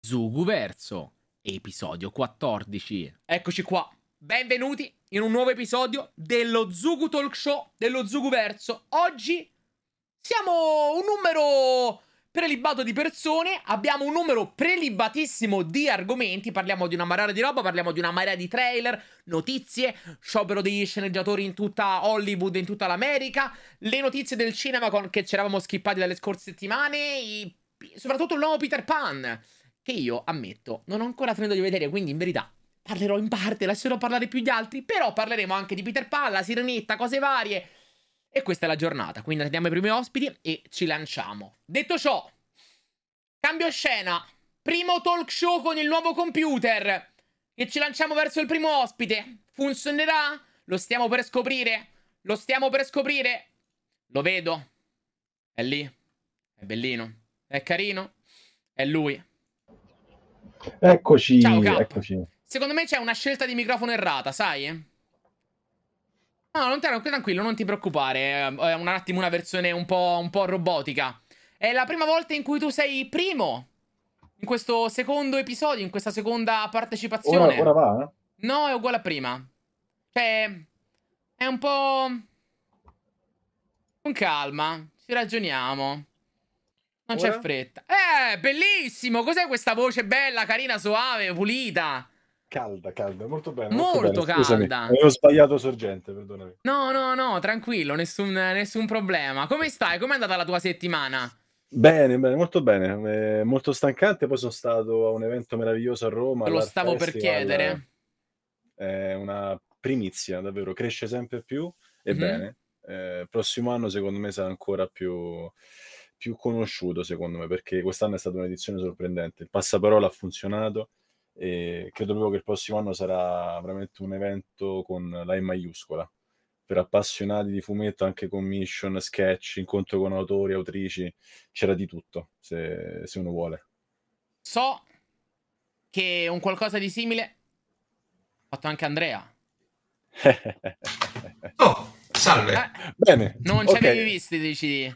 Zuguverso, episodio 14. Eccoci qua, benvenuti in un nuovo episodio dello Zugu Talk Show, dello Zuguverso. Oggi siamo un numero prelibato di persone, abbiamo un numero prelibatissimo di argomenti, parliamo di una marea di roba, parliamo di una marea di trailer, notizie, sciopero degli sceneggiatori in tutta Hollywood, in tutta l'America, le notizie del cinema che ci eravamo skippati dalle scorse settimane, soprattutto il nuovo Peter Pan, che io, ammetto, non ho ancora finito di vedere, quindi in verità parlerò in parte, lascerò parlare più gli altri, però parleremo anche di Peter Pan, la Sirenetta, cose varie. E questa è la giornata, quindi andiamo ai primi ospiti e ci lanciamo. Detto ciò, cambio scena, primo talk show con il nuovo computer e ci lanciamo verso il primo ospite. Funzionerà? Lo stiamo per scoprire? Lo stiamo per scoprire? Lo vedo. È lì. È bellino. È carino. È lui. Eccoci, Ciao Cap. eccoci. Secondo me c'è una scelta di microfono errata, sai? No, non tranquillo, non ti preoccupare. È un attimo una versione un po' robotica. È la prima volta in cui tu sei primo in questo secondo episodio, in questa seconda partecipazione. Ora va? No, è uguale a prima. Cioè, è un po' con calma. Ci ragioniamo. Non c'è Ora? fretta. Bellissimo! Cos'è questa voce bella, carina, soave, pulita? Calda, molto bene, Molto Scusami, calda. avevo sbagliato sorgente, perdonami. No, tranquillo, nessun problema. Come stai? Com'è andata la tua settimana? Bene, molto bene. Molto stancante, poi sono stato a un evento meraviglioso a Roma, Te lo all'Art stavo per Festival. chiedere. È una primizia, davvero, cresce sempre più e bene. Prossimo anno secondo me sarà ancora più conosciuto, secondo me, perché quest'anno è stata un'edizione sorprendente. Il passaparola ha funzionato e credo proprio che il prossimo anno sarà veramente un evento con la E maiuscola. Per appassionati di fumetto, anche commission, sketch, incontro con autori, autrici, c'era di tutto, se uno vuole. So che un qualcosa di simile ha fatto anche Andrea. Oh, salve. Bene, Non ci ok. avevi visti, dici?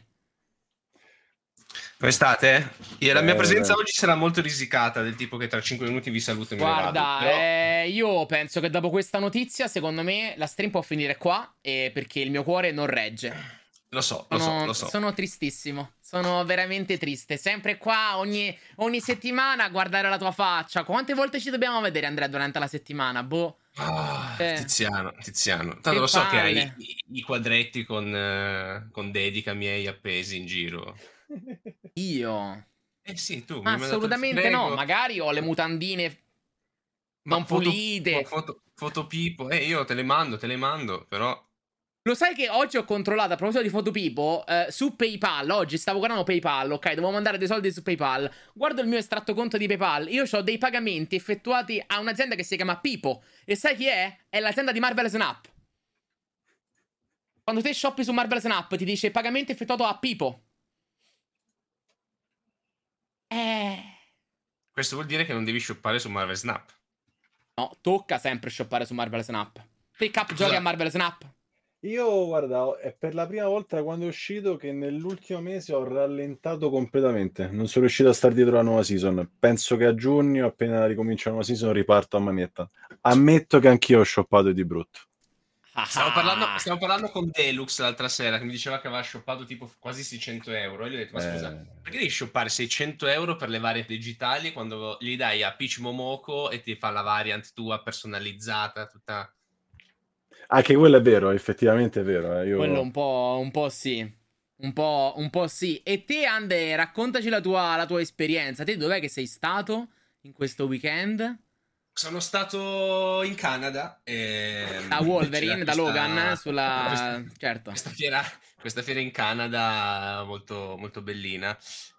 Come state? La mia presenza Bene. oggi sarà molto risicata, del tipo che tra 5 minuti vi saluto e me ne vado. Guarda, Però... io penso che dopo questa notizia, secondo me, la stream può finire qua, perché il mio cuore non regge. Lo so. Sono tristissimo. Sono veramente triste. Sempre qua, ogni settimana, a guardare la tua faccia. Quante volte ci dobbiamo vedere, Andrea, durante la settimana? Boh. Tiziano. Tanto Che lo so che hai palle. i quadretti con dedica miei appesi in giro. Io? Sì, tu mi hai mandato il Assolutamente no. prego. Magari ho le mutandine non pulite. Foto Pipo. Io te le mando, però... Lo sai che oggi ho controllato, a proposito di Fotopipo, su PayPal. Oggi stavo guardando PayPal, ok? Dovevo mandare dei soldi su PayPal. Guardo il mio estratto conto di PayPal. Io ho dei pagamenti effettuati a un'azienda che si chiama Pipo. E sai chi è? È l'azienda di Marvel Snap. Quando te shoppi su Marvel Snap ti dice pagamento effettuato a Pipo. Questo vuol dire che non devi shoppare su Marvel Snap. No, tocca sempre shoppare su Marvel Snap. Te Cap giochi a Marvel Snap? Io, guarda, è per la prima volta da quando è uscito che nell'ultimo mese ho rallentato completamente. Non sono riuscito a stare dietro la nuova season. Penso che a giugno, appena ricomincia la nuova season, riparto a manetta. Ammetto che anch'io ho shoppato di brutto. Stiamo parlando con Deluxe l'altra sera, che mi diceva che aveva shoppato tipo quasi 600 euro. E gli ho detto, ma scusa, perché devi shoppare 600 euro per le varie digitali quando gli dai a Peach Momoko e ti fa la variant tua personalizzata, tutta... Anche quello è vero, effettivamente è vero. Quello un po' sì. Un po' sì. E te, Ande, raccontaci la tua esperienza. Te dov'è che sei stato in questo weekend? Sono stato in Canada Da Wolverine, da Logan, certo. Questa fiera in Canada molto, molto bellina.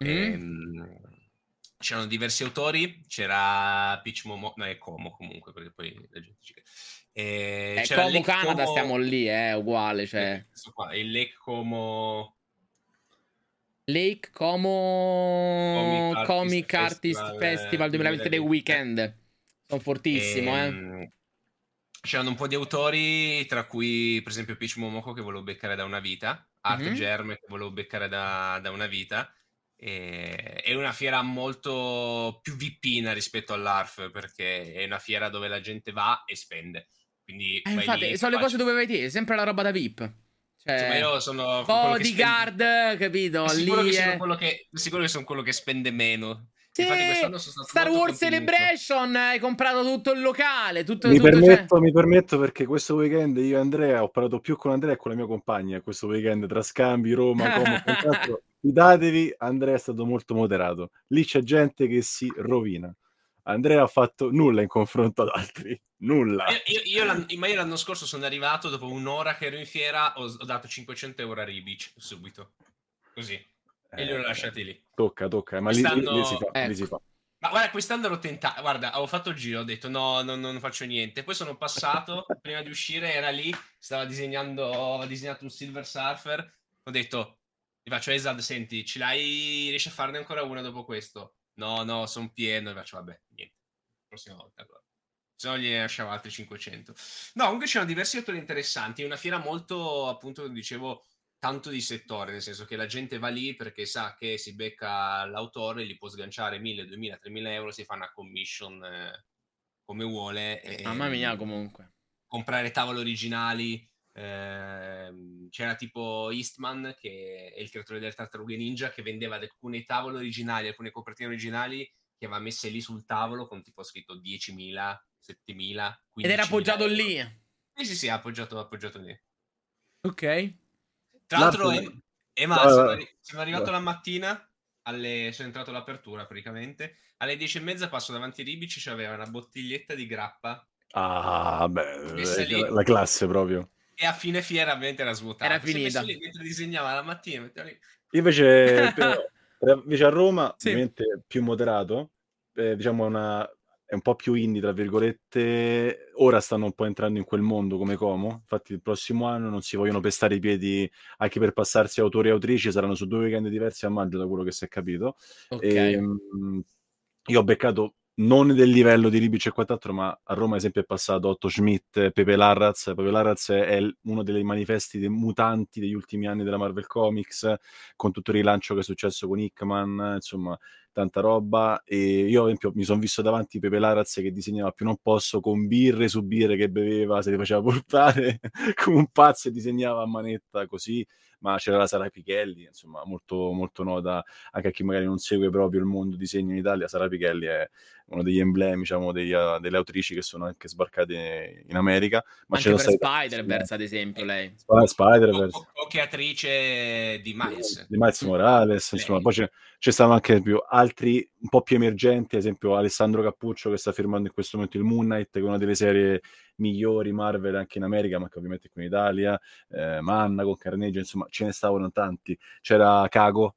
C'erano diversi autori, c'era Peach Momo, no è Como comunque, perché poi la gente ci c'era Como Lake Canada, Como, stiamo lì, uguale, cioè. questo qua, il Lake Como Lake Como Comic Artist Festival 2023 Weekend. Sono fortissimo, C'erano un po' di autori, tra cui per esempio Peach Momoko che volevo beccare da una vita, Art Germ che volevo beccare da una vita, È una fiera molto più VIPina rispetto all'ARF, perché è una fiera dove la gente va e spende. Quindi vai Infatti, lì, sono le cose dove vai te, sempre la roba da VIP. insomma, Cioè, io sono quello che spende. bodyguard, capito? Sicuro che Lì, sono sicuro che sono quello che spende meno. Sì, Infatti quest'anno sono stato Star molto Wars contenuto. Celebration, hai comprato tutto il locale, tutto, Mi cioè... permetto perché questo weekend io e Andrea ho parlato più con Andrea e con la mia compagna questo weekend tra scambi, Roma, Como e quant'altro. Fidatevi, Andrea è stato molto moderato. Lì c'è gente che si rovina. Andrea ha fatto nulla in confronto ad altri. Nulla. Ma io l'anno scorso sono arrivato, dopo un'ora che ero in fiera, ho dato 500 euro a Ribic subito. Così. E li ho lasciati lì. Tocca, ma lì si fa, ecco. lì si fa. Ma guarda, quest'anno ero tentato. Guarda, avevo fatto il giro, ho detto no, non faccio niente. Poi sono passato, prima di uscire era lì, stava aveva disegnato un Silver Surfer. Ho detto, gli faccio Esad, senti, ce l'hai, riesci a farne ancora una dopo questo? No, sono pieno. E faccio, vabbè, niente. Prossima volta allora. Se no gli lasciavo altri 500. No, comunque c'erano diversi autori interessanti. È una fiera molto, appunto, dicevo, tanto di settore, nel senso che la gente va lì perché sa che si becca l'autore, gli può sganciare 1000, 2000, 3000 euro, si fa una commission come vuole. Mamma mia, comunque. Comprare tavole originali. C'era tipo Eastman, che è il creatore del Tartarughe Ninja, che vendeva alcune tavole originali, alcune copertine originali, che aveva messe lì sul tavolo con tipo scritto 10.000, 7.000, 15.000 Ed era appoggiato euro. lì. Sì, appoggiato lì. Ok. Tra l'altro, sono arrivato la mattina, sono entrato all'apertura praticamente, alle 10:30 passo davanti ai Ribici, c'aveva una bottiglietta di grappa. Ah, Messa lì. la classe proprio. E a fine fiera ovviamente era svuotata. Era finita. Si è messo lì mentre disegnava la mattina. Lì. Io invece a Roma, Sì. ovviamente più moderato, diciamo è un po' più indie, tra virgolette. Ora stanno un po' entrando in quel mondo come Como. Infatti il prossimo anno non si vogliono pestare i piedi anche per passarsi autori e autrici, saranno su 2 weekend diversi a maggio, da quello che si è capito. Ok. Io ho beccato non del livello di Ribic e quant'altro, ma a Roma ad esempio è passato Otto Schmidt, Pepe Larraz. Pepe Larraz è uno dei manifesti mutanti degli ultimi anni della Marvel Comics, con tutto il rilancio che è successo con Hickman, insomma tanta roba. E io ad esempio mi sono visto davanti Pepe Larraz che disegnava più non posso, con birre su birre che beveva, se li faceva portare come un pazzo, e disegnava a manetta così. Ma c'era la Sara Pichelli, insomma molto, molto nota anche a chi magari non segue proprio il mondo disegno in Italia. Sara Pichelli è uno degli emblemi, diciamo, delle autrici che sono anche sbarcate in America. Ma anche per Spider-Verse, ad esempio, lei. Spider-Verse. O che attrice di Miles. Di Miles Morales, insomma, poi c'è stato anche altri un po' più emergenti, ad esempio Alessandro Cappuccio, che sta firmando in questo momento il Moon Knight, che è una delle serie migliori Marvel anche in America, ma che ovviamente qui in Italia, Manna con Carnage, insomma ce ne stavano tanti. C'era Kago,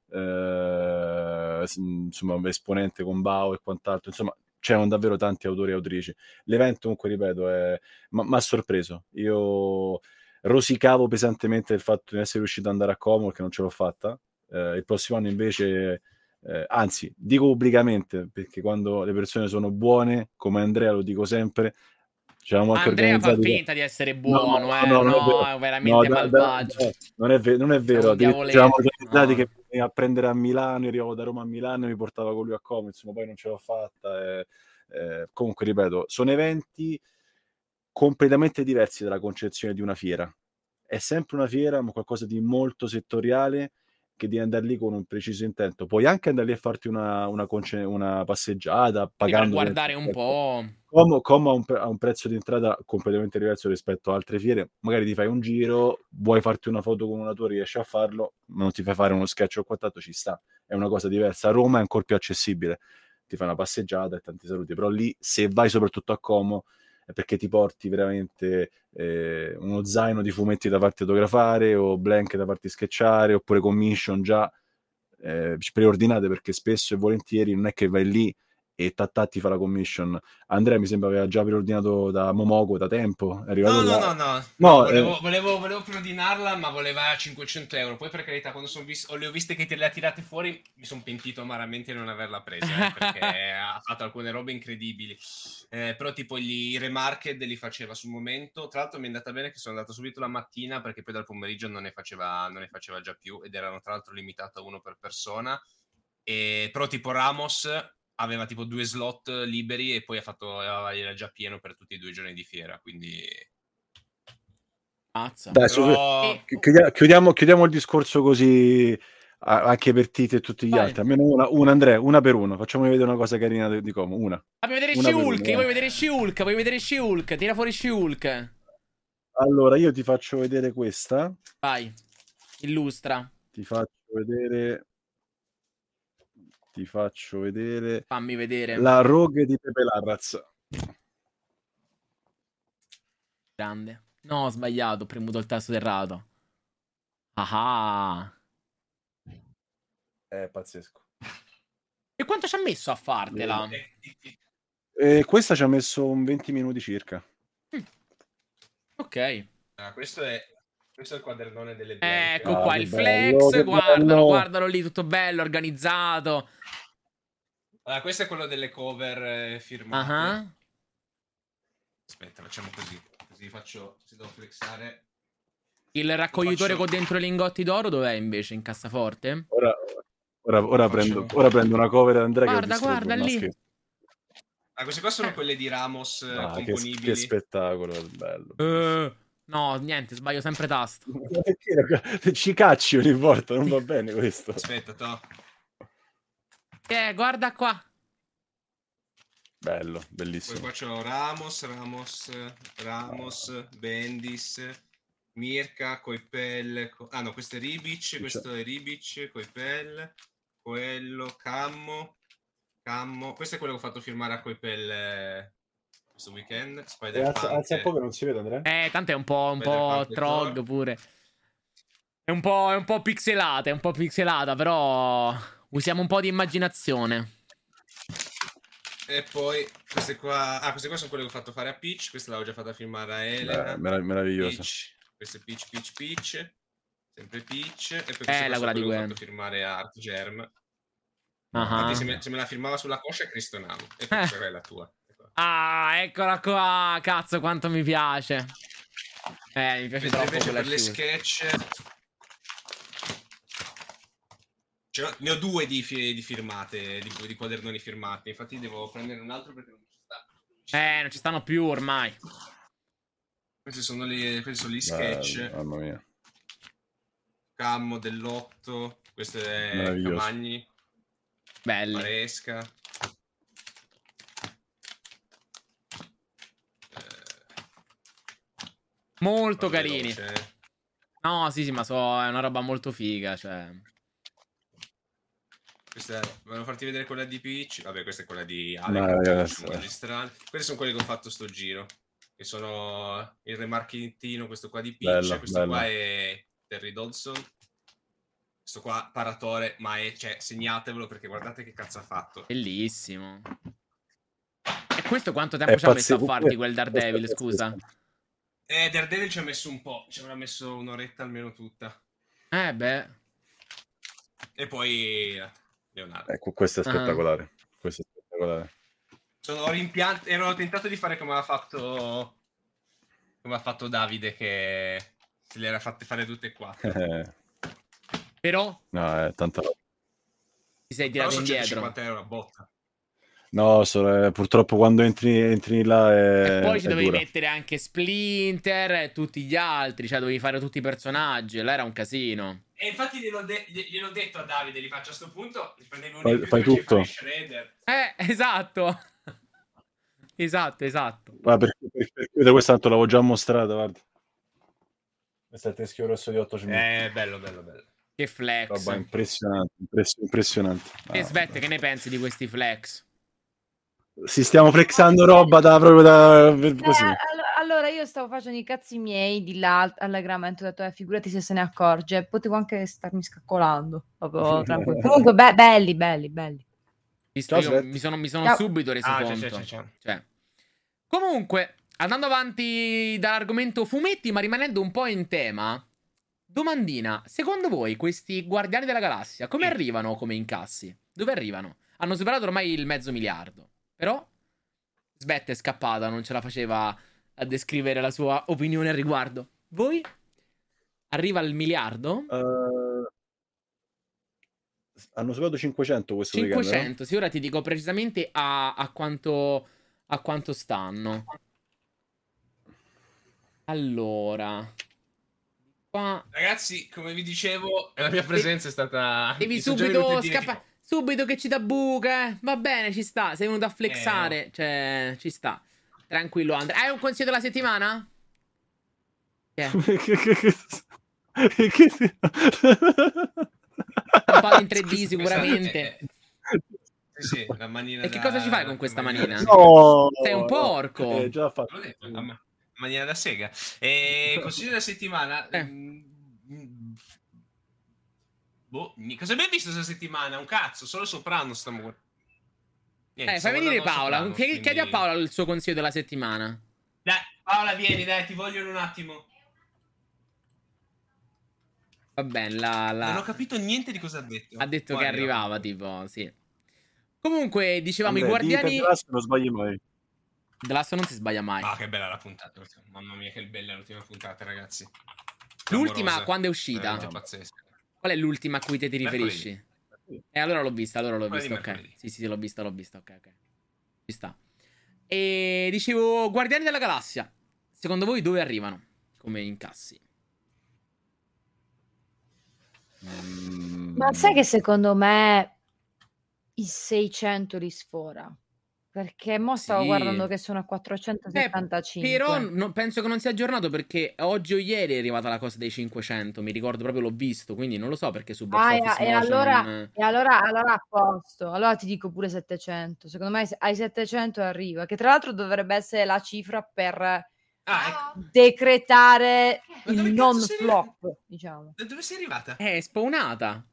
insomma esponente con Bao e quant'altro, insomma c'erano davvero tanti autori e autrici. L'evento comunque, ripeto, m'ha sorpreso. Io rosicavo pesantemente il fatto di non essere riuscito ad andare a Como, perché non ce l'ho fatta. Il prossimo anno invece, anzi, dico pubblicamente, perché quando le persone sono buone, come Andrea lo dico sempre, c'eravamo anche Andrea fa organizzati... finta di essere buono, no, è veramente malvagio. non è vero. Un Ci eravamo diavoletto. organizzati che veniva a prendere a Milano, io arrivavo da Roma a Milano e mi portava con lui a Como, insomma poi non ce l'ho fatta. Comunque, ripeto, sono eventi completamente diversi dalla concezione di una fiera. È sempre una fiera, ma qualcosa di molto settoriale, che devi andare lì con un preciso intento. Puoi anche andare lì a farti una passeggiata, pagando... Per guardare un po'. Como ha un prezzo di entrata completamente diverso rispetto a altre fiere. Magari ti fai un giro, vuoi farti una foto con un autore, riesci a farlo, ma non ti fai fare uno sketch o quant'altro, ci sta. È una cosa diversa. A Roma è ancora più accessibile. Ti fai una passeggiata e tanti saluti. Però lì, se vai soprattutto a Como, è perché ti porti veramente uno zaino di fumetti da farti autografare, o blank da farti sketchare, oppure commission già preordinate, perché spesso e volentieri non è che vai lì e ti fa la commission. Andrea mi sembra aveva già preordinato da Momoko da tempo. È arrivato no, volevo preordinarla, ma voleva 500 euro. Poi per carità, quando le ho viste che te le ha tirate fuori, mi sono pentito amaramente di non averla presa, perché ha fatto alcune robe incredibili. Però tipo i remarked li faceva sul momento. Tra l'altro mi è andata bene che sono andato subito la mattina, perché poi dal pomeriggio non ne faceva già più, ed erano tra l'altro limitato a uno per persona. Però tipo Ramos aveva tipo 2 slot liberi e poi era già pieno per tutti i 2 giorni di fiera, quindi... Dai, Però... chiudiamo il discorso così anche per Tite e tutti gli altri. Almeno una Andrea, una per uno. Facciamo vedere una cosa carina di Como. Una. Voglio vedere She-Hulk, voglio vedere She-Hulk, tira fuori She-Hulk. Allora, io ti faccio vedere questa. Vai, illustra. Ti faccio vedere. Fammi vedere. La Rogue di Pepe Larraz. Grande. No, ho sbagliato, ho premuto il tasto errato. Ah. È pazzesco. E quanto ci ha messo a fartela? Questa ci ha messo un 20 minuti circa. Ok. Questo è il quadernone delle bianche. Ecco qua il flex, guardalo lì, tutto bello, organizzato. Allora, questo è quello delle cover firmate. Aspetta, facciamo così. Così faccio, se devo flexare. Il raccoglitore con dentro i lingotti d'oro dov'è invece? In cassaforte? Ora prendo una cover Andrea. Guarda lì. Queste qua sono quelle di Ramos componibili. Che spettacolo, bello. No, niente, sbaglio sempre tasto. Ci cacci ogni volta, non va bene questo. Aspetta, guarda qua. Bello, bellissimo. Poi qua c'ho Ramos, Bendis, Mirka, Coipel. No, questo è Ribic, Coipel, Coelho, Cammo. Questo è quello che ho fatto firmare a Coipel questo weekend. Alza un po' che non si vede, Andrea. Tanto è un po' trog pure. È un po' pixelata, però usiamo un po' di immaginazione. E poi queste qua sono quelle che ho fatto fare a Peach. Questa l'avevo già fatta firmare a Elena. Meravigliosa. Questo è Peach. Sempre Peach. E poi questa la qua di ho fatto firmare a Art Germ. Infatti se me la firmava sulla coscia è Cristo Namo. E poi questa è la tua. Eccola qua. Cazzo quanto mi piace. Mi piace troppo. Invece per le sketch ne ho 2 di firmate, di quadernoni firmati. Infatti devo prendere un altro perché non ci sta. Non ci stanno più ormai. Questi sono gli sketch. Mamma mia. Cammo dell'8. Questo è Camagni. Belli. Maresca. Molto carini. No, sì, ma è una roba molto figa, cioè. Volevo farti vedere quella di Peach. Vabbè, questa è quella di Alex. Magistrale. Queste sono quelle che ho fatto sto giro. Che sono il remarchettino, questo qua di Peach. Questo qua è Terry Dodson. Questo qua Paratore, ma segnatevelo perché guardate che cazzo ha fatto. Bellissimo. E questo quanto tempo ci ha messo a farti quel Daredevil, scusa? Daredevil ci ha messo un po'. Ci avrà messo un'oretta almeno tutta. Beh. E poi Leonardo. Ecco, questo è spettacolare. Questo è spettacolare. Ero tentato di fare come ha fatto Davide, che se le era fatte fare tutte e 4. Però? No, è tanta roba. Ti sei tirato indietro. 50 euro a botta. No, purtroppo quando entri là e poi ci dovevi mettere anche Splinter e tutti gli altri, cioè dovevi fare tutti i personaggi, là era un casino. E infatti gliel'ho detto a Davide, li faccio a sto punto, li prendevi uno in più, fai tutto. Shredder. Esatto. Esatto. Guarda, per questa tanto l'avevo già mostrata, guarda. Questo è il teschio rosso di 8 minuti. Bello. Che flex. Roba impressionante. E Svette, che ne pensi di questi flex? Si stiamo flexando roba così. Allora io stavo facendo i cazzi miei di là all'aggramento, ho detto figurati se se ne accorge, potevo anche starmi scaccolando proprio tranquillo. Comunque belli. Visto, io mi sono subito reso conto. Cioè. Comunque, andando avanti dall'argomento fumetti, ma rimanendo un po' in tema, domandina, secondo voi questi Guardiani della Galassia come arrivano come incassi? Dove arrivano? Hanno superato ormai il $500 milioni. Però Svette è scappata, non ce la faceva a descrivere la sua opinione al riguardo. Voi? Arriva al $1 miliardo? hanno superato 500 questo weekend, 500, sì, ora ti dico precisamente a quanto stanno. Allora, qua Ragazzi, come vi dicevo, la mia presenza è stata... devi mi sono già subito venute idee, scappare. tipo, Subito che ci dà buca, Va bene, ci sta. Sei venuto a flexare. Cioè, ci sta. Tranquillo, Andrea. Hai un consiglio della settimana? Che è? Stampato in 3D sicuramente. Sì, la manina E che cosa ci fai con questa manina? No, Sei un porco. già fatto. L'ho detto, la manina da sega. Consiglio della settimana. Boh, cosa abbiamo visto questa settimana? Un cazzo, solo Soprano stiamo... Fai venire Paola. Chiedi a Paola il suo consiglio della settimana. Dai, Paola, vieni, dai, ti voglio in un attimo. Va bene, Non ho capito niente di cosa ha detto. Ha detto che arrivava, tipo, sì. Comunque, dicevamo, Andrea, i guardiani... The Last non sbagli mai. The Last non si sbaglia mai. Ah, che bella la puntata. Mamma mia, che bella l'ultima puntata, ragazzi. L'ultima, Clamorosa. quando è uscita? Pazzesca. Qual è l'ultima a cui te ti riferisci? Allora l'ho vista, ok. Mercoledì. Sì, l'ho vista, ok. Ci sta. E dicevo, Guardiani della Galassia. Secondo voi dove arrivano? Come incassi? Ma sai che secondo me i 600 li sfora? Perché mo stavo guardando che sono a 475. Però penso che non sia aggiornato, perché oggi o ieri è arrivata la cosa dei 500. Mi ricordo proprio, l'ho visto, quindi non lo so perché su Box Office e allora a posto. Allora ti dico pure 700. Secondo me ai 700 arriva, che tra l'altro dovrebbe essere la cifra per decretare il non flop, diciamo. Da dove sei arrivata? È spawnata.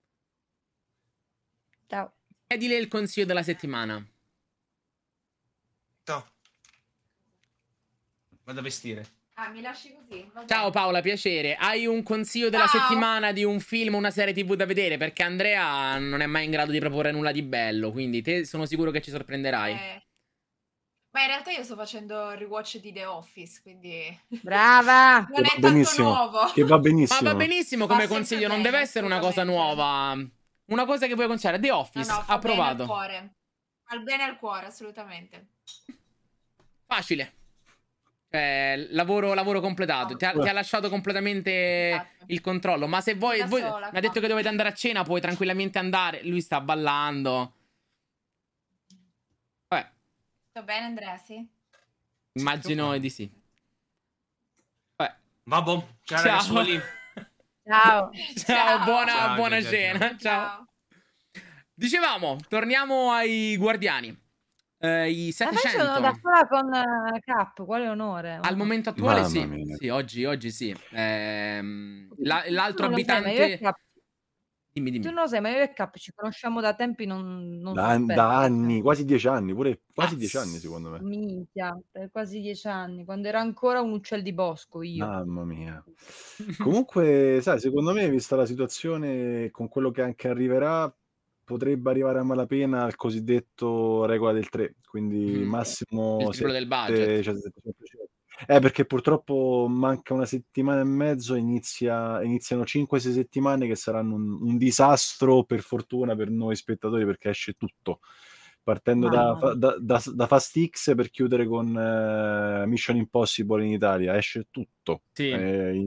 Ciao. Chiedile il consiglio della settimana. No. Vado a vestire. Mi lasci così? Vabbè. Ciao Paola, piacere. Hai un consiglio della settimana di un film o una serie TV da vedere? Perché Andrea non è mai in grado di proporre nulla di bello, quindi te sono sicuro che ci sorprenderai. Ma in realtà io sto facendo il rewatch di The Office, quindi... Brava! Non è tanto nuovo. Che va benissimo. Ma va benissimo come Va consiglio, sempre non bene, deve essere una cosa nuova. Una cosa che puoi consigliare. The Office, No, fa bene approvato. al cuore. Fa bene al cuore, assolutamente. Facile. Lavoro completato. Ti ha lasciato completamente il controllo. Ma se voi mi ha detto che dovete andare a cena, puoi tranquillamente andare. Lui sta ballando. Vabbè. Sto bene, Andrea, sì? Immagino di sì. Vabbè. Vabbè. Ciao ragazzi. Ciao, buona cena. Ciao. Dicevamo, torniamo ai Guardiani. I 700. Ma sono da sola con Cap, quale onore. Al momento attuale Mamma sì, oggi sì. L'altro abitante... Dimmi. Tu non lo sai, ma io e Cap ci conosciamo da tempi non da anni, quasi 10 anni, pure quasi 10 anni secondo me. Minchia, per quasi 10 anni, quando era ancora un uccel di bosco io. Mamma mia. Comunque, sai, secondo me, vista la situazione, con quello che anche arriverà, potrebbe arrivare a malapena al cosiddetto regola del 3, quindi massimo il triplo del budget. Cioè, perché purtroppo manca una settimana e mezzo, iniziano 5-6 settimane che saranno un disastro, per fortuna per noi spettatori, perché esce tutto, partendo da Fast X per chiudere con Mission Impossible in Italia, esce tutto. Sì.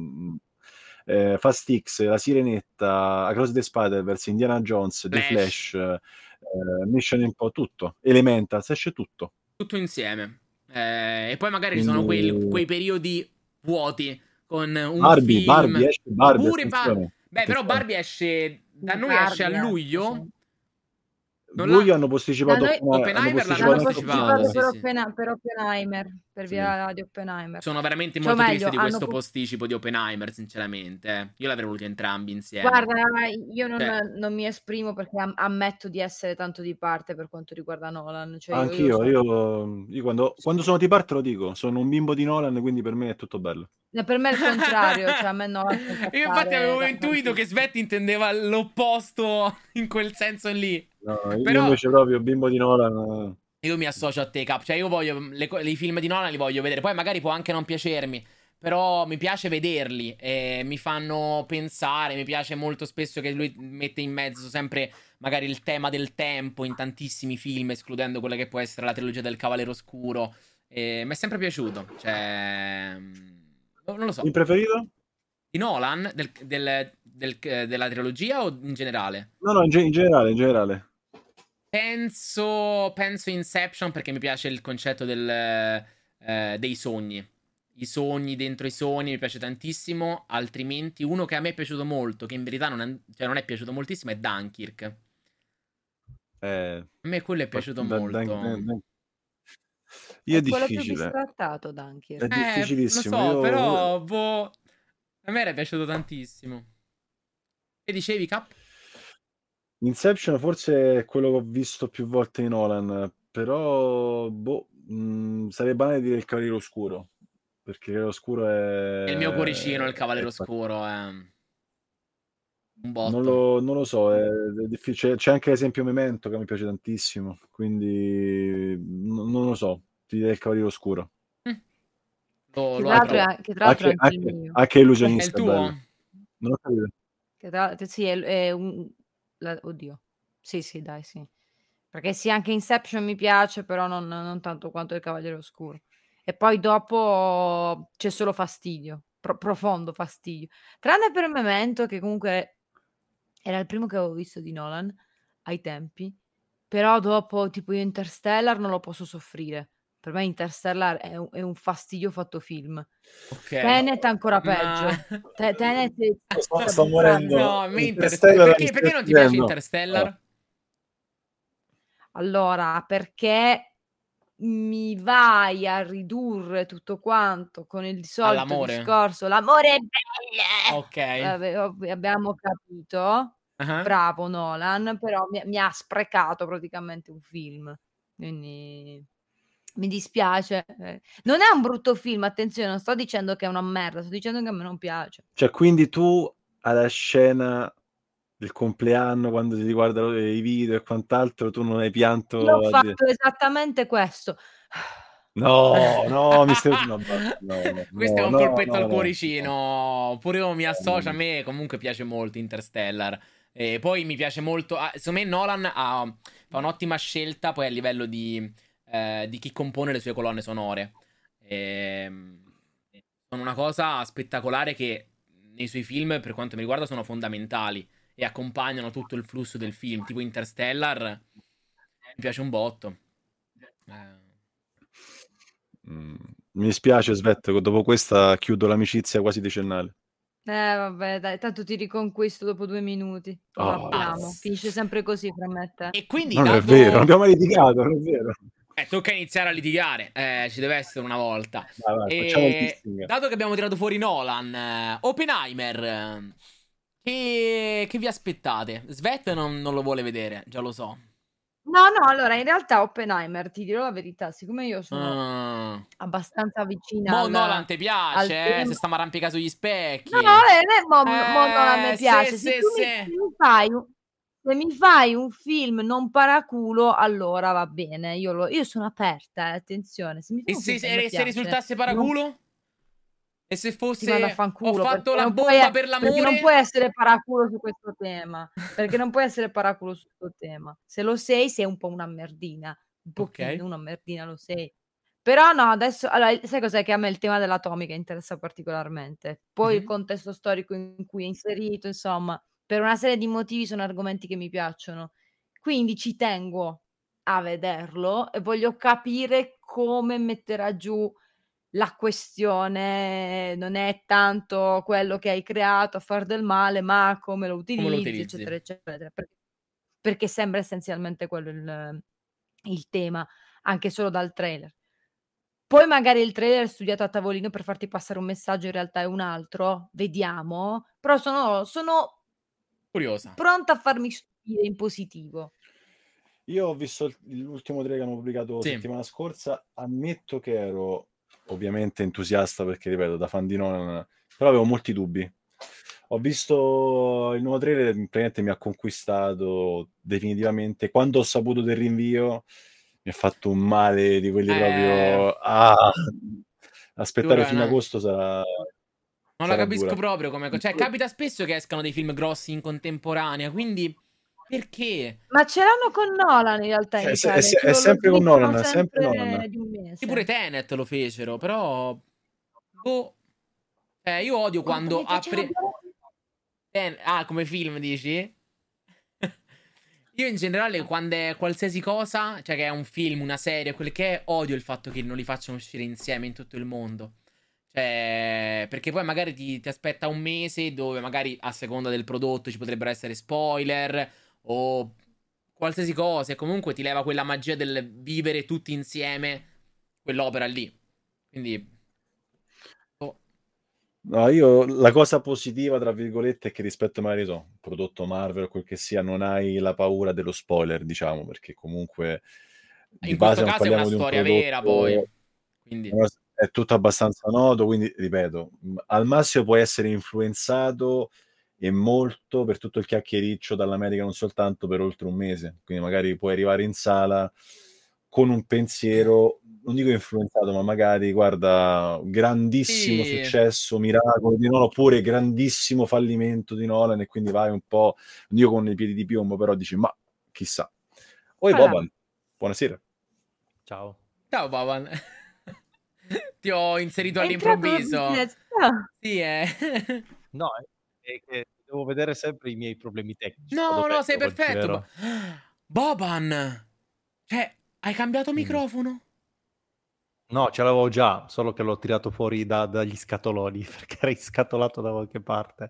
Fast X, La Sirenetta, Across the Spider-Verse, Indiana Jones, The Flash, Mission Impossible, tutto, Elementals, esce tutto Insieme. E poi magari ci sono quei periodi vuoti con un Barbie, film. Barbie esce Barbie, pure però Barbie esce da noi, esce a luglio. Sì. Luglio hanno posticipato Oppenheimer l'hanno posticipato per Oppenheimer, per via di Oppenheimer. Sono veramente molto triste di questo posticipo di Oppenheimer, sinceramente. Io l'avrei voluto entrambi insieme. Guarda, io non mi esprimo perché ammetto di essere tanto di parte per quanto riguarda Nolan. Cioè anch'io, io quando sono di parte lo dico, sono un bimbo di Nolan, quindi per me è tutto bello. Per me è il contrario, cioè a me Nolan. Io infatti avevo intuito che Svetti intendeva l'opposto in quel senso lì. No, io invece proprio bimbo di Nolan. Io mi associo a te, Cap. Cioè io voglio i film di Nolan li voglio vedere. Poi magari può anche non piacermi, però mi piace vederli e mi fanno pensare. Mi piace molto spesso che lui mette in mezzo sempre magari il tema del tempo in tantissimi film, escludendo quella che può essere la trilogia del Cavaliere Oscuro. E mi è sempre piaciuto, cioè non lo so. Il preferito? Di Nolan? Della trilogia o in generale? No, in generale. Penso Inception, perché mi piace il concetto dei sogni. I sogni dentro i sogni mi piace tantissimo. Altrimenti uno che a me è piaciuto molto, che in verità non è piaciuto moltissimo, è Dunkirk. A me quello è piaciuto molto. Io è quello difficile. più bistrattato Dunkirk. È difficilissimo. Lo so, però a me era piaciuto tantissimo. Che dicevi, Cap? Inception forse è quello che ho visto più volte in Nolan, però sarebbe banale dire il Cavaliere Oscuro, perché il Cavaliere Oscuro è... Il mio cuoricino, il Cavaliere Oscuro, è un botto. Non lo so, è difficile. C'è anche l'esempio Memento che mi piace tantissimo, quindi non lo so, ti direi il Cavaliere Oscuro. Che tra l'altro è anche il mio. Anche Illusionista è il tuo? Bello. Non ho capito. Che tra l'altro, sì, è oddio. Sì, dai, sì. Perché sì, anche Inception mi piace, però non tanto quanto il Cavaliere Oscuro. E poi dopo c'è solo fastidio, profondo fastidio. Tranne per Memento, che comunque era il primo che avevo visto di Nolan ai tempi. Però dopo, tipo io Interstellar non lo posso soffrire. Per me Interstellar è un fastidio fatto film. Okay. Tenet ancora peggio. Tenet sto morendo. No, a me Interstellar. Perché non ti piace Interstellar? Allora, perché mi vai a ridurre tutto quanto con il solito discorso. L'amore è bello. Ok. Abbiamo capito. Bravo Nolan, però mi ha sprecato praticamente un film. Quindi mi dispiace. Non è un brutto film, attenzione, non sto dicendo che è una merda, sto dicendo che a me non piace. Cioè, quindi tu alla scena del compleanno, quando ti riguarda i video e quant'altro, tu non hai pianto? Io ho fatto esattamente questo. No, mi stai... Questo è un colpetto al cuoricino. Pure io mi associo, a me comunque piace molto Interstellar. E poi mi piace molto. Secondo me Nolan fa un'ottima scelta poi a livello di chi compone le sue colonne sonore. Sono una cosa spettacolare che nei suoi film, per quanto mi riguarda, sono fondamentali e accompagnano tutto il flusso del film. Tipo Interstellar mi piace un botto. Mi dispiace, Svet, dopo questa chiudo l'amicizia quasi decennale. Vabbè, dai, tanto ti riconquisto dopo 2 minuti. Finisce sempre così fra me e te. E quindi non è vero, non abbiamo mai litigato, non è vero. Tocca iniziare a litigare, ci deve essere una volta. Vai, dato che abbiamo tirato fuori Nolan, Oppenheimer, che vi aspettate? Svet non lo vuole vedere, già lo so. No, allora in realtà Oppenheimer, ti dirò la verità, siccome io sono abbastanza vicina Nolan ti piace, se stiamo arrampicando sugli specchi. No, Nolan mi piace. Se mi fai un film non paraculo, allora va bene, io sono aperta, attenzione. Se risultasse paraculo? E se fosse ho fatto la bomba per l'amore? Perché non puoi essere paraculo su questo tema. Perché non puoi essere paraculo su questo tema. Se lo sei un po' una merdina. Un pochino, una merdina lo sei. Però no, adesso... Allora, sai cos'è? Che a me il tema dell'atomica interessa particolarmente. Poi il contesto storico in cui è inserito, insomma, per una serie di motivi sono argomenti che mi piacciono. Quindi ci tengo a vederlo e voglio capire come metterà giù la questione. Non è tanto quello che hai creato a far del male, ma come lo utilizzi. Eccetera, eccetera. Perché sembra essenzialmente quello il tema, anche solo dal trailer. Poi magari il trailer è studiato a tavolino per farti passare un messaggio, in realtà è un altro, vediamo. Però sono curiosa, pronta a farmi stupire in positivo. Io ho visto l'ultimo trailer che hanno pubblicato settimana scorsa, ammetto che ero ovviamente entusiasta perché, ripeto, da fan di Nolan, però avevo molti dubbi. Ho visto il nuovo trailer, praticamente mi ha conquistato definitivamente. Quando ho saputo del rinvio mi ha fatto un male di quelli proprio... aspettare fino a agosto sarà... Non la capisco proprio come... Cioè, capita spesso che escano dei film grossi in contemporanea, quindi... Perché? Ma ce l'hanno con Nolan in realtà in Italia. È sempre con Nolan, è sempre Nolan. Di un mese. Sì, pure Tenet lo fecero, però... io odio quando... come film, dici? Io in generale, quando è qualsiasi cosa, cioè che è un film, una serie, quel che è, odio il fatto che non li facciano uscire insieme in tutto il mondo. Cioè, perché poi magari ti aspetta un mese dove magari a seconda del prodotto ci potrebbero essere spoiler o qualsiasi cosa, e comunque ti leva quella magia del vivere tutti insieme quell'opera lì. Quindi... No, io la cosa positiva, tra virgolette, è che rispetto magari a un prodotto Marvel o quel che sia, non hai la paura dello spoiler, diciamo, perché comunque di in base questo caso è una storia vera, poi. Quindi... È tutto abbastanza noto, quindi ripeto, al massimo puoi essere influenzato e molto per tutto il chiacchiericcio dall'America, non soltanto per oltre un mese, quindi magari puoi arrivare in sala con un pensiero, non dico influenzato, ma magari, guarda, grandissimo successo, miracolo di Nolan, oppure grandissimo fallimento di Nolan, e quindi vai un po', non dico con i piedi di piombo, però dici, ma chissà. Oi Boban, buonasera. Ciao. Ciao Boban. Ti ho inserito all'improvviso. Sì, No, è che devo vedere sempre i miei problemi tecnici. No, sei perfetto. Boban, cioè, hai cambiato microfono? No, ce l'avevo già, solo che l'ho tirato fuori dagli scatoloni, perché era inscatolato da qualche parte.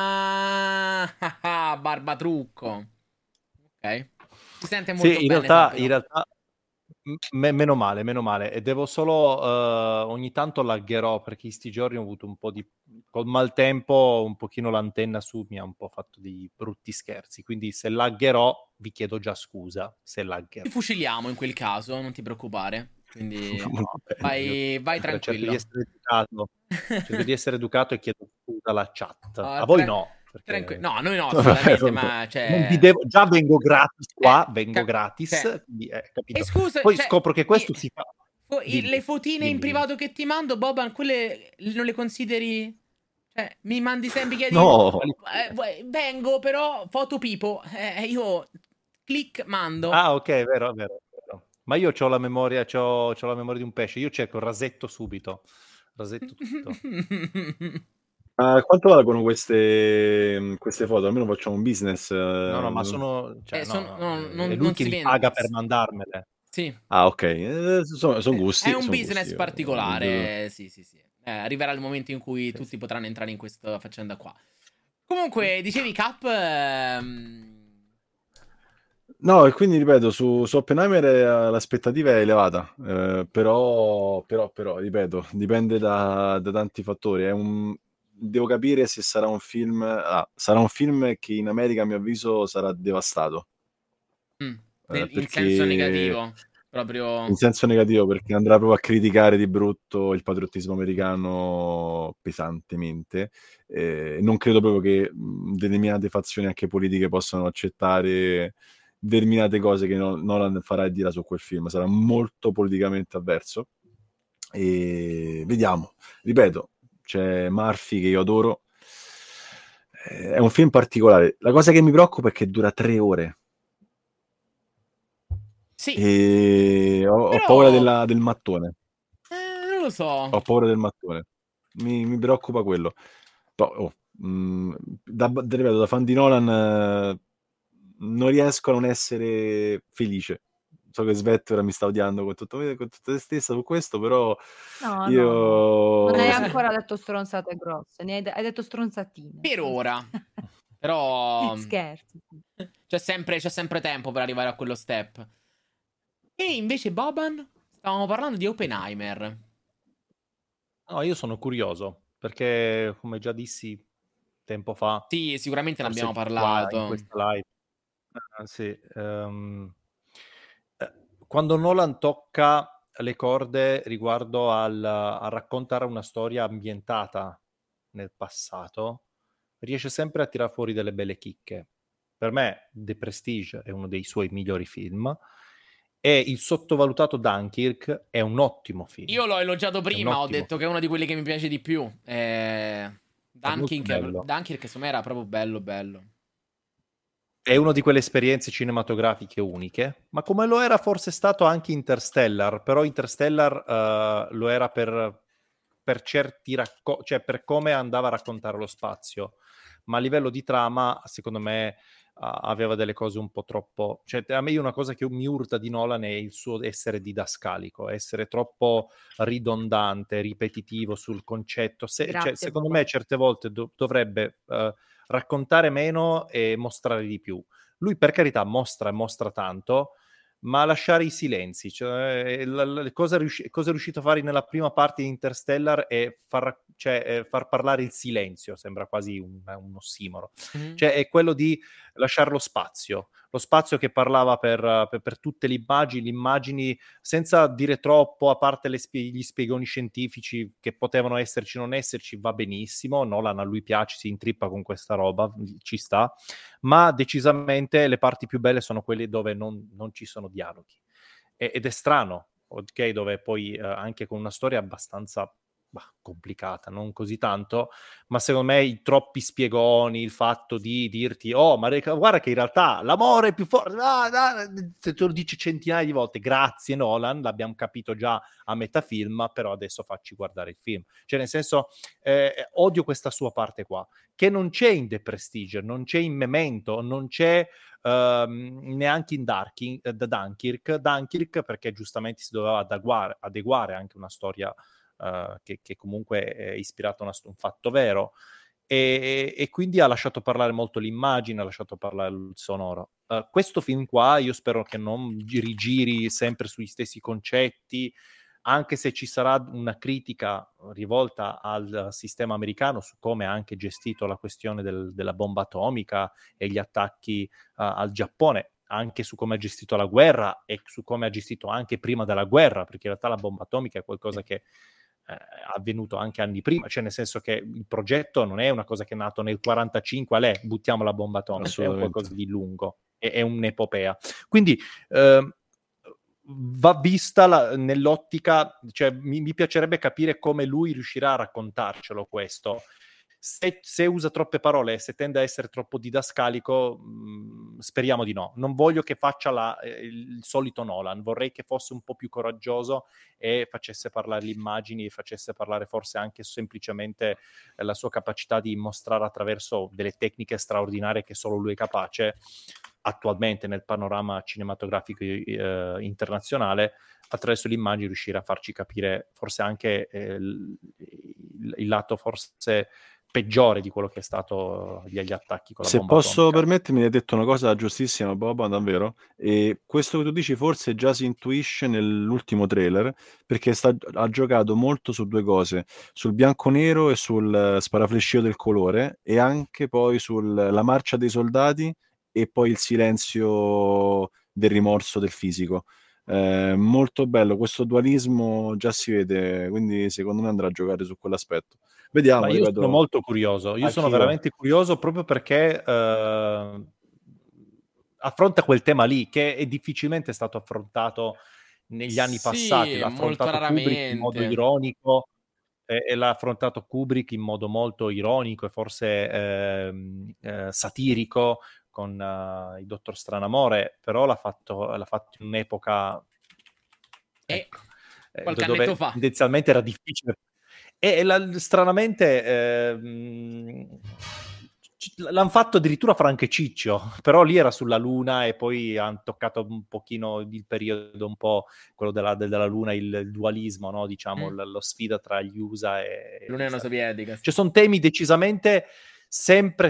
Barbatrucco. Ok. Si sente molto bene. Sì, in realtà meno male, e devo solo ogni tanto laggerò, perché in sti giorni ho avuto un po' di col maltempo, un pochino l'antenna su mi ha un po' fatto dei brutti scherzi, quindi se laggerò vi chiedo già scusa se laggerò. Ti fuciliamo in quel caso, non ti preoccupare. Quindi vai tranquillo. Cerco di essere educato e chiedo scusa alla chat. A voi no. Perché... No, noi no, assolutamente, ma cioè... già vengo gratis qua, gratis. Quindi, capito? E scusa, poi scopro che questo si fa. Le fotine in privato che ti mando, Boban, quelle non le consideri... Cioè, mi mandi sempre, chiedi... No! Vengo, però, foto pipo. Io clic, mando. Ah, ok, vero. Ma io c'ho la memoria, c'ho la memoria di un pesce. Io cerco rasetto subito. Rasetto tutto. Quanto valgono queste foto? Almeno facciamo un business. No, ma sono... Cioè, è lui che mi paga per mandarmele. Sì. Ah, ok. Sono gusti. È un business particolare. Sì. Arriverà il momento in cui tutti potranno entrare in questa faccenda qua. Comunque, dicevi, Cap... No, e quindi ripeto, su Oppenheimer l'aspettativa è elevata, però, ripeto, dipende da tanti fattori. Devo capire se sarà un film... sarà un film che in America, a mio avviso, sarà devastato. In senso negativo. Proprio... In senso negativo, perché andrà proprio a criticare di brutto il patriottismo americano pesantemente. Non credo proprio che determinate fazioni anche politiche possano accettare determinate cose che Nolan farà e dirà su quel film. Sarà molto politicamente avverso. E vediamo. Ripeto, c'è Murphy che io adoro. È un film particolare. La cosa che mi preoccupa è che dura 3 ore. Sì. E ho paura del mattone. Non lo so. Ho paura del mattone. Mi preoccupa quello. Ripeto, da fan di Nolan non riesco a non essere felice. So che Svet ora mi sta odiando con tutta te stessa su questo, però no, io... No. Non hai ancora detto stronzate grosse, hai detto stronzatine. Per ora. Però... Scherzi. C'è sempre tempo per arrivare a quello step. E invece, Boban, stavamo parlando di Oppenheimer. No, io sono curioso, perché come già dissi tempo fa... Sì, sicuramente ne abbiamo parlato. In questa live. Sì. Quando Nolan tocca le corde riguardo a raccontare una storia ambientata nel passato, riesce sempre a tirar fuori delle belle chicche. Per me The Prestige è uno dei suoi migliori film, E il sottovalutato Dunkirk è un ottimo film. Io l'ho elogiato prima, ho detto che è uno di quelli che mi piace di più. Dunkirk secondo me era proprio bello. È una di quelle esperienze cinematografiche uniche, ma come lo era forse stato anche Interstellar, però Interstellar lo era per certi cioè per come andava a raccontare lo spazio, ma a livello di trama, secondo me, aveva delle cose un po' troppo... Cioè, a me una cosa che mi urta di Nolan è il suo essere didascalico, essere troppo ridondante, ripetitivo sul concetto. Grazie, secondo papà. me certe volte dovrebbe raccontare meno e mostrare di più. Lui, per carità, mostra tanto, ma lasciare i silenzi. Cioè, cosa è riuscito a fare nella prima parte di Interstellar è far parlare il silenzio, sembra quasi un ossimoro. Mm-hmm. Cioè, è quello di lasciare lo spazio che parlava per tutte le immagini, senza dire troppo, a parte gli spiegoni scientifici che potevano esserci o non esserci, va benissimo, Nolan a lui piace, si intrippa con questa roba, ci sta, ma decisamente le parti più belle sono quelle dove non ci sono dialoghi. Ed è strano, ok, dove poi anche con una storia abbastanza complicata, non così tanto, ma secondo me i troppi spiegoni, il fatto di dirti ma guarda che in realtà l'amore è più forte, se te lo dici centinaia di volte, grazie Nolan, l'abbiamo capito già a metà film, però adesso facci guardare il film. Cioè, nel senso, odio questa sua parte qua, che non c'è in The Prestige, non c'è in Memento, non c'è neanche in Dunkirk, perché giustamente si doveva adeguare anche una storia che comunque è ispirata a un fatto vero, e quindi ha lasciato parlare molto l'immagine, ha lasciato parlare il sonoro. Questo film qua io spero che non rigiri sempre sugli stessi concetti, anche se ci sarà una critica rivolta al sistema americano su come ha anche gestito la questione della bomba atomica e gli attacchi al Giappone, anche su come ha gestito la guerra e su come ha gestito anche prima della guerra, perché in realtà la bomba atomica è qualcosa che è avvenuto anche anni prima, cioè nel senso che il progetto non è una cosa che è nato nel 45, buttiamo la bomba atomica, è qualcosa di lungo, è un'epopea. Quindi va vista nell'ottica, cioè mi piacerebbe capire come lui riuscirà a raccontarcelo questo. Se usa troppe parole, se tende a essere troppo didascalico, speriamo di no. Non voglio che faccia il solito Nolan, vorrei che fosse un po' più coraggioso e facesse parlare le immagini e facesse parlare forse anche semplicemente la sua capacità di mostrare attraverso delle tecniche straordinarie che solo lui è capace attualmente nel panorama cinematografico internazionale, attraverso le immagini riuscire a farci capire forse anche il lato forse peggiore di quello che è stato gli attacchi con la bomba atomica. Se posso permettermi, hai detto una cosa giustissima, Boba, davvero, e questo che tu dici forse già si intuisce nell'ultimo trailer, perché ha giocato molto su due cose, sul bianco-nero e sul sparaflescio del colore, e anche poi sulla marcia dei soldati e poi il silenzio del rimorso del fisico. Molto bello, questo dualismo già si vede, quindi secondo me andrà a giocare su quell'aspetto. Vediamo. Io sono molto curioso, sono veramente curioso proprio perché affronta quel tema lì che è difficilmente stato affrontato negli anni passati, l'ha affrontato Kubrick in modo ironico e l'ha affrontato Kubrick in modo molto ironico e forse satirico con il Dottor Stranamore, però l'ha fatto in un'epoca qualche annetto fa tendenzialmente era difficile. E stranamente l'hanno fatto addirittura Frank e Ciccio, però lì era sulla Luna e poi hanno toccato un pochino il periodo, un po' quello della Luna, il dualismo, no? Diciamo, lo sfida tra gli USA e l'Unione Sovietica. Cioè sono temi decisamente sempre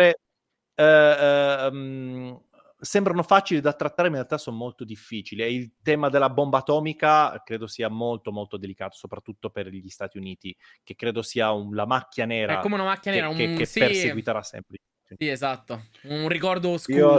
sembrano facili da trattare, ma in realtà sono molto difficili. E il tema della bomba atomica credo sia molto molto delicato, soprattutto per gli Stati Uniti, che credo sia la macchia nera, è come una macchia nera che perseguiterà sempre. Sì, esatto, un ricordo oscuro.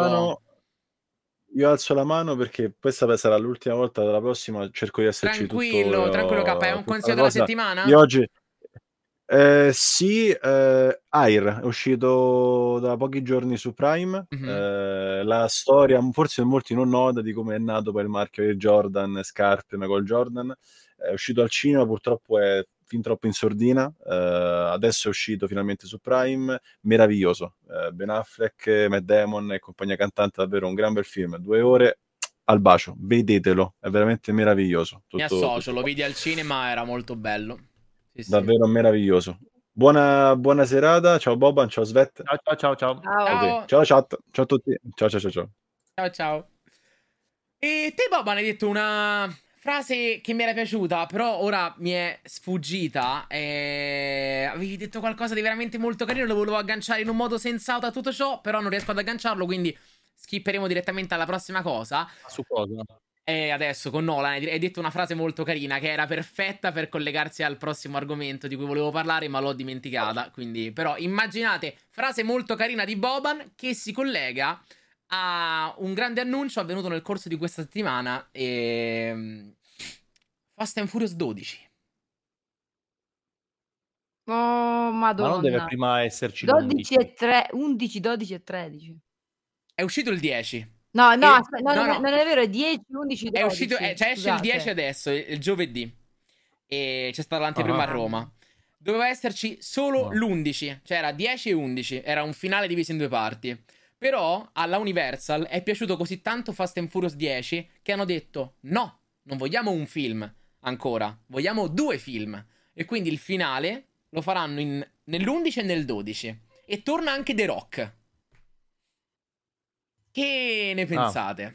Io alzo la mano perché questa sarà l'ultima volta, dalla prossima cerco di esserci tranquillo, KP, è un consiglio della settimana? Io oggi Sì, Air è uscito da pochi giorni su Prime. La storia, forse molti non nota, di come è nato poi il marchio Air Jordan, scarpe Michael Jordan. È uscito al cinema, purtroppo è fin troppo in sordina. Adesso è uscito finalmente su Prime, meraviglioso. Ben Affleck, Matt Damon e compagnia cantante, davvero un gran bel film. 2 ore al bacio, vedetelo, è veramente meraviglioso. Mi associo, lo vidi al cinema, era molto bello. Sì, davvero meraviglioso. Buona serata, ciao Boban, ciao Svet. Ciao. Okay. Ciao chat, ciao a tutti. Ciao. E te Boban hai detto una frase che mi era piaciuta, però ora mi è sfuggita. Avevi detto qualcosa di veramente molto carino, lo volevo agganciare in un modo sensato a tutto ciò, però non riesco ad agganciarlo, quindi skipperemo direttamente alla prossima cosa. Su cosa? E adesso con Nolan hai detto una frase molto carina che era perfetta per collegarsi al prossimo argomento di cui volevo parlare, ma l'ho dimenticata. Quindi, però, immaginate, frase molto carina di Boban che si collega a un grande annuncio avvenuto nel corso di questa settimana. Fast and Furious 12. Oh, Madonna. Ma non deve prima esserci 12 e 3, 11, 12 e 13. È uscito il 10. No, non è vero, è 10, 11, 12. È uscito, cioè esce il 10 adesso, il giovedì. E c'è stata l'anteprima a Roma. Doveva esserci solo l'11, cioè era 10 e 11, era un finale diviso in 2 parti. Però alla Universal è piaciuto così tanto Fast and Furious 10 che hanno detto no, non vogliamo un film ancora, vogliamo 2 film. E quindi il finale lo faranno nell'11 e nel 12. E torna anche The Rock. Che ne pensate?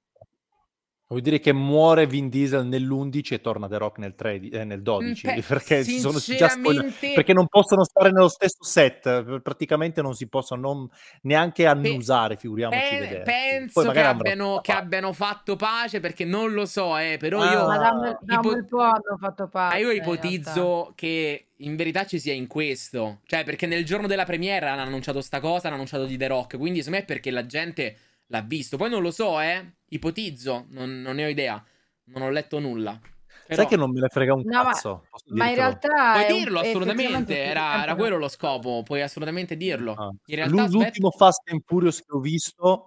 Vuol dire che muore Vin Diesel nell'11 e torna The Rock nel 12? Perché sono già spoiler, perché non possono stare nello stesso set, praticamente non si possono neanche annusare, figuriamoci vedere. Penso che abbiano fatto pace, perché non lo so, però io hanno fatto pace. Io ipotizzo che in verità ci sia in questo, cioè perché nel giorno della premiere hanno annunciato sta cosa, hanno annunciato di The Rock, quindi secondo me è perché la gente l'ha visto. Poi non lo so, ipotizzo, non ne ho idea, non ho letto nulla. Però... Sai che non me ne frega un cazzo. Ma in realtà puoi dirlo assolutamente, era quello lo scopo, puoi assolutamente dirlo. In realtà, l'ultimo Fast and Furious che ho visto,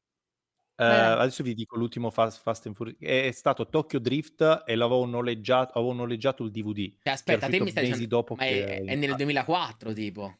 adesso vi dico l'ultimo Fast and Furious, è stato Tokyo Drift e avevo noleggiato il DVD. Cioè, aspetta, te mi stai mesi dicendo, dopo ma è nel 2004 tipo.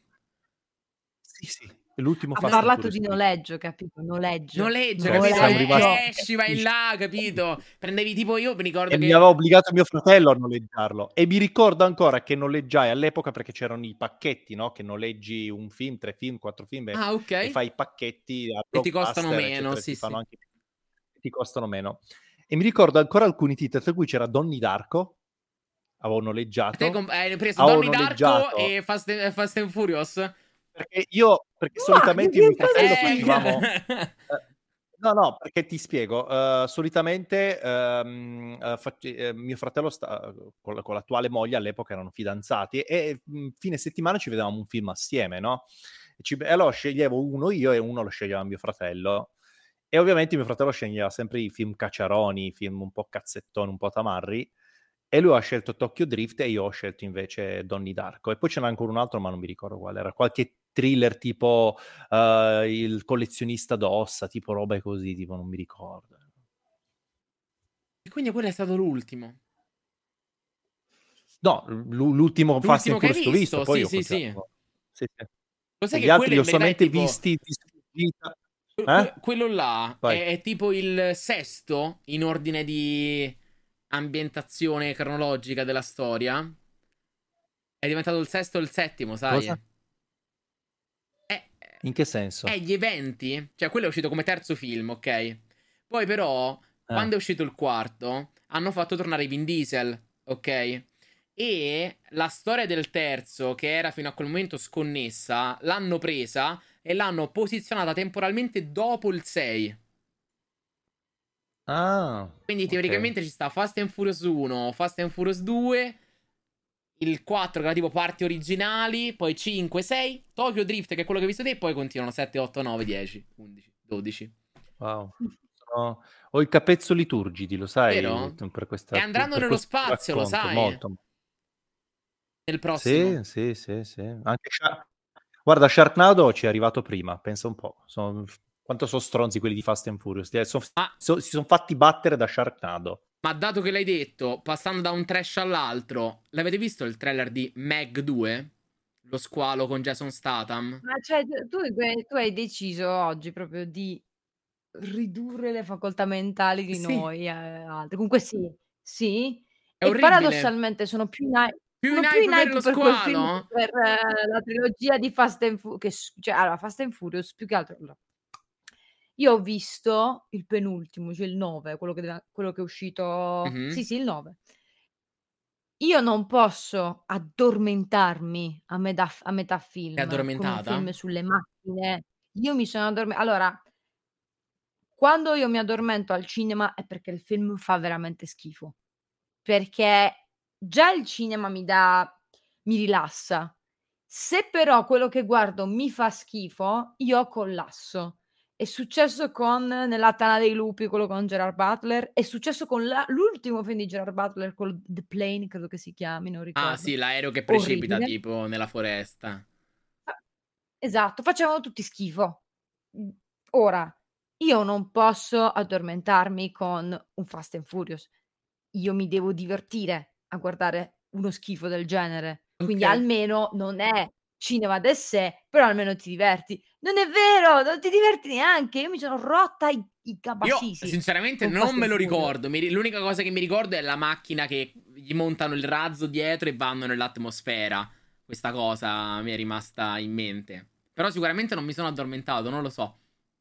Sì. L'ultimo ha parlato di noleggio, capito? Noleggio, capito? Esci, vai là, capito? Prendevi tipo, io mi ricordo che mi aveva obbligato mio fratello a noleggiarlo, e mi ricordo ancora che noleggiai all'epoca perché c'erano i pacchetti, no? Che noleggi un film, 3 film, 4 film e fai i pacchetti e ti costano meno, eccetera, ti costano meno. E mi ricordo ancora alcuni titoli, tra cui c'era Donnie Darko, avevo noleggiato. Hai preso Donnie Darko e Fast and Furious? Perché solitamente io e mio fratello facevamo... No, perché ti spiego. Solitamente mio fratello con l'attuale moglie, all'epoca erano fidanzati, e fine settimana ci vedevamo un film assieme, no? E allora sceglievo uno io e uno lo sceglieva mio fratello. E ovviamente mio fratello sceglieva sempre i film cacciaroni, i film un po' cazzettoni, un po' tamarri. E lui ha scelto Tokyo Drift e io ho scelto invece Donnie Darko. E poi ce n'è ancora un altro, ma non mi ricordo quale era. Qualche thriller tipo Il collezionista d'ossa, tipo robe così, tipo non mi ricordo. E quindi quello è stato l'ultimo? No, l'ultimo Fast and Furious che ho visto. Poi sì. Lo sai che gli altri li ho solamente visti di sfuggita. Quello là è tipo il sesto in ordine di ambientazione cronologica della storia. È diventato il sesto o il settimo, sai? Cosa? In che senso? Gli eventi, cioè quello è uscito come terzo film, ok? Poi però, quando è uscito il quarto, hanno fatto tornare Vin Diesel, ok? E la storia del terzo, che era fino a quel momento sconnessa, l'hanno presa e l'hanno posizionata temporalmente dopo il 6. Quindi teoricamente ci sta Fast and Furious 1, Fast and Furious 2, il 4 che era tipo parti originali, poi 5, 6, Tokyo Drift che è quello che hai visto te, e poi continuano 7, 8, 9, 10, 11, 12. Wow. Ho i capezzoli turgidi, lo sai? Vero? Per questa, e andranno nello spazio, lo sai? Molto. nel prossimo. Sì. Anche guarda, Sharknado ci è arrivato prima, pensa un po'. Quanto sono stronzi quelli di Fast and Furious. Si sono fatti battere da Sharknado. Ma dato che l'hai detto, passando da un trash all'altro, l'avete visto il trailer di Meg 2? Lo squalo con Jason Statham? Ma cioè, tu hai deciso oggi proprio di ridurre le facoltà mentali di Sì. noi altri. Comunque sì. È E orribile. paradossalmente sono più in hype per quel film che per la trilogia di Fast and Furious. Cioè, allora, Fast and Furious più che altro. Allora, io ho visto il penultimo, cioè il 9, quello che è uscito. Sì, il 9. Io non posso addormentarmi a metà film. È addormentata? Con un film sulle macchine. Io mi sono allora, quando io mi addormento al cinema è perché il film fa veramente schifo. Perché già il cinema mi rilassa. Se però quello che guardo mi fa schifo, io collasso. È successo con Nella tana dei lupi, quello con Gerard Butler, è successo con l'ultimo film di Gerard Butler, quello The Plane, credo che si chiami, non ricordo. Ah sì, l'aereo che precipita Orribile. tipo nella foresta. Esatto, facevano tutti schifo. Ora, io non posso addormentarmi con un Fast and Furious. Io mi devo divertire a guardare uno schifo del genere. Quindi almeno non è cinema de sé, però almeno ti diverti. Non è vero, non ti diverti neanche. Io mi sono rotta i cabasisi. Io sinceramente non me lo ricordo. L'unica cosa che mi ricordo è la macchina che gli montano il razzo dietro e vanno nell'atmosfera. Questa cosa mi è rimasta in mente. Però sicuramente non mi sono addormentato, non lo so.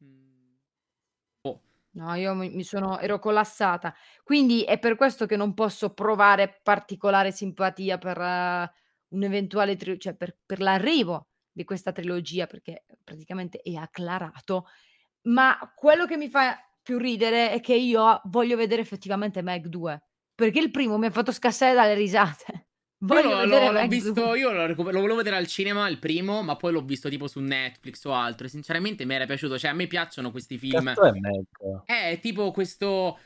No, io ero collassata. Quindi è per questo che non posso provare particolare simpatia per un'eventuale cioè per l'arrivo di questa trilogia, perché praticamente è acclarato. Ma quello che mi fa più ridere è che io voglio vedere effettivamente Meg 2, perché il primo mi ha fatto scassare dalle risate. Voglio vedere L'ho Meg visto, 2. io lo volevo vedere al cinema il primo, ma poi l'ho visto tipo su Netflix o altro. E sinceramente mi era piaciuto. Cioè, a me piacciono questi film. Cazzo è Meg? È tipo questo.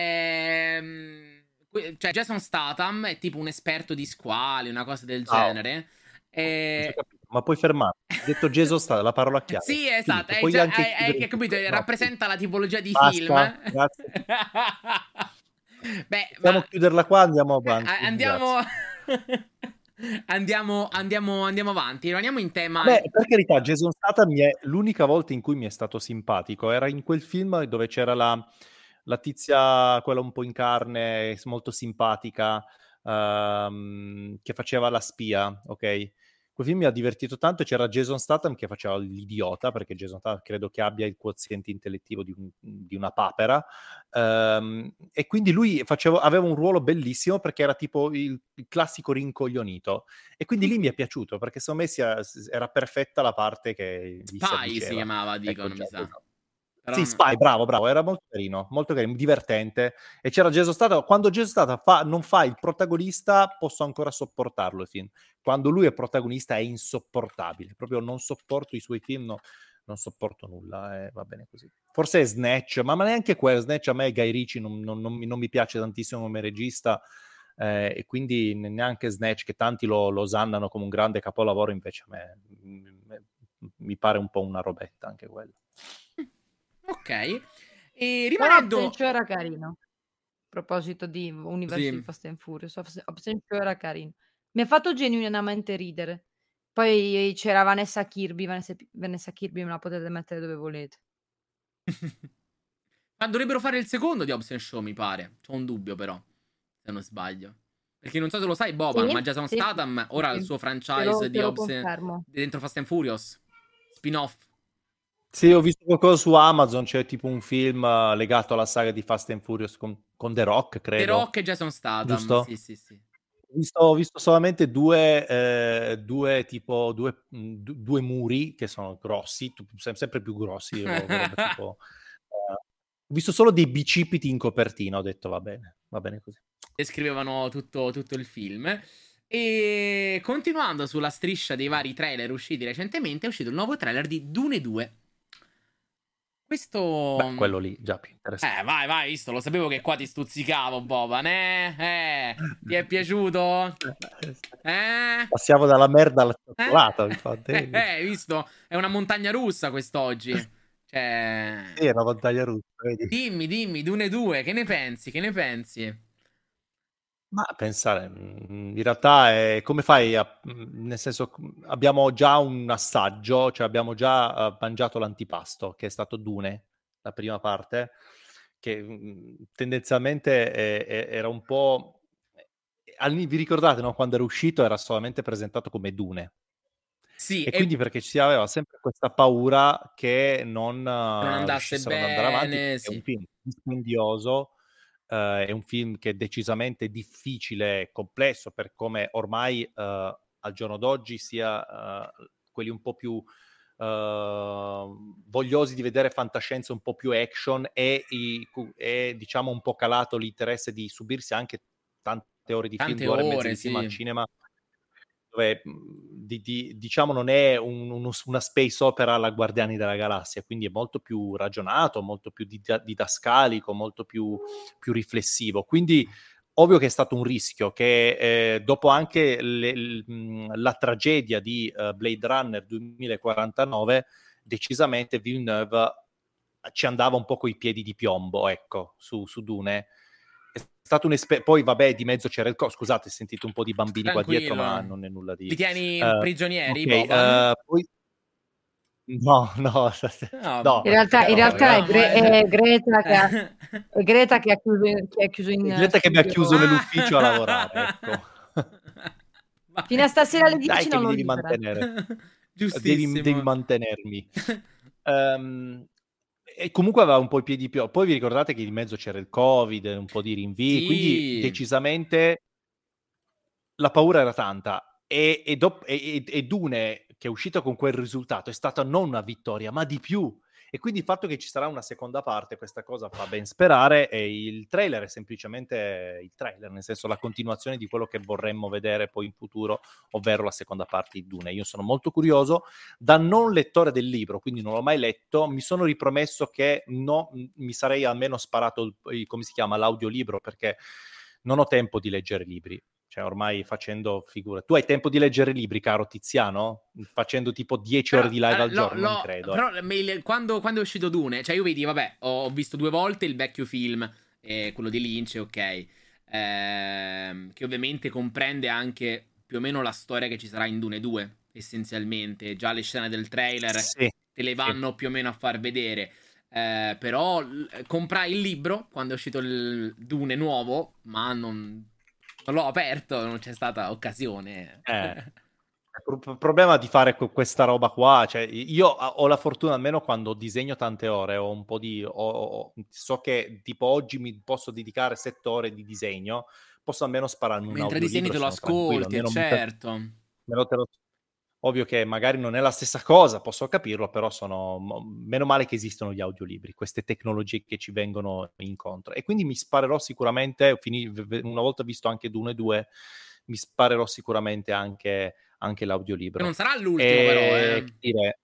Cioè, Jason Statham è tipo un esperto di squali, una cosa del genere. Ma puoi fermarti. Hai detto Jason Statham, la parola chiave. Sì, esatto. Puoi anche Hai capito? Rappresenta la tipologia di Basta, film. Grazie. Beh, possiamo chiuderla qua, andiamo avanti. Andiamo avanti. Rimaniamo in tema. Beh, per carità, Jason Statham l'unica volta in cui mi è stato simpatico era in quel film dove c'era la tizia, quella un po' in carne, molto simpatica, che faceva la spia, ok? Quel film mi ha divertito tanto. C'era Jason Statham che faceva l'idiota, perché Jason Statham credo che abbia il quoziente intellettivo di una papera, e quindi lui aveva un ruolo bellissimo perché era tipo il classico rincoglionito, e quindi lì mi è piaciuto perché secondo me era perfetta la parte che gli Spy si chiamava, dicono, mi sa. Però sì, Spy, bravo, era molto carino, divertente. E c'era Jason Statham. Quando Jason Statham non fa il protagonista, posso ancora sopportarlo il film. Quando lui è protagonista è insopportabile. Proprio non sopporto i suoi film, non sopporto nulla, va bene così. Forse è Snatch, ma neanche quello. Snatch a me Guy Ritchie non mi piace tantissimo come regista, e quindi neanche Snatch, che tanti lo osannano come un grande capolavoro, invece a me mi pare un po' una robetta anche quello. Ok, e rimanendo... Absencio era carino. A proposito di universo di Fast and Furious, Absencio era carino. Mi ha fatto genuinamente ridere. Poi c'era Vanessa Kirby me la potete mettere dove volete. Ma dovrebbero fare il secondo di Hobbs & Shaw, mi pare. C'ho un dubbio però, se non sbaglio. Perché non so se lo sai, Boban, ma Jason Statham ora ha il suo franchise di Hobbs dentro Fast and Furious. Spin-off. Sì, ho visto qualcosa su Amazon, c'è tipo un film legato alla saga di Fast and Furious con The Rock, credo. The Rock e Jason Statham, giusto? Sì. Ho visto solamente due muri che sono grossi, sempre più grossi. Ho visto solo dei bicipiti in copertina, ho detto va bene così. Descrivevano tutto il film. E continuando sulla striscia dei vari trailer usciti recentemente, è uscito il nuovo trailer di Dune 2. Questo... Beh, quello lì già più interessante. Vai, visto, lo sapevo che qua ti stuzzicavo, Boban, ti è piaciuto? Passiamo dalla merda alla cioccolata, infatti. Visto? È una montagna russa quest'oggi. Cioè... Sì, è una montagna russa, vedi? Dimmi, Dune 2, che ne pensi? Ma pensare, in realtà è come fai nel senso, abbiamo già un assaggio, cioè abbiamo già mangiato l'antipasto, che è stato Dune, la prima parte, che tendenzialmente era un po'... Vi ricordate, no? Quando era uscito era solamente presentato come Dune. Sì, e quindi perché si aveva sempre questa paura che non andasse riuscissero ad andare avanti, bene, è un sì. film dispendioso, è un film che è decisamente difficile e complesso per come ormai al giorno d'oggi sia quelli un po' più vogliosi di vedere fantascienza un po' più action e diciamo un po' calato l'interesse di subirsi anche tante ore di film, 2 ore e mezza di film al cinema, dove diciamo non è una space opera alla Guardiani della Galassia, quindi è molto più ragionato, molto più didascalico, molto più riflessivo. Quindi ovvio che è stato un rischio che dopo anche la tragedia di Blade Runner 2049, decisamente Villeneuve ci andava un po' coi piedi di piombo, ecco, su Dune. È stato poi vabbè, di mezzo c'era il scusate, sentite un po' di bambini Tranquillo. qua dietro, ma non è nulla di... Li tieni prigionieri, okay, Boban? poi... No. In realtà è Greta che ha chiuso in Greta che mi ha chiuso nell'ufficio a lavorare, ecco. Fino a stasera alle 10 Dai, che non mi lo devi libera. mantenere. Giustissimo. Devi mantenermi. E comunque aveva un po' i piedi più. Poi vi ricordate che in mezzo c'era il Covid, un po' di rinvii, Sì. quindi decisamente la paura era tanta. E Dune, che è uscito con quel risultato, è stata non una vittoria, ma di più. E quindi il fatto che ci sarà una seconda parte, questa cosa fa ben sperare, e il trailer è semplicemente il trailer, nel senso la continuazione di quello che vorremmo vedere poi in futuro, ovvero la seconda parte di Dune. Io sono molto curioso, da non lettore del libro, quindi non l'ho mai letto, mi sono ripromesso che mi sarei almeno sparato come si chiama, l'audiolibro, perché non ho tempo di leggere libri. Cioè, ormai facendo figure. Tu hai tempo di leggere libri, caro Tiziano? Facendo tipo 10 ore di live al giorno? Non credo. Però quando è uscito Dune, cioè io vedi, vabbè, ho visto 2 volte il vecchio film, quello di Lynch, ok, che ovviamente comprende anche più o meno la storia che ci sarà in Dune 2, essenzialmente. Già le scene del trailer te le vanno più o meno a far vedere. Però comprai il libro quando è uscito il Dune nuovo, ma non l'ho aperto, non c'è stata occasione. Il problema di fare questa roba qua, cioè io ho la fortuna, almeno quando disegno tante ore, ho un po' di so che tipo oggi mi posso dedicare 7 ore di disegno, posso almeno spararmi un mentre audiolibro, disegni te lo ascolti, certo. Ovvio che magari non è la stessa cosa, posso capirlo, però meno male che esistono gli audiolibri, queste tecnologie che ci vengono incontro. E quindi mi sparerò sicuramente, una volta visto anche Dune 2, mi sparerò sicuramente anche l'audiolibro. Che non sarà l'ultimo, però.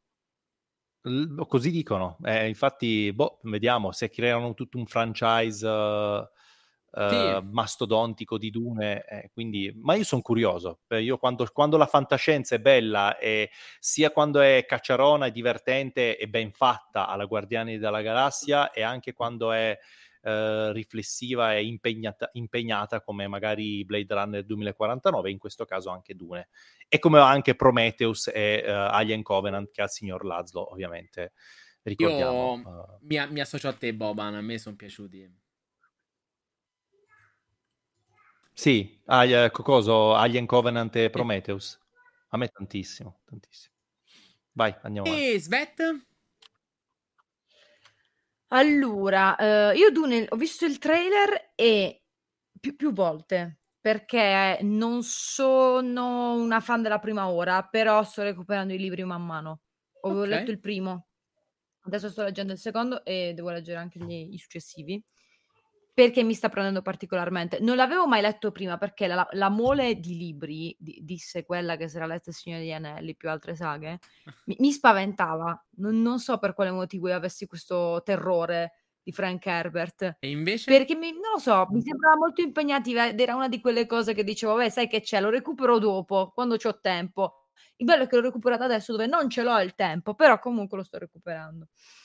Così dicono. Infatti, vediamo se creano tutto un franchise mastodontico di Dune, quindi, ma io sono curioso. Io quando la fantascienza è bella, e sia quando è cacciarona e divertente e ben fatta alla Guardiani della Galassia, e anche quando è riflessiva e impegnata come magari Blade Runner 2049, in questo caso anche Dune, e come anche Prometheus e Alien Covenant, che al signor Laszlo ovviamente ricordiamo. Io mi associo a te, Boban, a me sono piaciuti. Sì, Alien Covenant e Prometheus. A me tantissimo. Vai, andiamo avanti. E Svet? Allora, io Dune ho visto il trailer e più volte, perché non sono una fan della prima ora, però sto recuperando i libri man mano. Ho letto il primo, adesso sto leggendo il secondo e devo leggere anche i successivi. perché mi sta prendendo particolarmente. Non l'avevo mai letto prima perché la mole di libri, disse quella che si era letta Il Signore degli Anelli più altre saghe, mi spaventava. Non so per quale motivo io avessi questo terrore di Frank Herbert. E invece? Perché non lo so, mi sembrava molto impegnativa ed era una di quelle cose che dicevo, vabbè, sai che c'è, lo recupero dopo, quando c'ho tempo. Il bello è che l'ho recuperato adesso dove non ce l'ho il tempo, però comunque lo sto recuperando.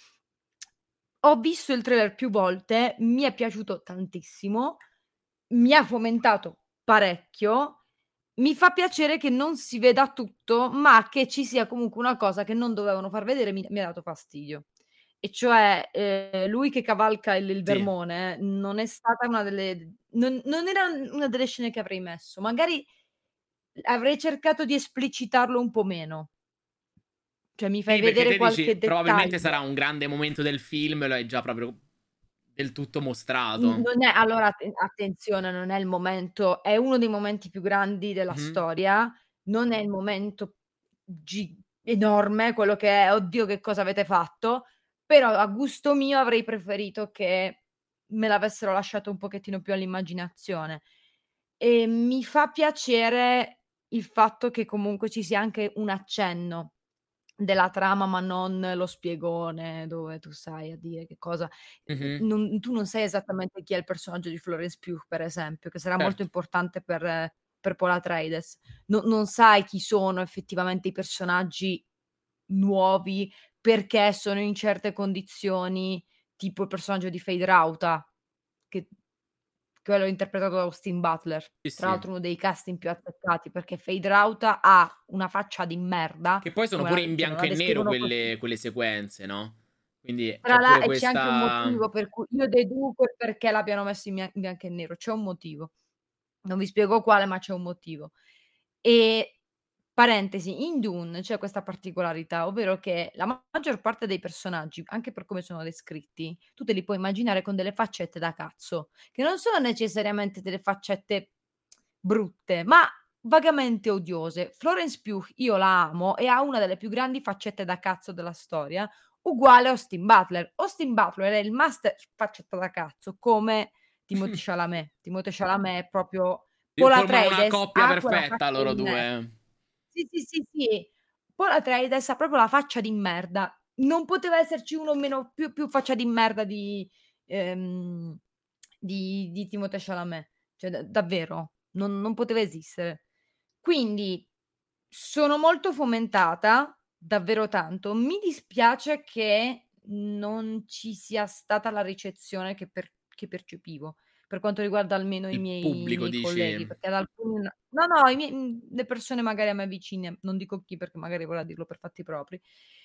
Ho visto il trailer più volte, mi è piaciuto tantissimo, mi ha fomentato parecchio, mi fa piacere che non si veda tutto, ma che ci sia comunque una cosa che non dovevano far vedere, mi ha dato fastidio. E cioè, lui che cavalca il Sì. vermone non è stata una delle non era una delle scene che avrei messo. Magari avrei cercato di esplicitarlo un po' meno. Cioè mi fai Sì, perché vedere te dici qualche probabilmente dettaglio. sarà un grande momento del film e lo hai già proprio del tutto mostrato. Non è allora attenzione, non è il momento è uno dei momenti più grandi della storia, non è il momento enorme, quello che è: "Oddio che cosa avete fatto", però a gusto mio avrei preferito che me l'avessero lasciato un pochettino più all'immaginazione. E mi fa piacere il fatto che comunque ci sia anche un accenno della trama, ma non lo spiegone dove tu stai a dire che cosa tu non sai esattamente chi è il personaggio di Florence Pugh, per esempio, che sarà molto Certo. importante per Paul Atreides. Non sai chi sono effettivamente i personaggi nuovi, perché sono in certe condizioni, tipo il personaggio di Fade Rauta, che quello interpretato da Austin Butler. Sì, Tra sì. l'altro uno dei casting più azzeccati, perché Fade Rauta ha una faccia di merda. Che poi sono come pure la in cioè non bianco la e nero descrivono così. quelle sequenze, no, quindi Tra c'è l'al pure e c'è anche un questa motivo per cui io deduco il perché l'abbiano messo in bianco e nero, c'è un motivo. Non vi spiego quale, ma c'è un motivo. E parentesi, in Dune c'è questa particolarità, ovvero che la maggior parte dei personaggi, anche per come sono descritti, tu te li puoi immaginare con delle faccette da cazzo, che non sono necessariamente delle faccette brutte, ma vagamente odiose. Florence Pugh io la amo e ha una delle più grandi faccette da cazzo della storia, uguale a Austin Butler. Austin Butler è il master faccetta da cazzo, come Timothée Chalamet. Timothée Chalamet è proprio Paul formano una Atreides coppia ha quella perfetta faccia loro di me due. sì, sì, sì, sì. Paul Atreides ha proprio la faccia di merda. Non poteva esserci uno meno più faccia di merda di Timothée Chalamet. Cioè davvero, non poteva esistere. Quindi sono molto fomentata, davvero tanto. Mi dispiace che non ci sia stata la ricezione che percepivo, per quanto riguarda almeno i Il pubblico miei colleghi, dici? perché ad alcuni no, le persone magari a me vicine, non dico chi perché magari vorrà dirlo per fatti propri.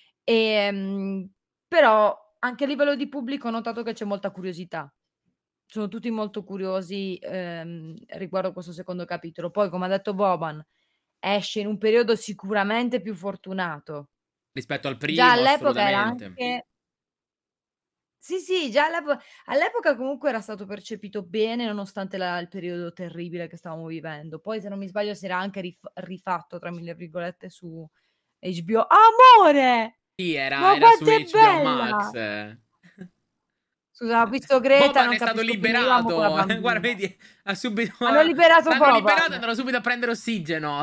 Però anche a livello di pubblico ho notato che c'è molta curiosità. Sono tutti molto curiosi, riguardo questo secondo capitolo. Poi, come ha detto Boban, esce in un periodo sicuramente più fortunato. Rispetto al Già primo, all'epoca era assolutamente. anche sì, già all'epoca comunque era stato percepito bene nonostante il periodo terribile che stavamo vivendo. Poi se non mi sbaglio si era anche rifatto tra mille virgolette su HBO. Amore! Sì, Ma era su quanto è HBO Max. bella! Scusa, ho visto Greta, Boban non è stato capisco più, io amo quella liberato. Guarda, bambina. vedi, ha subito Hanno liberato l'hanno liberato e Boban. andranno subito a prendere ossigeno.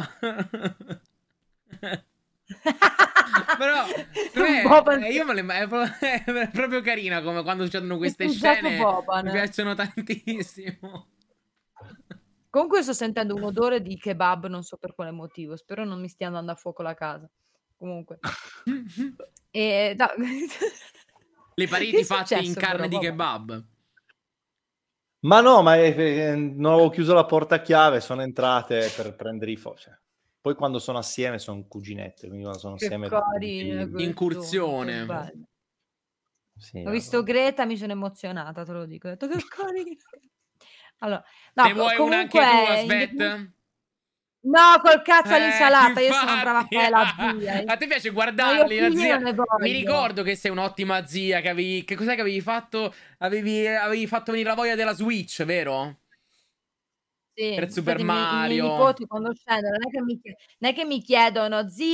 Però Boban io me le è proprio carina come quando succedono si è queste scusato scene. Boban. Mi piacciono tantissimo. Comunque sto sentendo un odore di kebab, non so per quale motivo. Spero non mi stia andando a fuoco la casa. Comunque. No. Le Che pareti è fatte in successo carne però, di Boban? kebab. Ma no, non avevo chiuso la porta a chiave, sono entrate per prendere i cioè. Poi quando sono assieme sono cuginette, quindi quando sono Che assieme carine che sono, che Incursione. belle. sì, Ho visto vabbè. Greta, mi sono emozionata, te lo dico. Ho detto che carina. Allora, Ne no, vuoi una anche tu, comunque Asvet? no, col cazzo all'insalata, io sono brava a Infatti, fare la zia. a te piace No, io guardarli, la figli zia. non ne Mi voglio. ricordo che sei un'ottima zia, che cos'è che avevi fatto? Avevi fatto venire la voglia della Switch, vero? Sì, Per Super infatti i miei Mario. nipoti quando scendono non è che mi chiedono: "Zia, come sta, la Switch?" Va bene, tieni, maledetti.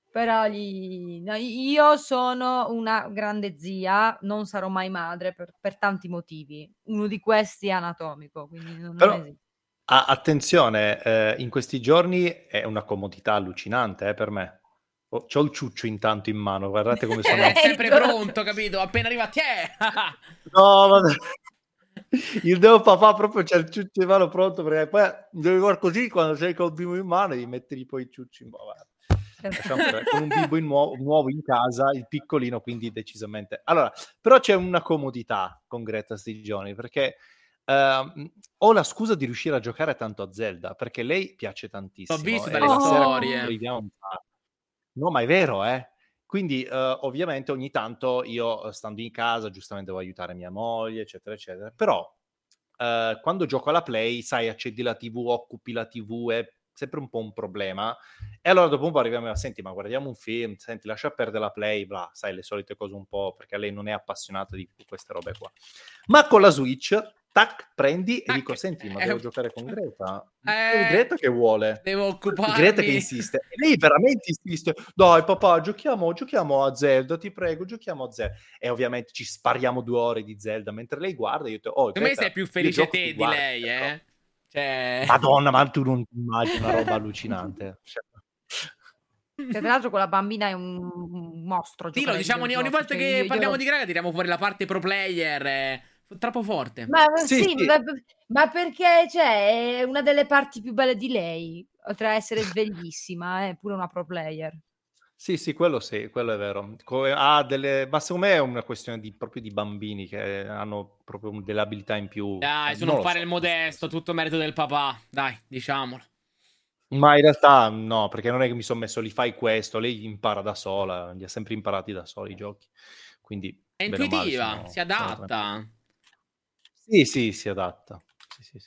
Però no, io sono una grande zia, non sarò mai madre per tanti motivi. Uno di questi è anatomico, quindi non Però esiste. attenzione, in questi giorni è una comodità allucinante per me. C'ho il ciuccio intanto in mano, guardate come sono. È sempre pronto, capito? Appena arriva, tiè! No, vabbè. Il devo papà proprio c'è il ciuccio in mano pronto, perché poi devi guardare così quando sei col bimbo in mano e metti poi il ciuccio in mano. Con un bimbo nuovo in casa, il piccolino, quindi decisamente. Allora, però c'è una comodità con Greta sti giorni, perché ho la scusa di riuscire a giocare tanto a Zelda, perché lei piace tantissimo. L'ho visto e dalle la sera storie. arriviamo un po'. No, ma è vero, Quindi ovviamente ogni tanto io, stando in casa, giustamente devo aiutare mia moglie, eccetera, eccetera. Però quando gioco alla Play, sai, accendi la TV, occupi la TV, è sempre un po' un problema. E allora dopo un po' arriviamo a senti, ma guardiamo un film, senti, lascia perdere la Play, bla, sai, le solite cose un po', perché lei non è appassionata di queste robe qua. Ma con la Switch, tac, prendi e dico, senti, ma devo giocare con Greta. Greta che vuole? Devo occuparmi. Greta che insiste. E lei veramente insiste. Dai papà, giochiamo a Zelda, ti prego, giochiamo a Zelda. E ovviamente ci spariamo 2 ore di Zelda, mentre lei guarda, io dico, Secondo me sei più felice te di lei, Cioè... Madonna, ma tu non ti immagini una roba allucinante. Tra l'altro quella bambina è un mostro. Sì, lo diciamo ogni volta che parliamo di Greta tiriamo fuori la parte pro player, troppo forte. Ma sì. Ma perché è una delle parti più belle di lei, oltre a essere sveglissima, è pure una pro player. Sì, quello è vero. Ma secondo me è una questione proprio di bambini che hanno proprio delle abilità in più. Dai, su non fare il modesto, tutto merito del papà, dai, diciamolo. Ma in realtà no, perché non è che mi sono messo lì, fai questo, lei impara da sola, li ha sempre imparati da sola i giochi. Quindi è intuitiva, si adatta. Sì, si adatta. Sì.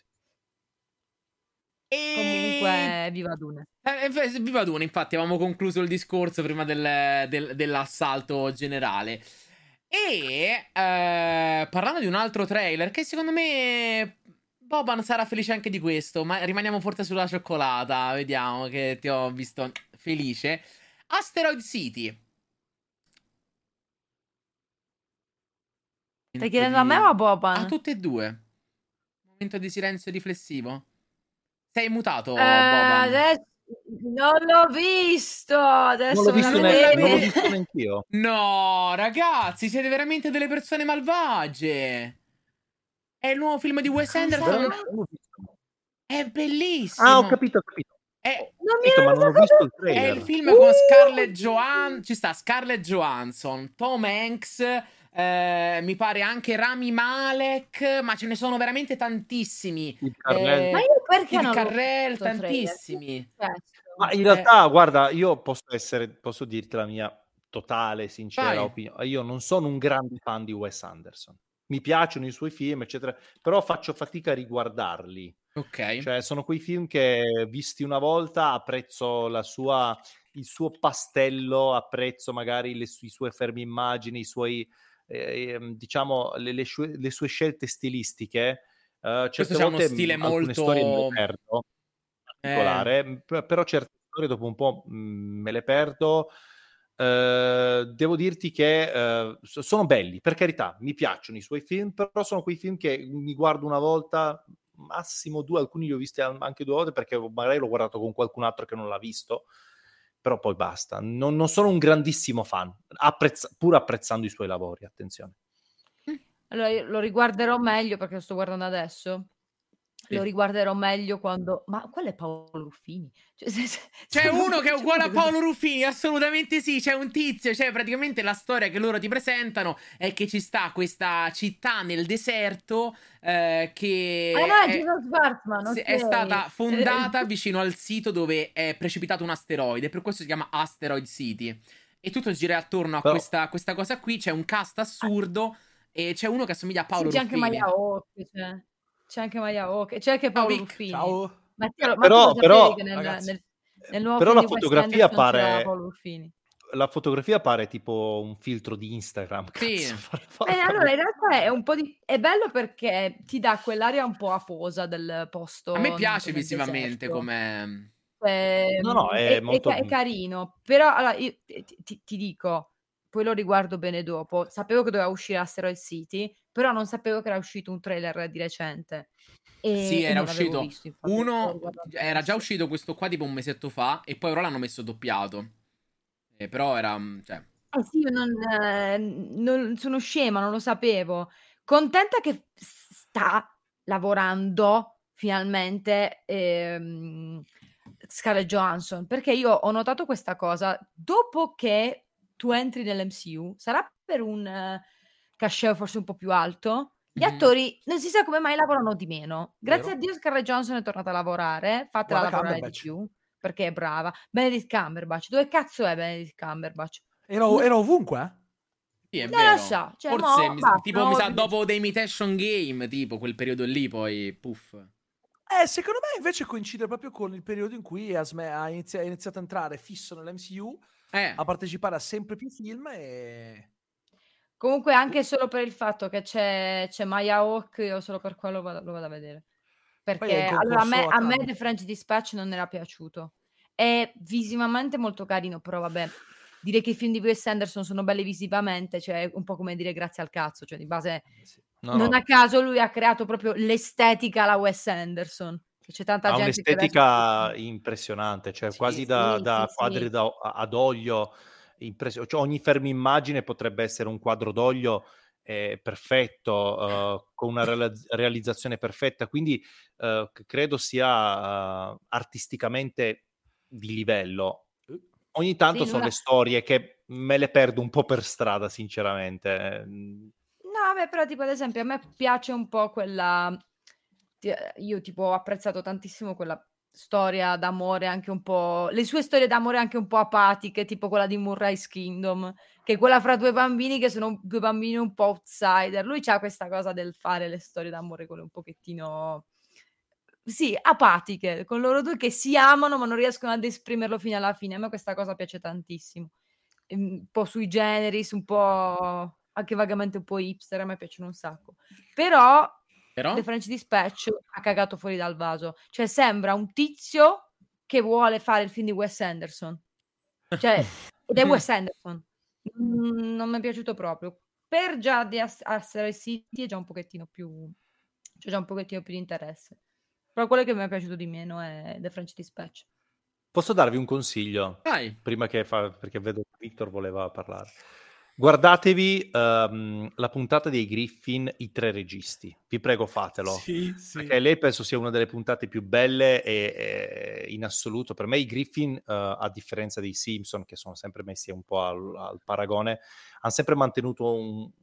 Comunque, viva Dune. Viva Dune, infatti avevamo concluso il discorso prima dell'assalto generale. E parlando di un altro trailer che secondo me Boban sarà felice anche di questo, ma rimaniamo forse sulla cioccolata, vediamo che ti ho visto felice. Asteroid City. Stai chiedendo a me o a Boban? A tutte e due. Momento di silenzio riflessivo. Sei mutato, Boban? Adesso non l'ho visto. Adesso non l'ho visto neanch'io. No, ragazzi, siete veramente delle persone malvagie. È il nuovo film di Wes Anderson. È bellissimo. Ah, ho capito. Ma non ho visto il trailer. È il film con Scarlett Johansson. Ci sta Scarlett Johansson, Tom Hanks, mi pare anche Rami Malek, ma ce ne sono veramente tantissimi. Il Carrel. Ma io perché il non Carrel, tantissimi. Ma in realtà, guarda, io posso dirti la mia totale, sincera opinione. Io non sono un grande fan di Wes Anderson. Mi piacciono i suoi film, eccetera, però faccio fatica a riguardarli. Ok. Cioè, sono quei film che, visti una volta, apprezzo il suo pastello, apprezzo magari i suoi fermi immagini, i suoi, diciamo, le sue scelte stilistiche. Certe c'è volte uno stile molto... storie me le perdo, particolare, però certe storie dopo un po' me le perdo. Devo dirti che sono belli, per carità, mi piacciono i suoi film, però sono quei film che mi guardo una volta, massimo 2, alcuni li ho visti anche 2 volte perché magari l'ho guardato con qualcun altro che non l'ha visto, però poi basta. Non sono un grandissimo fan, pur apprezzando i suoi lavori, attenzione. Allora io lo riguarderò meglio perché lo sto guardando adesso. Sì. Lo riguarderò meglio quando... Ma quello è Paolo Ruffini. C'è uno che è uguale a Paolo Ruffini, assolutamente sì. C'è un tizio, cioè praticamente la storia che loro ti presentano è che ci sta questa città nel deserto che è stata fondata vicino al sito dove è precipitato un asteroide, per questo si chiama Asteroid City. E tutto gira attorno a questa cosa qui. C'è un cast assurdo e c'è uno che assomiglia a Paolo Ruffini. C'è anche Maya Hawke, c'è anche Maya Hawke, c'è anche Paolo Ruffini. Ciao. Matteo, però che nel nuovo però film la fotografia pare Paolo Ruffini. La fotografia pare tipo un filtro di Instagram. Sì. Allora in realtà è un po' è bello perché ti dà quell'aria un po' afosa del posto. A me piace visivamente come No, è molto... è carino, però allora, io ti dico, poi lo riguardo bene dopo, sapevo che doveva uscire Asteroid City, però non sapevo che era uscito un trailer di recente. Sì, E era non l'avevo uscito visto, infatti, uno, era già uscito questo qua tipo un mesetto fa e poi ora l'hanno messo doppiato. Però era, cioè... Sì, io non sono scema, non lo sapevo. Contenta che sta lavorando finalmente Scarlett Johansson, perché io ho notato questa cosa. Dopo che tu entri nell'MCU, sarà per un cachet forse un po' più alto, gli attori non si sa come mai lavorano di meno. Grazie a Dio Scarlett Johansson è tornata a lavorare, fatela Guarda lavorare Cumberbatch. di più, perché è brava. Benedict Cumberbatch, dove cazzo è Benedict Cumberbatch? Era ovunque, eh? Sì, è Non vero. lo so, cioè, Forse basta, tipo mi sa no, dopo The Imitation Game, tipo quel periodo lì, poi puff. Secondo me invece coincide proprio con il periodo in cui ha iniziato a entrare fisso nell'MCU, a partecipare a sempre più film e... Comunque anche solo per il fatto che c'è Maya Hawke, io solo per quello lo vado a vedere. Perché allora a me The French Dispatch non era piaciuto. È visivamente molto carino, però vabbè, dire che i film di Wes Anderson sono belli visivamente, cioè un po' come dire grazie al cazzo, cioè di base non a caso lui ha creato proprio l'estetica alla Wes Anderson. C'è tanta gente un'estetica impressionante, cioè quasi da quadri ad olio, cioè, ogni fermo immagine potrebbe essere un quadro d'olio perfetto, con una realizzazione perfetta, quindi credo sia artisticamente di livello. Ogni tanto sono le storie che me le perdo un po' per strada, sinceramente. No, vabbè, però tipo ad esempio a me piace un po' quella... Io tipo ho apprezzato tantissimo quella storia d'amore anche un po'... Le sue storie d'amore anche un po' apatiche, tipo quella di Moonrise Kingdom, che è quella fra due bambini che sono due bambini un po' outsider. Lui c'ha questa cosa del fare le storie d'amore quelle un pochettino... Sì, apatiche, con loro due che si amano ma non riescono ad esprimerlo fino alla fine. A me questa cosa piace tantissimo. Un po' sui generis, un po' anche vagamente un po' hipster, a me piacciono un sacco. Però The French Dispatch ha cagato fuori dal vaso. Cioè sembra un tizio che vuole fare il film di Wes Anderson. Cioè, ed è Wes Anderson. Non mi è piaciuto proprio. Per già di Asteroid City è già un pochettino più... c'è già un pochettino più di interesse. Però quello che mi è piaciuto di meno è The French Dispatch. Posso darvi un consiglio? Prima che perché vedo che Victor voleva parlare. Guardatevi la puntata dei Griffin, i 3 registi. Vi prego, fatelo. Sì. Perché lei penso sia una delle puntate più belle e in assoluto. Per me i Griffin, a differenza dei Simpson, che sono sempre messi un po' al paragone, hanno sempre mantenuto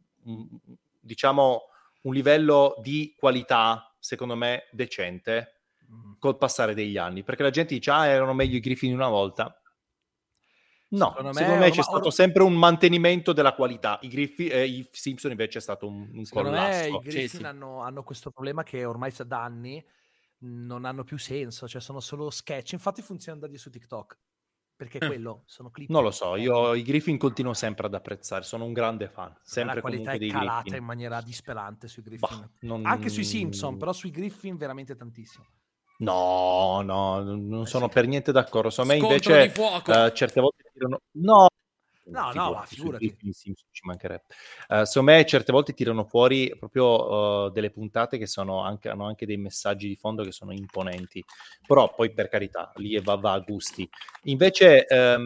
diciamo un livello di qualità, secondo me, decente col passare degli anni. Perché la gente dice, erano meglio i Griffin una volta. No, secondo me c'è stato sempre un mantenimento della qualità. I Simpson invece è stato un secondo collasso. Me i Griffin hanno questo problema che ormai da anni non hanno più senso, cioè sono solo sketch. Infatti funzionano da Dio su TikTok, perché quello sono clip. Non lo so, io i Griffin continuo sempre ad apprezzare, sono un grande fan. Sempre la qualità è calata Griffin in maniera disperante sui Griffin. Anche sui Simpson, però sui Griffin veramente tantissimo. No, non sono per niente d'accordo. Secondo me Scontro invece di fuoco. certe volte tirano... No, figurati. Ci mancherebbe. Secondo me certe volte tirano fuori proprio delle puntate che hanno anche dei messaggi di fondo che sono imponenti, però poi per carità lì va a gusti. Invece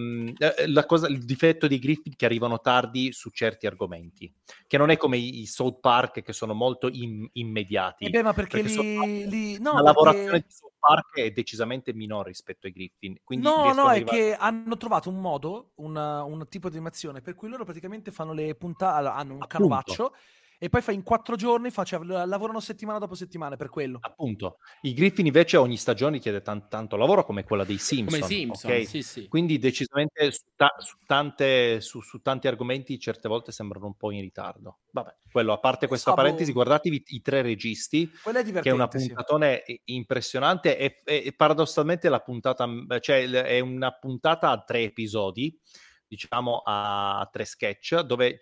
il difetto dei Griffin che arrivano tardi su certi argomenti, che non è come i South Park che sono molto immediati. Ma perché la lavorazione di South Park è decisamente minore rispetto ai Griffin. Quindi è che hanno trovato un modo, un tipo di animazione per cui loro praticamente fanno le puntate, hanno un canovaccio e poi in 4 giorni lavorano settimana dopo settimana per quello. Appunto. I Griffin invece ogni stagione chiede tanto lavoro come quella dei Simpson. Come Simpson, okay? sì. Quindi decisamente su tanti argomenti certe volte sembrano un po' in ritardo. Vabbè, quello a parte questa parentesi, guardatevi i 3 registi, che è una puntatone impressionante e paradossalmente la puntata, cioè è una puntata a 3 episodi, diciamo a 3 sketch, dove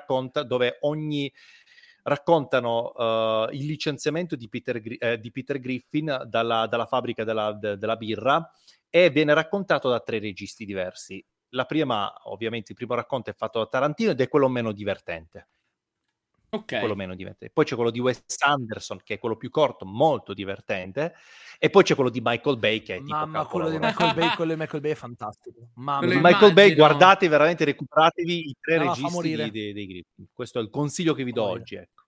raccontano il licenziamento di Peter Griffin dalla fabbrica della birra e viene raccontato da 3 registi diversi. La prima, ovviamente, il primo racconto è fatto da Tarantino ed è quello meno divertente. Ok. Quello meno divertente. Poi c'è quello di Wes Anderson, che è quello più corto, molto divertente, e poi c'è quello di Michael Bay, che è tipo Mamma, quello di Michael Bay, quello di Michael Bay è fantastico. Mamma. Quello Michael Bay, immagino. guardate veramente, recuperatevi i 3 No, fa registi morire. dei Griffin. Questo è il consiglio che vi do Morire. oggi, ecco.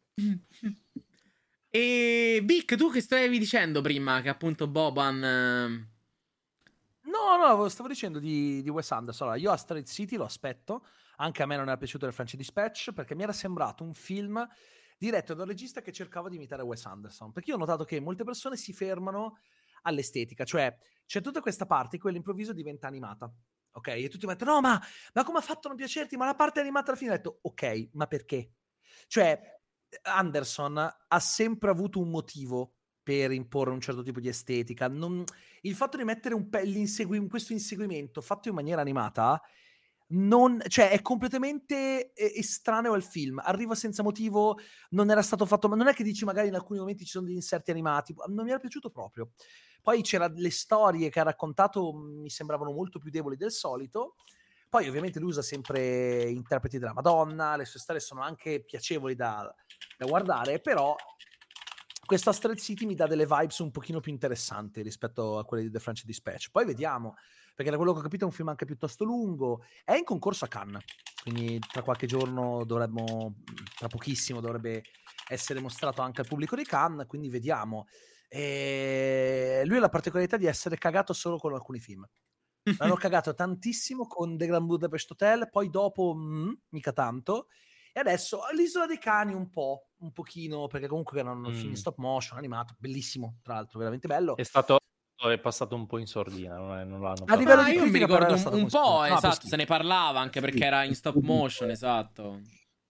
E Vic, tu che stavi dicendo prima che appunto Boban... No, stavo dicendo di Wes Anderson. Allora, io Asteroid City lo aspetto, anche a me non era piaciuto il French Dispatch, perché mi era sembrato un film diretto da un regista che cercava di imitare Wes Anderson, perché io ho notato che molte persone si fermano all'estetica, cioè c'è tutta questa parte che all'improvviso diventa animata, ok? E tutti mettono, no, ma come ha fatto a non piacerti? Ma la parte animata alla fine, ho detto, ok, ma perché? Cioè, Anderson ha sempre avuto un motivo per imporre un certo tipo di estetica. Il fatto di mettere questo inseguimento fatto in maniera animata cioè è completamente estraneo al film, arriva senza motivo, non era stato fatto, ma non è che dici magari in alcuni momenti ci sono degli inserti animati, non mi era piaciuto proprio. Poi c'era le storie che ha raccontato, mi sembravano molto più deboli del solito. Poi ovviamente lui usa sempre interpreti della Madonna, le sue storie sono anche piacevoli da guardare, però questo Asteroid City mi dà delle vibes un pochino più interessanti rispetto a quelle di The French Dispatch. Poi vediamo, perché da quello che ho capito è un film anche piuttosto lungo, è in concorso a Cannes, quindi tra qualche giorno tra pochissimo dovrebbe essere mostrato anche al pubblico di Cannes, quindi vediamo. E lui ha la particolarità di essere cagato solo con alcuni film. L'hanno cagato tantissimo con The Grand Budapest Hotel, poi dopo mica tanto, e adesso l'Isola dei Cani un pochino, perché comunque erano un film in stop motion, animato, bellissimo, tra l'altro, veramente bello. È passato un po' in sordina, non l'hanno A livello di io mi critica, ricordo però era stato un po', considerato. No, esatto, sì. se ne parlava anche perché era in stop motion, esatto.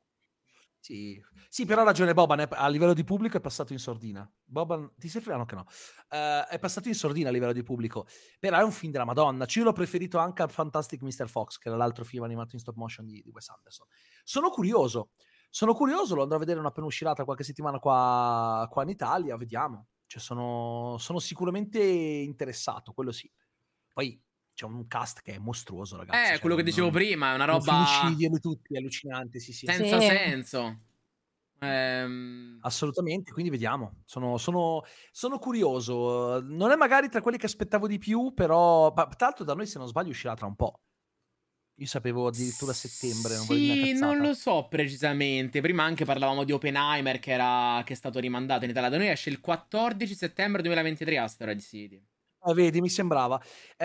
Sì, però ha ragione Boban, a livello di pubblico è passato in sordina. Boban, ti sei fregato che no? È passato in sordina a livello di pubblico, però è un film della Madonna. Io l'ho preferito anche a Fantastic Mr. Fox, che era l'altro film animato in stop motion di Wes Anderson. Sono curioso, lo andrò a vedere una appena uscirà tra qualche settimana qua in Italia, vediamo. Cioè, sono sicuramente interessato, quello sì. Poi c'è un cast che è mostruoso, ragazzi. Cioè, Quello che dicevo prima, è una roba... finisci di dirli tutti, è allucinante, sì. Senza senso. Assolutamente, quindi vediamo. Sono curioso. Non è magari tra quelli che aspettavo di più, però... Tra l'altro da noi, se non sbaglio, uscirà tra un po'. Io sapevo addirittura a settembre, non voglio dire una Sì, cazzata. non lo so precisamente. Prima anche parlavamo di Oppenheimer che è stato rimandato in Italia. Da noi esce il 14 settembre 2023 Asteroid City. Vedi, mi sembrava.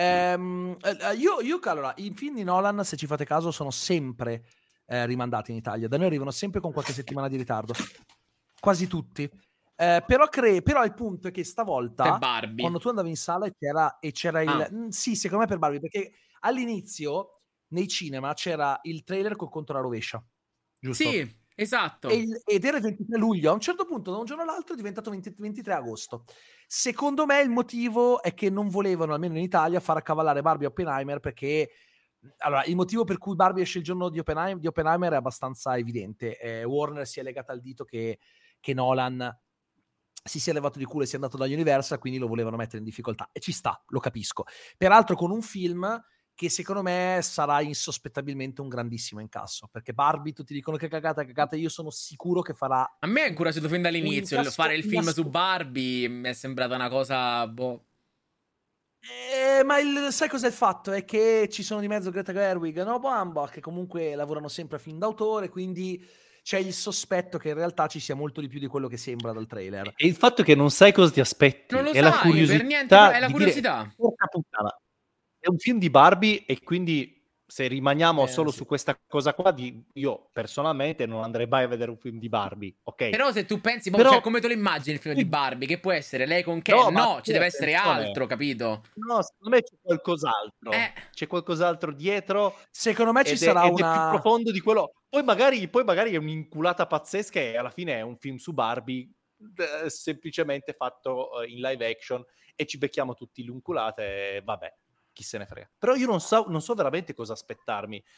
Allora, i film di Nolan, se ci fate caso, sono sempre rimandati in Italia. Da noi arrivano sempre con qualche settimana di ritardo. Quasi tutti. Però il punto è che stavolta, quando tu andavi in sala c'era il... Sì, secondo me per Barbie, perché all'inizio nei cinema c'era il trailer col conto alla rovescia. Giusto? Sì, esatto. Ed era il 23 luglio. A un certo punto, da un giorno all'altro, è diventato 23 agosto. Secondo me il motivo è che non volevano, almeno in Italia, far accavallare Barbie e Oppenheimer, perché... Allora, il motivo per cui Barbie esce il giorno di Oppenheimer è abbastanza evidente. Warner si è legata al dito che Nolan si sia levato di culo e sia andato da Universal, quindi lo volevano mettere in difficoltà. E ci sta, lo capisco. Peraltro con un film che secondo me sarà insospettabilmente un grandissimo incasso, perché Barbie, tutti dicono che cagata, io sono sicuro che farà... A me è incuriosito fin dall'inizio, fare il film su Barbie mi è sembrata una cosa, boh... Ma sai cos'è il fatto? È che ci sono di mezzo Greta Gerwig e Noah Baumbach, che comunque lavorano sempre a film d'autore, quindi c'è il sospetto che in realtà ci sia molto di più di quello che sembra dal trailer. E il fatto che non sai cosa ti aspetti, non lo è sai, la curiosità, per niente, è la curiosità. Dire, porca puttana, è un film di Barbie e quindi se rimaniamo solo su questa cosa qua, io personalmente non andrei mai a vedere un film di Barbie, ok? Però se tu pensi, cioè, come te lo immagini il film di Barbie? Che può essere lei con Ken? No, ci deve essere altro, capito? No, secondo me c'è qualcos'altro. C'è qualcos'altro dietro. Secondo me ci sarà è più profondo di quello. Poi magari è un'inculata pazzesca e alla fine è un film su Barbie semplicemente fatto in live action e ci becchiamo tutti l'inculata e vabbè, chi se ne frega. Però io non so veramente cosa aspettarmi.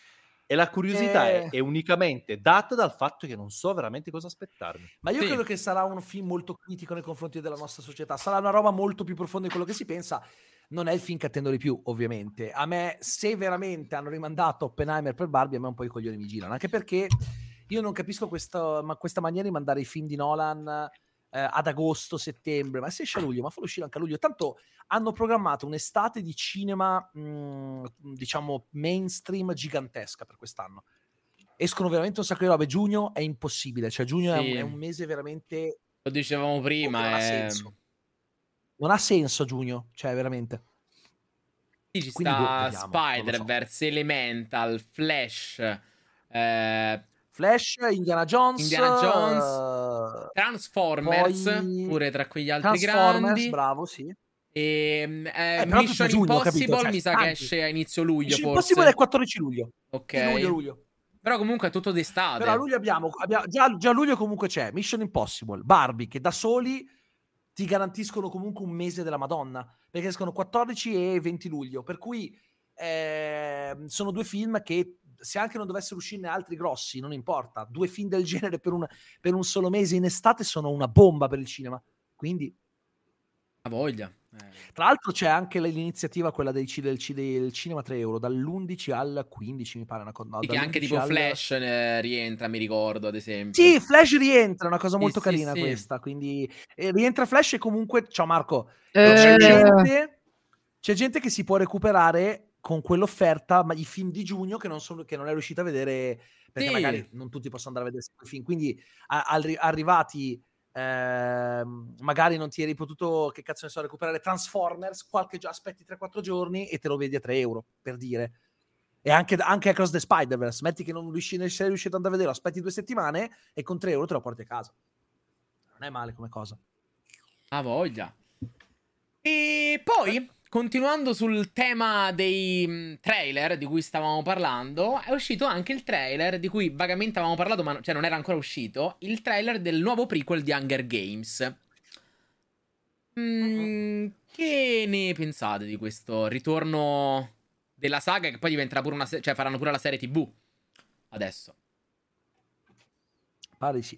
E la curiosità è unicamente data dal fatto che non so veramente cosa aspettarmi. Ma io credo che sarà un film molto critico nei confronti della nostra società. Sarà una roba molto più profonda di quello che si pensa. Non è il film che attendo di più, ovviamente. A me, se veramente hanno rimandato Oppenheimer per Barbie, a me un po' i coglioni mi girano. Anche perché io non capisco questa maniera di mandare i film di Nolan ad agosto, settembre. Ma se esce a luglio, ma fallo uscire anche a luglio. Tanto hanno programmato un'estate di cinema, diciamo, mainstream gigantesca per quest'anno. Escono veramente un sacco di robe. Giugno è impossibile. Cioè giugno è un mese veramente... Lo dicevamo prima. Non ha senso. Non ha senso giugno. Cioè veramente. Sì, ci sta Spider-Verse, Elemental, Flash... Flash, Indiana Jones, Transformers, pure tra quegli altri Transformers, grandi. bravo, sì. E Mission Impossible, cioè, mi sa che esce a inizio luglio. Mission forse. Impossible è 14 luglio. Ok. Luglio. Però comunque è tutto d'estate. Però a luglio abbiamo già a luglio comunque c'è Mission Impossible, Barbie, che da soli ti garantiscono comunque un mese della Madonna, perché escono 14 e 20 luglio, per cui sono due film che, se anche non dovessero uscirne altri grossi, non importa, 2 film del genere per un solo mese in estate sono una bomba per il cinema, quindi a voglia. Tra l'altro c'è anche l'iniziativa, quella del cinema 3 euro, dall'11 al 15 mi pare, che anche tipo Flash rientra, mi ricordo, ad esempio. Sì, Flash rientra, una cosa molto carina questa, quindi rientra Flash e comunque, ciao Marco, c'è gente che si può recuperare con quell'offerta, ma i film di giugno che non è riuscito a vedere, perché magari non tutti possono andare a vedere quei film, quindi arrivati magari non ti eri potuto, che cazzo ne so, recuperare Transformers, aspetti 3-4 giorni e te lo vedi a 3 euro, per dire. E anche Across the Spider-Verse, metti che non sei riuscito ad andare a vedere, aspetti 2 settimane e con 3 euro te lo porti a casa. Non è male come cosa. A voglia. E poi, continuando sul tema dei trailer di cui stavamo parlando, è uscito anche il trailer di cui vagamente avevamo parlato, ma cioè non era ancora uscito, il trailer del nuovo prequel di Hunger Games. Che ne pensate di questo ritorno della saga, che poi diventerà pure una cioè faranno pure la serie TV adesso? Pare sì.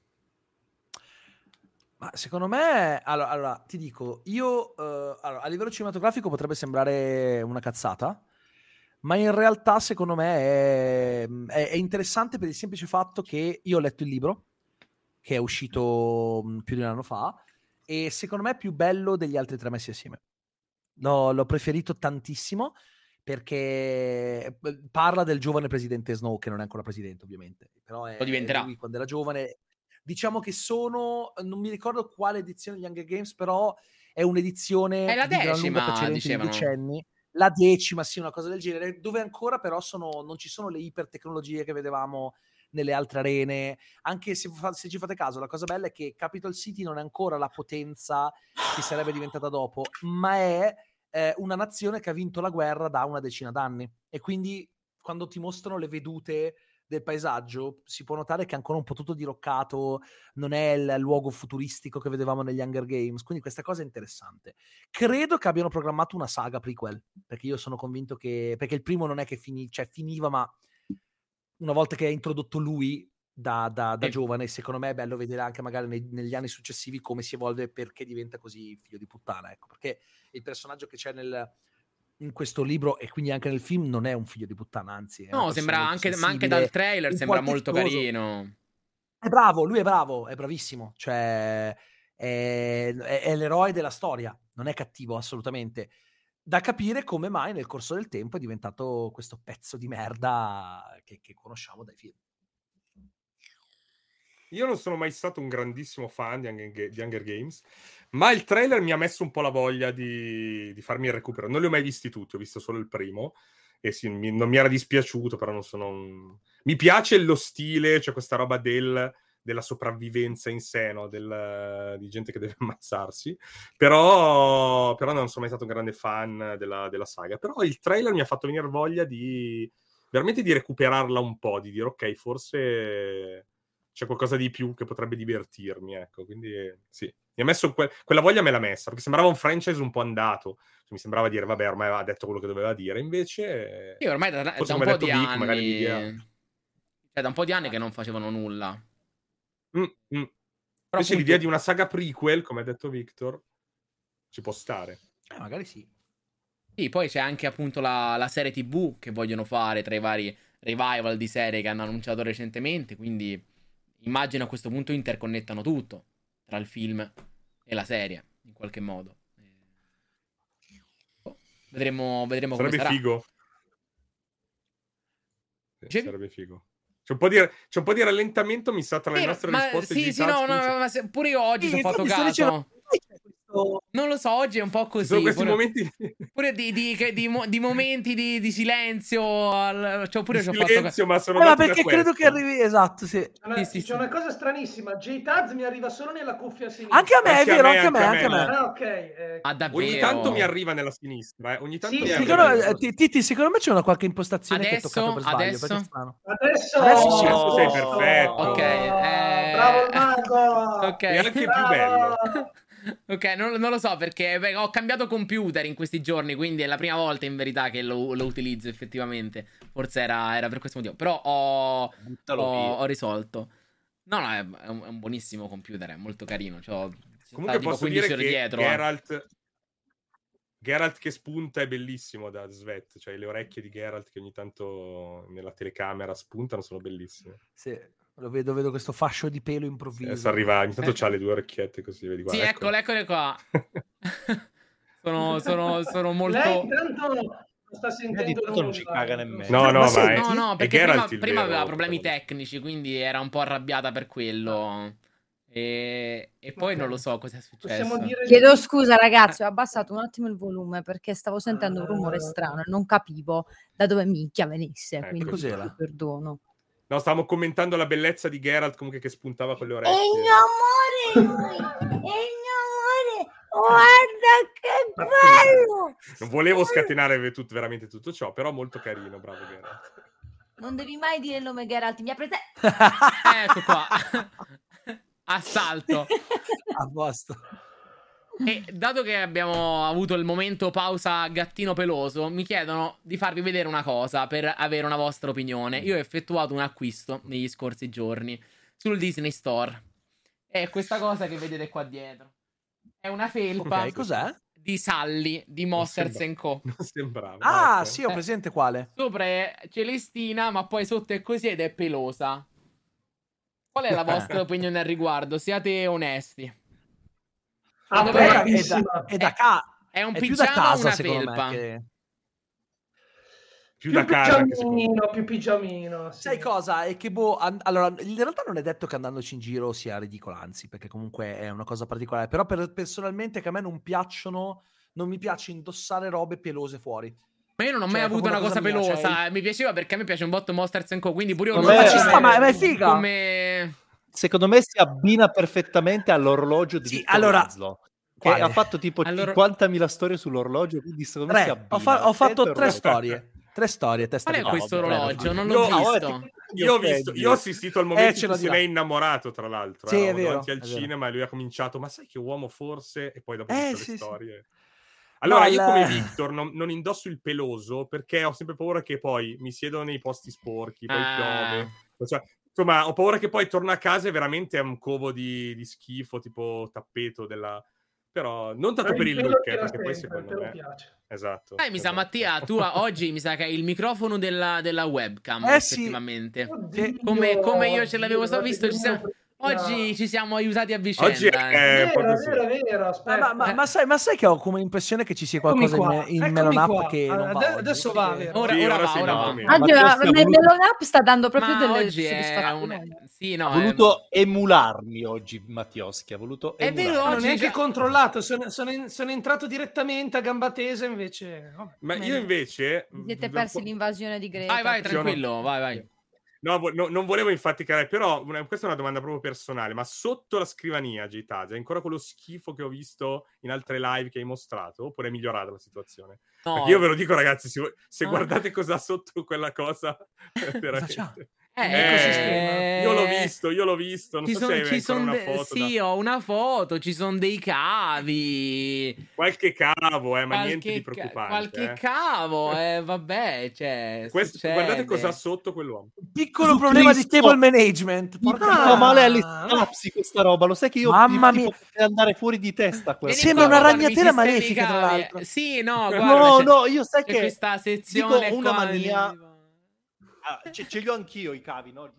Ma secondo me, allora ti dico, io a livello cinematografico potrebbe sembrare una cazzata, ma in realtà secondo me è interessante per il semplice fatto che io ho letto il libro, che è uscito più di un anno fa, e secondo me è più bello degli altri 3 messi assieme. L'ho preferito tantissimo, perché parla del giovane presidente Snow, che non è ancora presidente ovviamente, però lo diventerà. Lui quando era giovane. Diciamo che non mi ricordo quale edizione di Hunger Games, però è un'edizione è la di gran lunga 10ª, precedente di decenni. La 10ª, sì, una cosa del genere, dove ancora però non ci sono le ipertecnologie che vedevamo nelle altre arene. Anche se ci fate caso, la cosa bella è che Capital City non è ancora la potenza che sarebbe diventata dopo, ma è una nazione che ha vinto la guerra da una decina d'anni, e quindi quando ti mostrano le vedute del paesaggio si può notare che è ancora un po' tutto diroccato, non è il luogo futuristico che vedevamo negli Hunger Games, quindi questa cosa è interessante. Credo che abbiano programmato una saga prequel, perché io sono convinto perché il primo non è che finiva, ma una volta che è introdotto lui da giovane, secondo me è bello vedere anche magari negli anni successivi come si evolve, perché diventa così figlio di puttana, ecco, perché il personaggio che c'è in questo libro e quindi anche nel film non è un figlio di puttana, anzi è sembra ma anche dal trailer sembra molto carino. È bravo, lui è bravo, è bravissimo, cioè è l'eroe della storia, non è cattivo assolutamente. Da capire come mai nel corso del tempo è diventato questo pezzo di merda che conosciamo dai film. Io non sono mai stato un grandissimo fan di Hunger Games, ma il trailer mi ha messo un po' la voglia di farmi il recupero. Non li ho mai visti tutti, ho visto solo il primo, e sì, non mi era dispiaciuto, però non sono mi piace lo stile, cioè questa roba della sopravvivenza in sé, no? Di gente che deve ammazzarsi, però non sono mai stato un grande fan della saga. Però il trailer mi ha fatto venire voglia veramente di recuperarla un po', di dire ok, forse c'è qualcosa di più che potrebbe divertirmi, ecco, quindi sì. Mi ha messo quella voglia, me l'ha messa, perché sembrava un franchise un po' andato. Mi sembrava dire, vabbè, ormai aveva detto quello che doveva dire, invece... Io ormai da un po' di anni... magari cioè, da un po' di anni che non facevano nulla. Però invece appunto... l'idea di una saga prequel, come ha detto Victor, ci può stare. Magari sì. Sì, poi c'è anche appunto la serie TV che vogliono fare tra i vari revival di serie che hanno annunciato recentemente, quindi immagino a questo punto interconnettano tutto tra il film e la serie, in qualche modo. Vedremo come sarà. Figo. Sarebbe figo. C'è un po' di rallentamento, mi sa, tra le nostre risposte. Sì, no, ma pure io oggi ci ho fatto caso. Non lo so, oggi è un po' così. Sono questi momenti pure di momenti di silenzio. Cioè, pure di silenzio, ma sono ma perché credo che arrivi. Esatto, sì. C'è una cosa stranissima. J-Taz mi arriva solo nella cuffia sinistra. Anche a me, è vero, anche a me. Ah, ok. Davvero? Ogni tanto mi arriva nella sinistra. Ogni tanto Titti, secondo me c'è una qualche impostazione che è toccato per sbaglio. Adesso sei perfetto. Ok. Bravo il mago. Ok. È anche più bello. Ok, non lo so perché ho cambiato computer in questi giorni, quindi è la prima volta in verità che lo utilizzo effettivamente. Forse era per questo motivo, però ho risolto. No, è un buonissimo computer, è molto carino. Comunque posso dire che dietro. Geralt che spunta è bellissimo da Svet, cioè le orecchie di Geralt che ogni tanto nella telecamera spuntano sono bellissime. Sì. Vedo questo fascio di pelo improvviso. Arriva, ogni tanto c'ha le due orecchiette così, vedi, guarda, sì, eccole qua. sono molto... Lei intanto sta sentendo nulla. Non ci caga nemmeno. No, perché prima aveva problemi tecnici, quindi era un po' arrabbiata per quello. E poi non lo so cosa è successo. Chiedo scusa ragazzi, ho abbassato un attimo il volume perché stavo sentendo un rumore strano e non capivo da dove minchia venisse, quindi cos'era? Perdono. No, stavamo commentando la bellezza di Geralt comunque che spuntava con le orecchie. È il mio amore, guarda che bello! Non volevo scatenare veramente tutto ciò, però molto carino, bravo Geralt. Non devi mai dire il nome Geralt, mi ha preso... Ecco qua. Assalto. A posto. E dato che abbiamo avuto il momento pausa gattino peloso, mi chiedono di farvi vedere una cosa per avere una vostra opinione. Io ho effettuato un acquisto negli scorsi giorni sul Disney Store. E questa cosa che vedete qua dietro è una felpa di Sully di Monsters & Co. Non sembrava. Ah, sì, ho presente quale. Sopra è celestina, ma poi sotto è così ed è pelosa. Qual è la vostra opinione al riguardo? Siate onesti. È un pigiama o una felpa? Più da casa più pigiamino. Sì. Sai cosa? È che allora, in realtà non è detto che andandoci in giro sia ridicolo, anzi, perché comunque è una cosa particolare. Però personalmente che a me non mi piace indossare robe pelose fuori. Ma io non ho mai avuto una cosa pelosa. Mi piaceva perché a me piace un botto Monsters & Co. Quindi pure io ma ci sta, ma è figa. Secondo me si abbina perfettamente all'orologio di Victor Laszlo, che ha fatto tipo 50.000 storie sull'orologio, quindi secondo me si abbina. Ho fatto 3 storie. 3 storie. Qual è questo orologio? Non l'ho visto. Io ho assistito al momento in cui se ne è innamorato, tra l'altro. Sì, è vero. Davanti al cinema e lui ha cominciato, ma sai che uomo forse? E poi dopo le storie. Allora, io come Victor non indosso il peloso perché ho sempre paura che poi mi siedono nei posti sporchi, poi piove. Cioè, insomma, ho paura che poi torno a casa e veramente è un covo di schifo, tipo tappeto della... Però non tanto per il look, perché poi secondo me... piace. Esatto. Mi sa, Mattia, tu oggi mi sa che hai il microfono della webcam, effettivamente. Sì. Come io ce l'avevo visto, oggi ci siamo aiutati a vicenda. Oggi è vero, aspetta. Ma sai che ho come impressione che ci sia qualcosa in Melon Up che non va adesso va. Ora va. Oggi Melon Up sta dando proprio delle soddisfazioni. Ha voluto emularmi oggi Mattioschi, ha voluto emularmi. È vero, non ho neanche controllato, sono entrato direttamente a gamba tesa invece. Ma io invece... Siete persi l'invasione di Greta. Vai, tranquillo, vai. No, non volevo infatti carare, però questa è una domanda proprio personale, ma sotto la scrivania, J-Taz, è ancora quello schifo che ho visto in altre live che hai mostrato? Oppure è migliorata la situazione? No. Perché io ve lo dico, ragazzi, se guardate cosa ha sotto quella cosa, veramente... Io l'ho visto. Non so se hai ancora una foto. Sì, ho una foto. Ci sono dei cavi. Qualche cavo, ma niente di preoccupante. Qualche cavo, vabbè. Cioè, guardate cosa ha sotto quell'uomo. Piccolo problema di cable management. Porca male agli scapsi questa roba. Lo sai che io Mamma mia, andare fuori di testa. Sembra una ragnatela malefica, tra l'altro. Sì, no, guarda. No, io sai che questa sezione dico una mania. Ce li ho anch'io i cavi, no?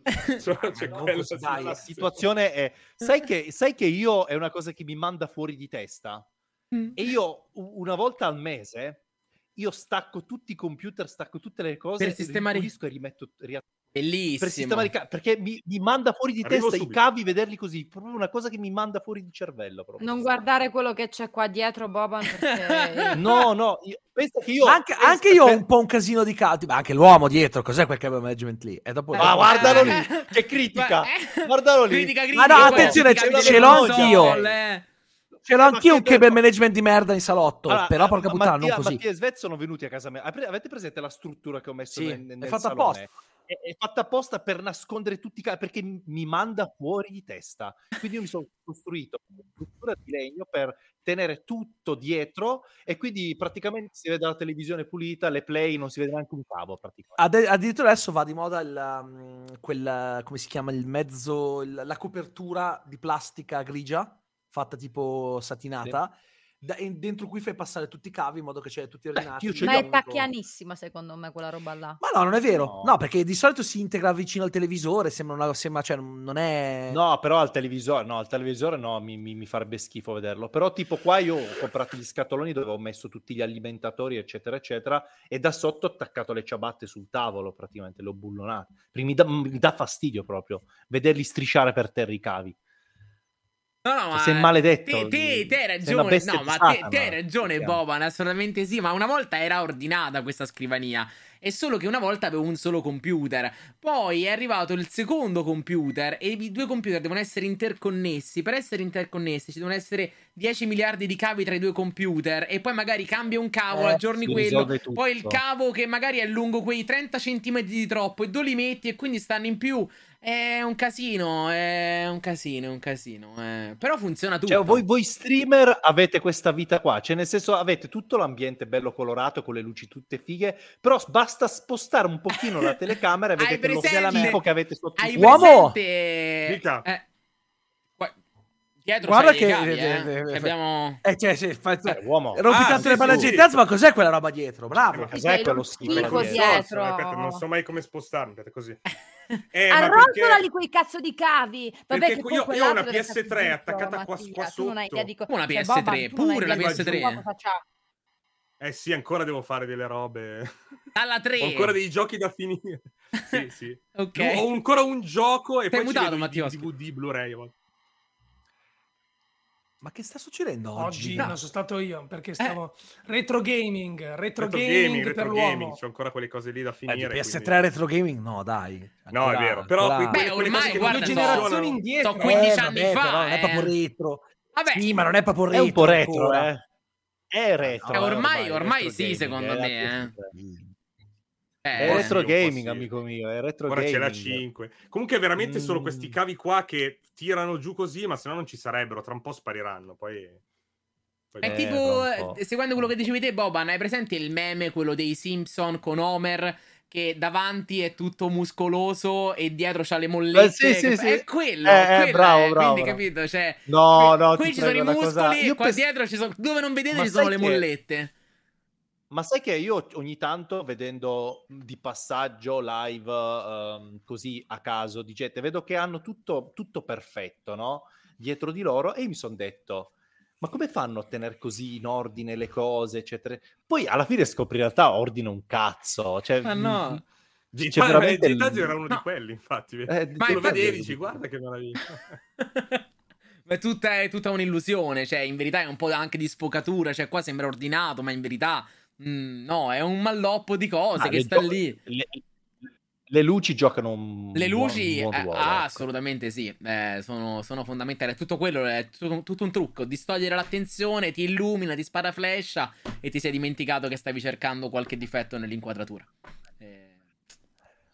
La situazione è sai che io è una cosa che mi manda fuori di testa e io una volta al mese io stacco tutti i computer, stacco tutte le cose per sistemare e rimetto bellissimo per sistemare perché mi manda fuori di testa i cavi, vederli così, proprio una cosa che mi manda fuori di cervello proprio. Non guardare quello che c'è qua dietro, Boban, perché no, penso che io anche io ho un po' un casino di cavi, ma anche l'uomo dietro, cos'è quel cable management lì? E dopo guardalo lì, che critica. Guardalo lì. Critica, ma no, attenzione, ce l'ho anch'io. Ce l'ho anch'io un cable management di merda in salotto, però porca puttana, non così. Mattia e Svet sono venuti a casa mia. Avete presente la struttura che ho messo nel è fatta salone? apposta. È fatta apposta per nascondere tutti i cavi, perché mi manda fuori di testa. Quindi io mi sono costruito una struttura di legno per tenere tutto dietro e quindi praticamente si vede la televisione pulita, le play, non si vede neanche un cavo praticamente. Addirittura adesso va di moda come si chiama il mezzo, la copertura di plastica grigia fatta tipo satinata, dentro cui fai passare tutti i cavi in modo che c'è tutti ordinati. Ma è tacchianissima secondo me quella roba là. Ma no, non è vero. No, perché di solito si integra vicino al televisore, sembra cioè non è... No, però al televisore no, mi farebbe schifo vederlo. Però tipo qua io ho comprato gli scatoloni dove ho messo tutti gli alimentatori eccetera eccetera e da sotto ho attaccato le ciabatte sul tavolo, praticamente le ho bullonate. Mi dà fastidio proprio vederli strisciare per terra i cavi. No, ma sei maledetto. Te hai ragione. No, ma te hai ragione, Boban, assolutamente sì. Ma una volta era ordinata questa scrivania. È solo che una volta avevo un solo computer. Poi è arrivato il secondo computer e i due computer devono essere interconnessi. Per essere interconnessi ci devono essere 10 miliardi di cavi tra i due computer. E poi magari cambia un cavo, aggiorni quello. Poi il cavo che magari è lungo quei 30 centimetri di troppo e dove li metti e quindi stanno in più. È un casino. Però funziona tutto. Cioè, voi streamer avete questa vita qua. Cioè, nel senso, avete tutto l'ambiente bello colorato con le luci tutte fighe. Però basta spostare un pochino la telecamera e vedete lo schifo che avete sotto. Uomo! Dietro guarda che abbiamo uomo. rompi tanto le balle GTAs, ma cos'è quella roba dietro? Bravo. Cos'è quello schifo dietro? Non so mai come spostarmi, così. Arrotola di quei cazzo di cavi. Vabbè, perché io ho una PS3 attaccata qua sotto. Una PS3, pure la PS3. Sì, ancora devo fare delle robe. Alla 3. Ho ancora dei giochi da finire. Sì. Okay. Ho ancora un gioco e poi mutato, ci vedo DVD, Blu-ray. Ma che sta succedendo oggi? Non sono stato io, perché stavo retro gaming per l'uomo. C'ho ancora quelle cose lì da finire. PS3 retro gaming? No, dai. No, è vero. Però ormai guarda, generazioni indietro. Sono 15 anni fa. Però non è proprio retro. Vabbè. Sì, ma non è proprio retro. È un po' retro, È retro. Ormai sì, secondo me. È retro gaming, amico mio. È retro ora gaming. C'è la 5. Comunque, è veramente solo questi cavi qua che tirano giù così, ma se no non ci sarebbero. Tra un po' spariranno. Poi è tipo, seguendo quello che dicevi te, Boban, hai presente il meme, quello dei Simpson con Homer, che davanti è tutto muscoloso e dietro c'ha le mollette? Sì. È quello, bravo. Quindi, capito? Cioè, no, qui ci sono i muscoli e qua dietro ci sono, dove non vedete ci sono le mollette. Ma sai che io ogni tanto, vedendo di passaggio live così a caso di gente, vedo che hanno tutto perfetto, no? Dietro di loro, e io mi sono detto, ma come fanno a tenere così in ordine le cose, eccetera? Poi alla fine scopri in realtà ordine un cazzo. Cioè, ma no. Gitazio era uno di quelli, infatti. Ma lo vedevi, dici, guarda che meraviglia. Ma è tutta un'illusione, cioè in verità è un po' anche di sfocatura, cioè qua sembra ordinato, ma in verità... no, è un malloppo di cose che sta lì. Le luci giocano un buon ruolo, assolutamente sì. Sono fondamentali. Tutto quello è tutto un trucco: distogliere l'attenzione, ti illumina, ti spara flasha e ti sei dimenticato che stavi cercando qualche difetto nell'inquadratura.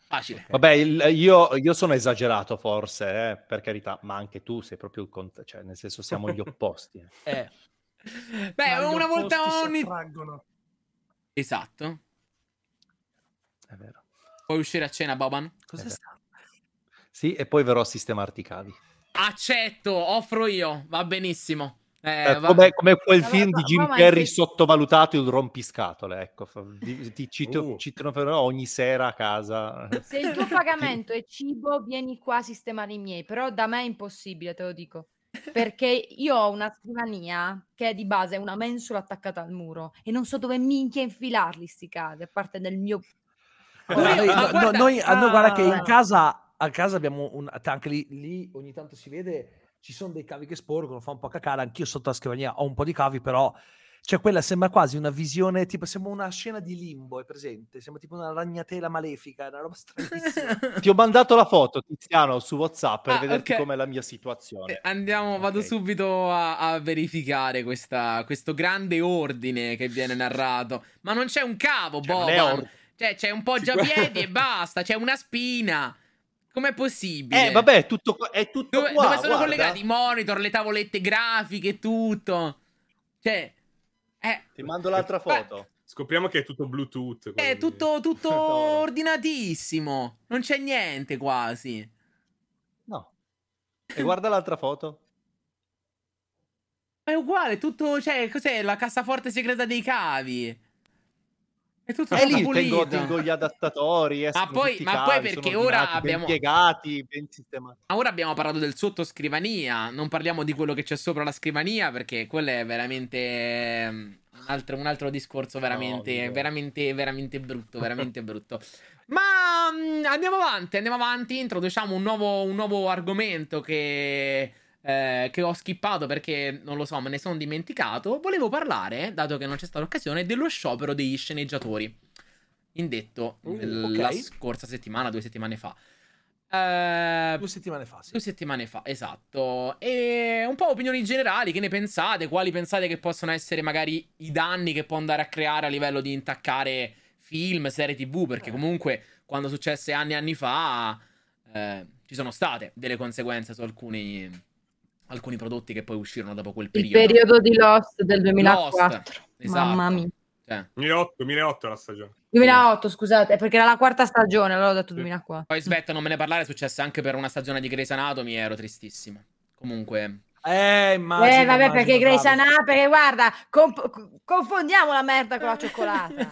Facile. Vabbè, io sono esagerato forse, per carità, ma anche tu sei proprio il cioè nel senso siamo gli opposti. Beh, una volta ogni... Esatto. È vero. Puoi uscire a cena, Boban? Cos'è stato? Sì, e poi verrò a sistemarti i cavi. Accetto, offro io, va benissimo. Come quel film di Jim Carrey sottovalutato, il rompiscatole, ecco, ti citano ogni sera a casa. Se il tuo pagamento è cibo, vieni qua a sistemare i miei, però da me è impossibile, te lo dico, perché io ho una scrivania che è di base è una mensola attaccata al muro e non so dove minchia infilarli sti cavi, a parte del mio... Noi guarda che in casa, a casa abbiamo anche lì ogni tanto si vede... Ci sono dei cavi che sporgono, fa un po' cacare, anch'io sotto la scrivania ho un po' di cavi, però cioè quella sembra quasi una visione, tipo sembra una scena di Limbo, è presente? Sembra tipo una ragnatela malefica, è una roba stranissima. Ti ho mandato la foto, Tiziano, su WhatsApp per vederti com'è la mia situazione. Vado subito a verificare questo grande ordine che viene narrato. Ma non c'è un cavo, Boban. Cioè c'è un poggiapiedi e basta, c'è una spina. Com'è possibile? Vabbè, è tutto qua, dove sono collegati i monitor, le tavolette grafiche, tutto. Cioè, ti mando l'altra foto. Scopriamo che è tutto Bluetooth. È tutto ordinatissimo. Non c'è niente quasi. No. E guarda l'altra foto. È uguale, tutto, cioè, cos'è la cassaforte segreta dei cavi? È tutto lì pulito. tengo gli adattatori. Ma poi perché ora abbiamo piegati, ben sistemati. Ora abbiamo parlato del sottoscrivania, non parliamo di quello che c'è sopra la scrivania perché quello è veramente un altro discorso veramente brutto, veramente brutto. Ma andiamo avanti, introduciamo un nuovo argomento che ho skippato perché non lo so, me ne sono dimenticato. Volevo parlare, dato che non c'è stata l'occasione, dello sciopero degli sceneggiatori indetto la scorsa settimana, 2 settimane fa. 2 settimane fa, sì. 2 settimane fa, esatto. E un po' opinioni generali, che ne pensate? Quali pensate che possono essere magari i danni che può andare a creare a livello di intaccare film, serie TV? Perché comunque quando successe anni e anni fa ci sono state delle conseguenze su alcuni prodotti che poi uscirono dopo quel periodo. Il periodo di Lost del 2004. Lost, esatto. Mamma mia. 2008 è la stagione. 2008, scusate, perché era la 4ª stagione, allora ho detto 2004. Poi Svetta, non me ne parlare, è successo anche per una stagione di Grey's Anatomy, ero tristissimo. Comunque... immagino. Vabbè, perché Grey's Anatomy, perché guarda, confondiamo la merda con la cioccolata.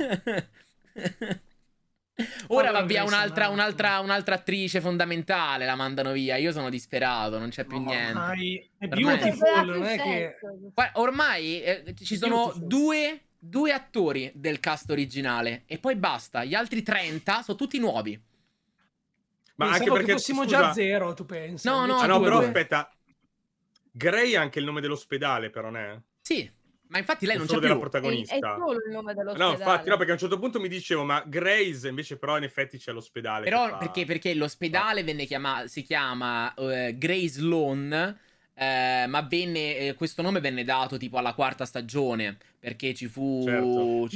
Ora va via un'altra attrice fondamentale, la mandano via. Io sono disperato, non c'è più niente. È Beautiful, non è che... Ormai ci sono due attori del cast originale e poi basta. Gli altri 30 sono tutti nuovi. Ma pensavo anche perché fossimo già 0, tu pensi? No, però aspetta. Grey è anche il nome dell'ospedale, però, non è? Sì. Ma infatti lei non c'è più. Della protagonista. È solo il nome dell'ospedale. No, infatti, no, perché a un certo punto mi dicevo, ma Grace invece però in effetti c'è l'ospedale. Però perché l'ospedale si chiama Grey's Lawn, ma questo nome venne dato tipo alla 4ª stagione, perché ci fu... Certo.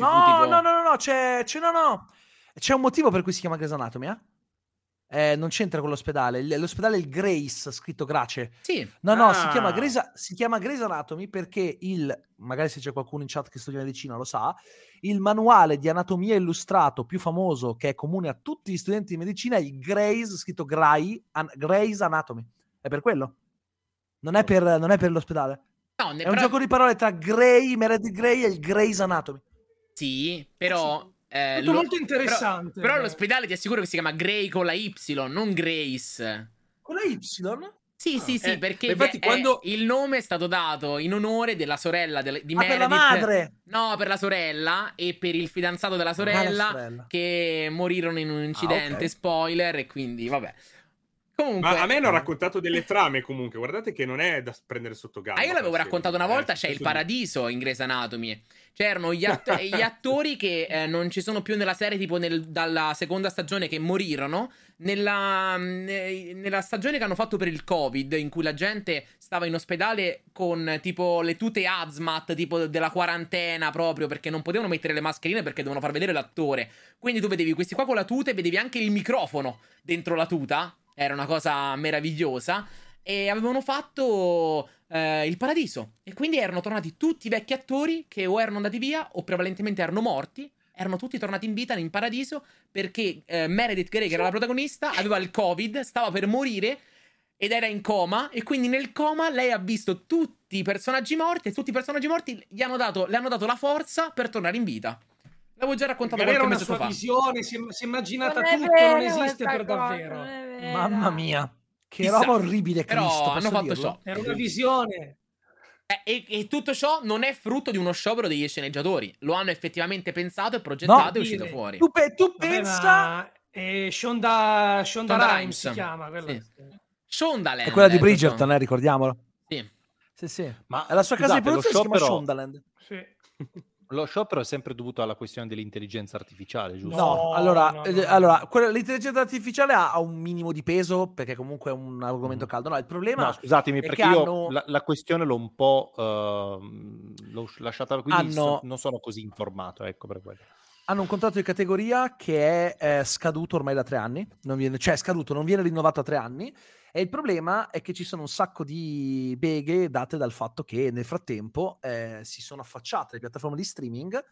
C'è un motivo per cui si chiama Grey's Anatomy, non c'entra con l'ospedale. L'ospedale è il Grace, scritto Grace. Sì. No, si chiama Grey's Anatomy perché magari se c'è qualcuno in chat che studia medicina lo sa, il manuale di anatomia illustrato più famoso che è comune a tutti gli studenti di medicina è il Grey's, scritto Grey's Anatomy. È per quello. Non è per l'ospedale. No, è un gioco di parole tra Meredith Grey e il Grey's Anatomy. Sì, però... Tutto molto interessante. Però l'ospedale ti assicuro che si chiama Grey con la Y, non Grace. Con la Y? Sì, perché infatti il nome è stato dato in onore della sorella di Meredith. Per la madre? No, per la sorella e per il fidanzato della sorella che morirono in un incidente, spoiler, e quindi vabbè. Comunque, ma a me hanno raccontato delle trame comunque, guardate che non è da prendere sotto gamba. io l'avevo raccontato una volta, c'è il paradiso in Grey's Anatomy. C'erano gli attori che non ci sono più nella serie, tipo dalla seconda stagione, che morirono. Nella stagione che hanno fatto per il Covid, in cui la gente stava in ospedale con tipo le tute hazmat, tipo della quarantena, proprio perché non potevano mettere le mascherine perché dovevano far vedere l'attore. Quindi tu vedevi questi qua con la tuta e vedevi anche il microfono dentro la tuta. Era una cosa meravigliosa. E avevano fatto il paradiso. E quindi erano tornati tutti i vecchi attori che o erano andati via o prevalentemente erano morti. Erano tutti tornati in vita in paradiso perché Meredith Grey, che era la protagonista, aveva il Covid, stava per morire ed era in coma. E quindi nel coma lei ha visto tutti i personaggi morti e tutti i personaggi morti le hanno dato la forza per tornare in vita. L'avevo già raccontato qualche mese fa. Era una sua visione, si è immaginata Non è tutto, vero non esiste per questa cosa, davvero. non è vera. Mamma mia, che Chissà. roba orribile, Però Cristo, hanno posso fatto dirlo? ciò. Era una visione. E tutto ciò non è frutto di uno sciopero degli sceneggiatori. Lo hanno effettivamente pensato e progettato e è uscito fuori. Tu Vabbè, pensa... Shonda Shonda Rhimes Rhimes si chiama quella. Sì. Shondaland. È quella di Bridgerton, ricordiamolo. Sì. Sì. Ma È la sua casa di scusate, produzione, si chiama Shondaland. Sì. Lo sciopero è sempre dovuto alla questione dell'intelligenza artificiale, giusto? No, allora, l'intelligenza artificiale ha un minimo di peso perché comunque è un argomento caldo. No, il problema No, scusatemi, è perché che io la questione l'ho un po' l'ho lasciata, quindi non sono così informato, ecco, per quello. Hanno un contratto di categoria che è scaduto ormai da 3 anni, non viene rinnovato a 3 anni. E il problema è che ci sono un sacco di beghe date dal fatto che nel frattempo si sono affacciate le piattaforme di streaming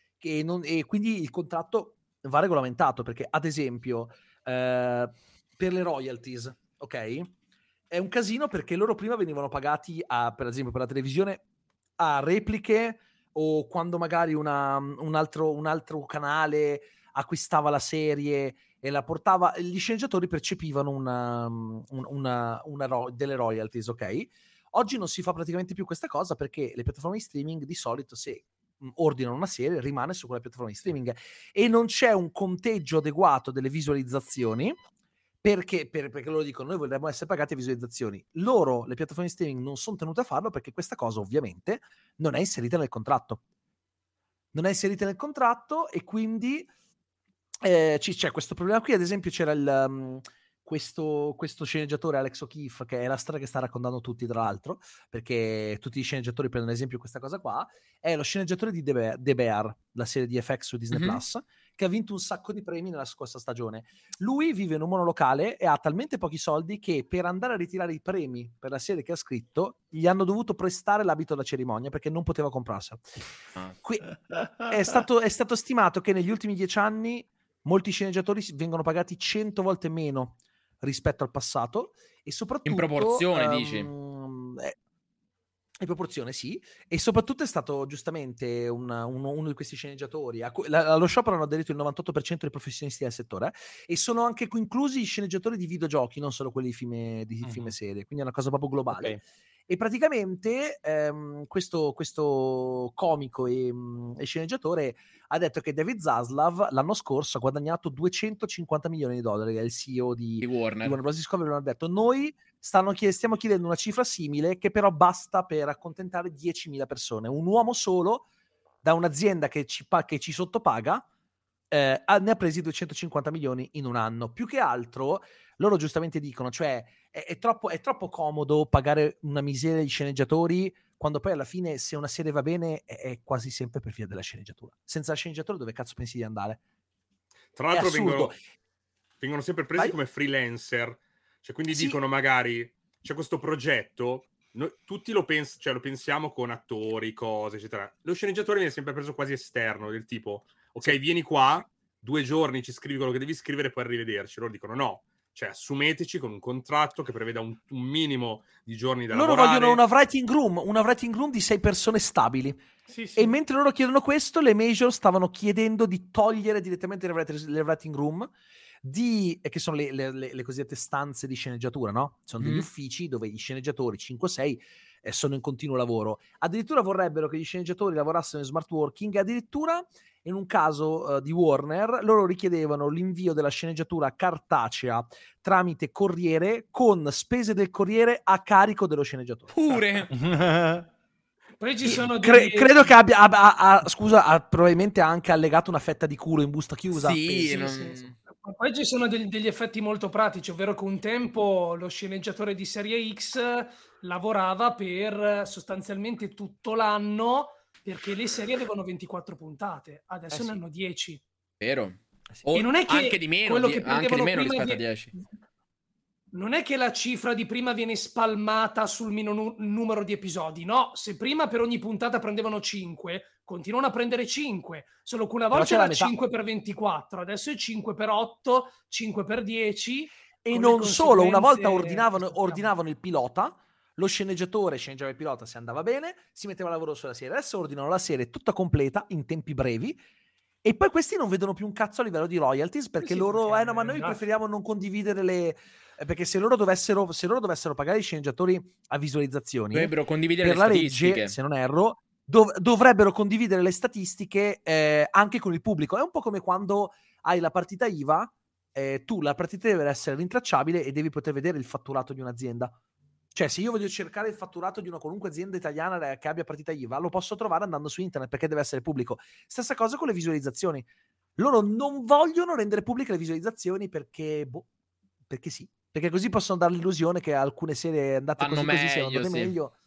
e quindi il contratto va regolamentato, perché ad esempio per le royalties, ok? È un casino perché loro prima venivano pagati per esempio per la televisione a repliche, o quando magari un altro canale acquistava la serie e la portava, gli sceneggiatori percepivano delle royalties, ok? Oggi non si fa praticamente più questa cosa perché le piattaforme di streaming di solito, se ordinano una serie, rimane su quella piattaforma di streaming e non c'è un conteggio adeguato delle visualizzazioni, perché loro dicono: noi vogliamo essere pagati a visualizzazioni. Le piattaforme di streaming non sono tenute a farlo perché questa cosa ovviamente non è inserita nel contratto. Non è inserita nel contratto e quindi c'è questo problema qui. Ad esempio c'era questo sceneggiatore Alex O'Keefe, che è la storia che sta raccontando tutti, tra l'altro, perché tutti gli sceneggiatori prendono esempio questa cosa qua. È lo sceneggiatore di The Bear, la serie di FX su Disney Plus, che ha vinto un sacco di premi nella scorsa stagione. Lui vive in un monolocale e ha talmente pochi soldi che per andare a ritirare i premi per la serie che ha scritto gli hanno dovuto prestare l'abito da cerimonia perché non poteva comprarselo. È stato stimato che negli ultimi 10 anni molti sceneggiatori vengono pagati 100 volte meno rispetto al passato, e soprattutto in proporzione, dici? In proporzione, sì, e soprattutto è stato giustamente uno di questi sceneggiatori. Allo sciopero hanno aderito il 98% dei professionisti del settore, e sono anche inclusi i sceneggiatori di videogiochi, non solo quelli di film e serie, quindi è una cosa proprio globale. Okay. E praticamente questo comico e sceneggiatore ha detto che David Zaslav l'anno scorso ha guadagnato $250 milioni, è il CEO di Warner Bros. Discovery. Hanno detto: noi stiamo chiedendo una cifra simile, che però basta per accontentare 10.000 persone. Un uomo solo da un'azienda che ci sottopaga ne ha presi 250 milioni in un anno. Più che altro loro giustamente dicono, cioè è troppo comodo pagare una miseria di sceneggiatori, quando poi alla fine, se una serie va bene, è quasi sempre per via della sceneggiatura. Senza la sceneggiatura dove cazzo pensi di andare? Tra l'altro vengono sempre presi come freelancer, cioè quindi dicono magari c'è questo progetto, noi tutti lo pensiamo con attori, cose eccetera. Lo sceneggiatore viene sempre preso quasi esterno, del tipo ok, vieni qua 2 giorni, ci scrivi quello che devi scrivere e poi arrivederci. Loro dicono no, cioè assumeteci con un contratto che preveda un minimo di giorni da lavorare. Loro vogliono una writing room di 6 persone stabili. Sì. E mentre loro chiedono questo, le major stavano chiedendo di togliere direttamente le writing room, che sono le cosiddette stanze di sceneggiatura, no? Sono degli uffici dove gli sceneggiatori 5-6 sono in continuo lavoro. Addirittura vorrebbero che gli sceneggiatori lavorassero in smart working, e addirittura in un caso di Warner loro richiedevano l'invio della sceneggiatura cartacea tramite corriere, con spese del corriere a carico dello sceneggiatore. Pure. Poi ci sono credo che abbia probabilmente ha anche allegato una fetta di culo in busta chiusa. Sì. Poi ci sono degli effetti molto pratici, ovvero che un tempo lo sceneggiatore di serie X lavorava per sostanzialmente tutto l'anno, perché le serie avevano 24 puntate, adesso ne hanno 10. Vero. E non è che anche di meno, quello che anche di meno prima rispetto a 10. Non è che la cifra di prima viene spalmata sul numero di episodi, no, se prima per ogni puntata prendevano 5, continuano a prendere 5, solo che una volta era 5 per 24, adesso è 5 per 8, 5 per 10. E non solo, una volta ordinavano il pilota, lo sceneggiatore sceneggiava il pilota, se andava bene, si metteva a lavoro sulla serie. Adesso ordinano la serie tutta completa, in tempi brevi, e poi questi non vedono più un cazzo a livello di royalties, perché loro, no, ma noi preferiamo non condividere le... Perché se loro dovessero pagare i sceneggiatori a visualizzazioni, dovrebbero condividere per la legge, se non erro, dovrebbero condividere le statistiche anche con il pubblico. È un po' come quando hai la partita IVA, tu la partita deve essere rintracciabile e devi poter vedere il fatturato di un'azienda. Cioè, se io voglio cercare il fatturato di una qualunque azienda italiana che abbia partita IVA, lo posso trovare andando su internet, perché deve essere pubblico. Stessa cosa con le visualizzazioni. Loro non vogliono rendere pubbliche le visualizzazioni perché sì. Perché così possono dare l'illusione che alcune serie andate così siano andate meglio.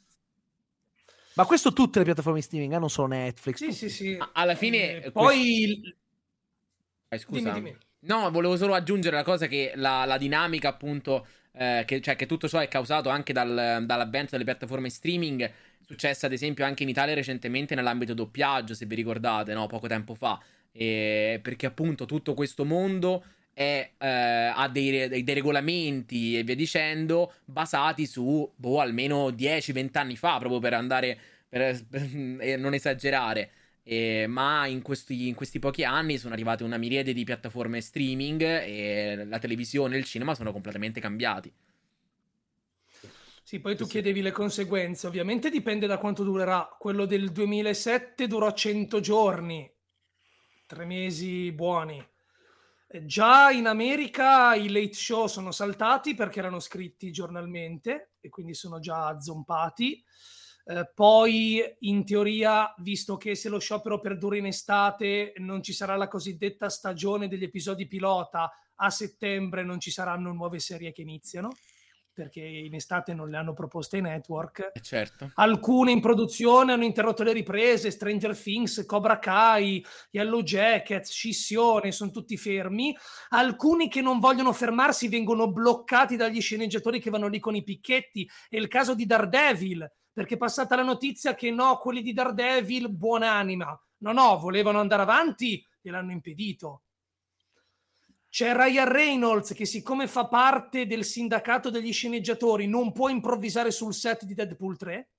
Ma questo tutte le piattaforme streaming, non solo Netflix. Sì. Alla fine... poi... scusa. Dimmi. No, volevo solo aggiungere la cosa che la dinamica appunto... che tutto ciò è causato anche dall'avvento delle piattaforme streaming. È successa ad esempio anche in Italia recentemente nell'ambito doppiaggio, se vi ricordate, no? Poco tempo fa. Perché appunto tutto questo mondo... ha dei regolamenti e via dicendo basati su almeno 10-20 anni fa, proprio per andare per non esagerare, ma in questi pochi anni sono arrivate una miriade di piattaforme streaming e la televisione e il cinema sono completamente cambiati. Sì, poi tu chiedevi le conseguenze, ovviamente dipende da quanto durerà. Quello del 2007 durò 100 giorni, 3 mesi buoni. Già in America i late show sono saltati perché erano scritti giornalmente e quindi sono già zompati. Poi in teoria, visto che se lo sciopero perdura in estate, non ci sarà la cosiddetta stagione degli episodi pilota, a settembre non ci saranno nuove serie che iniziano, perché in estate non le hanno proposte ai network. Certo. Alcune in produzione hanno interrotto le riprese, Stranger Things, Cobra Kai, Yellow Jackets, Scissione, sono tutti fermi. Alcuni che non vogliono fermarsi vengono bloccati dagli sceneggiatori che vanno lì con i picchetti. È il caso di Daredevil, perché è passata la notizia che no, quelli di Daredevil, buonanima. No, volevano andare avanti e l'hanno impedito. C'è Ryan Reynolds che, siccome fa parte del sindacato degli sceneggiatori, non può improvvisare sul set di Deadpool 3.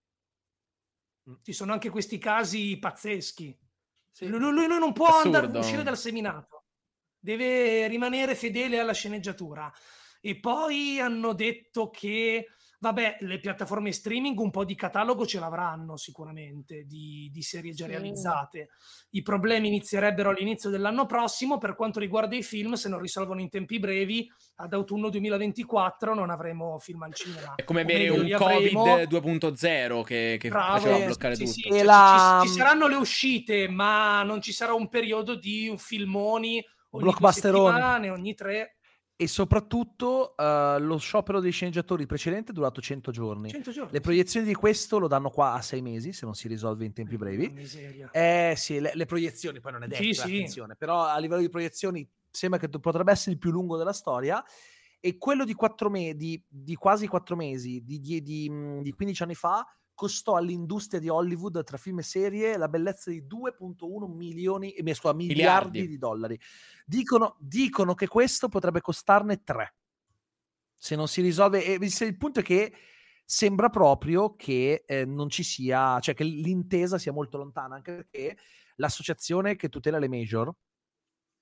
Ci sono anche questi casi pazzeschi. Sì. Lui non può uscire dal seminato, deve rimanere fedele alla sceneggiatura. E poi hanno detto che vabbè, le piattaforme streaming un po' di catalogo ce l'avranno sicuramente di serie già realizzate. I problemi inizierebbero all'inizio dell'anno prossimo. Per quanto riguarda i film, se non risolvono in tempi brevi, ad autunno 2024 non avremo film al cinema. È come avere un Covid 2.0 che faceva bloccare tutto. Sì, ci saranno le uscite, ma non ci sarà un periodo di un filmoni ogni 2 settimane, ogni 3. E soprattutto lo sciopero dei sceneggiatori precedente è durato 100 giorni. 100 giorni. Le proiezioni di questo lo danno qua a 6 mesi, se non si risolve in tempi brevi. Sì, le proiezioni, poi non è detto, attenzione, però a livello di proiezioni sembra che potrebbe essere il più lungo della storia. E quello di 4 mesi, di quasi 4 mesi, di 15 anni fa, costò all'industria di Hollywood, tra film e serie, la bellezza di 2.1 miliardi di dollari. Dicono che questo potrebbe costarne 3 se non si risolve. E il punto è che sembra proprio che non ci sia, cioè che l'intesa sia molto lontana, anche perché l'associazione che tutela le major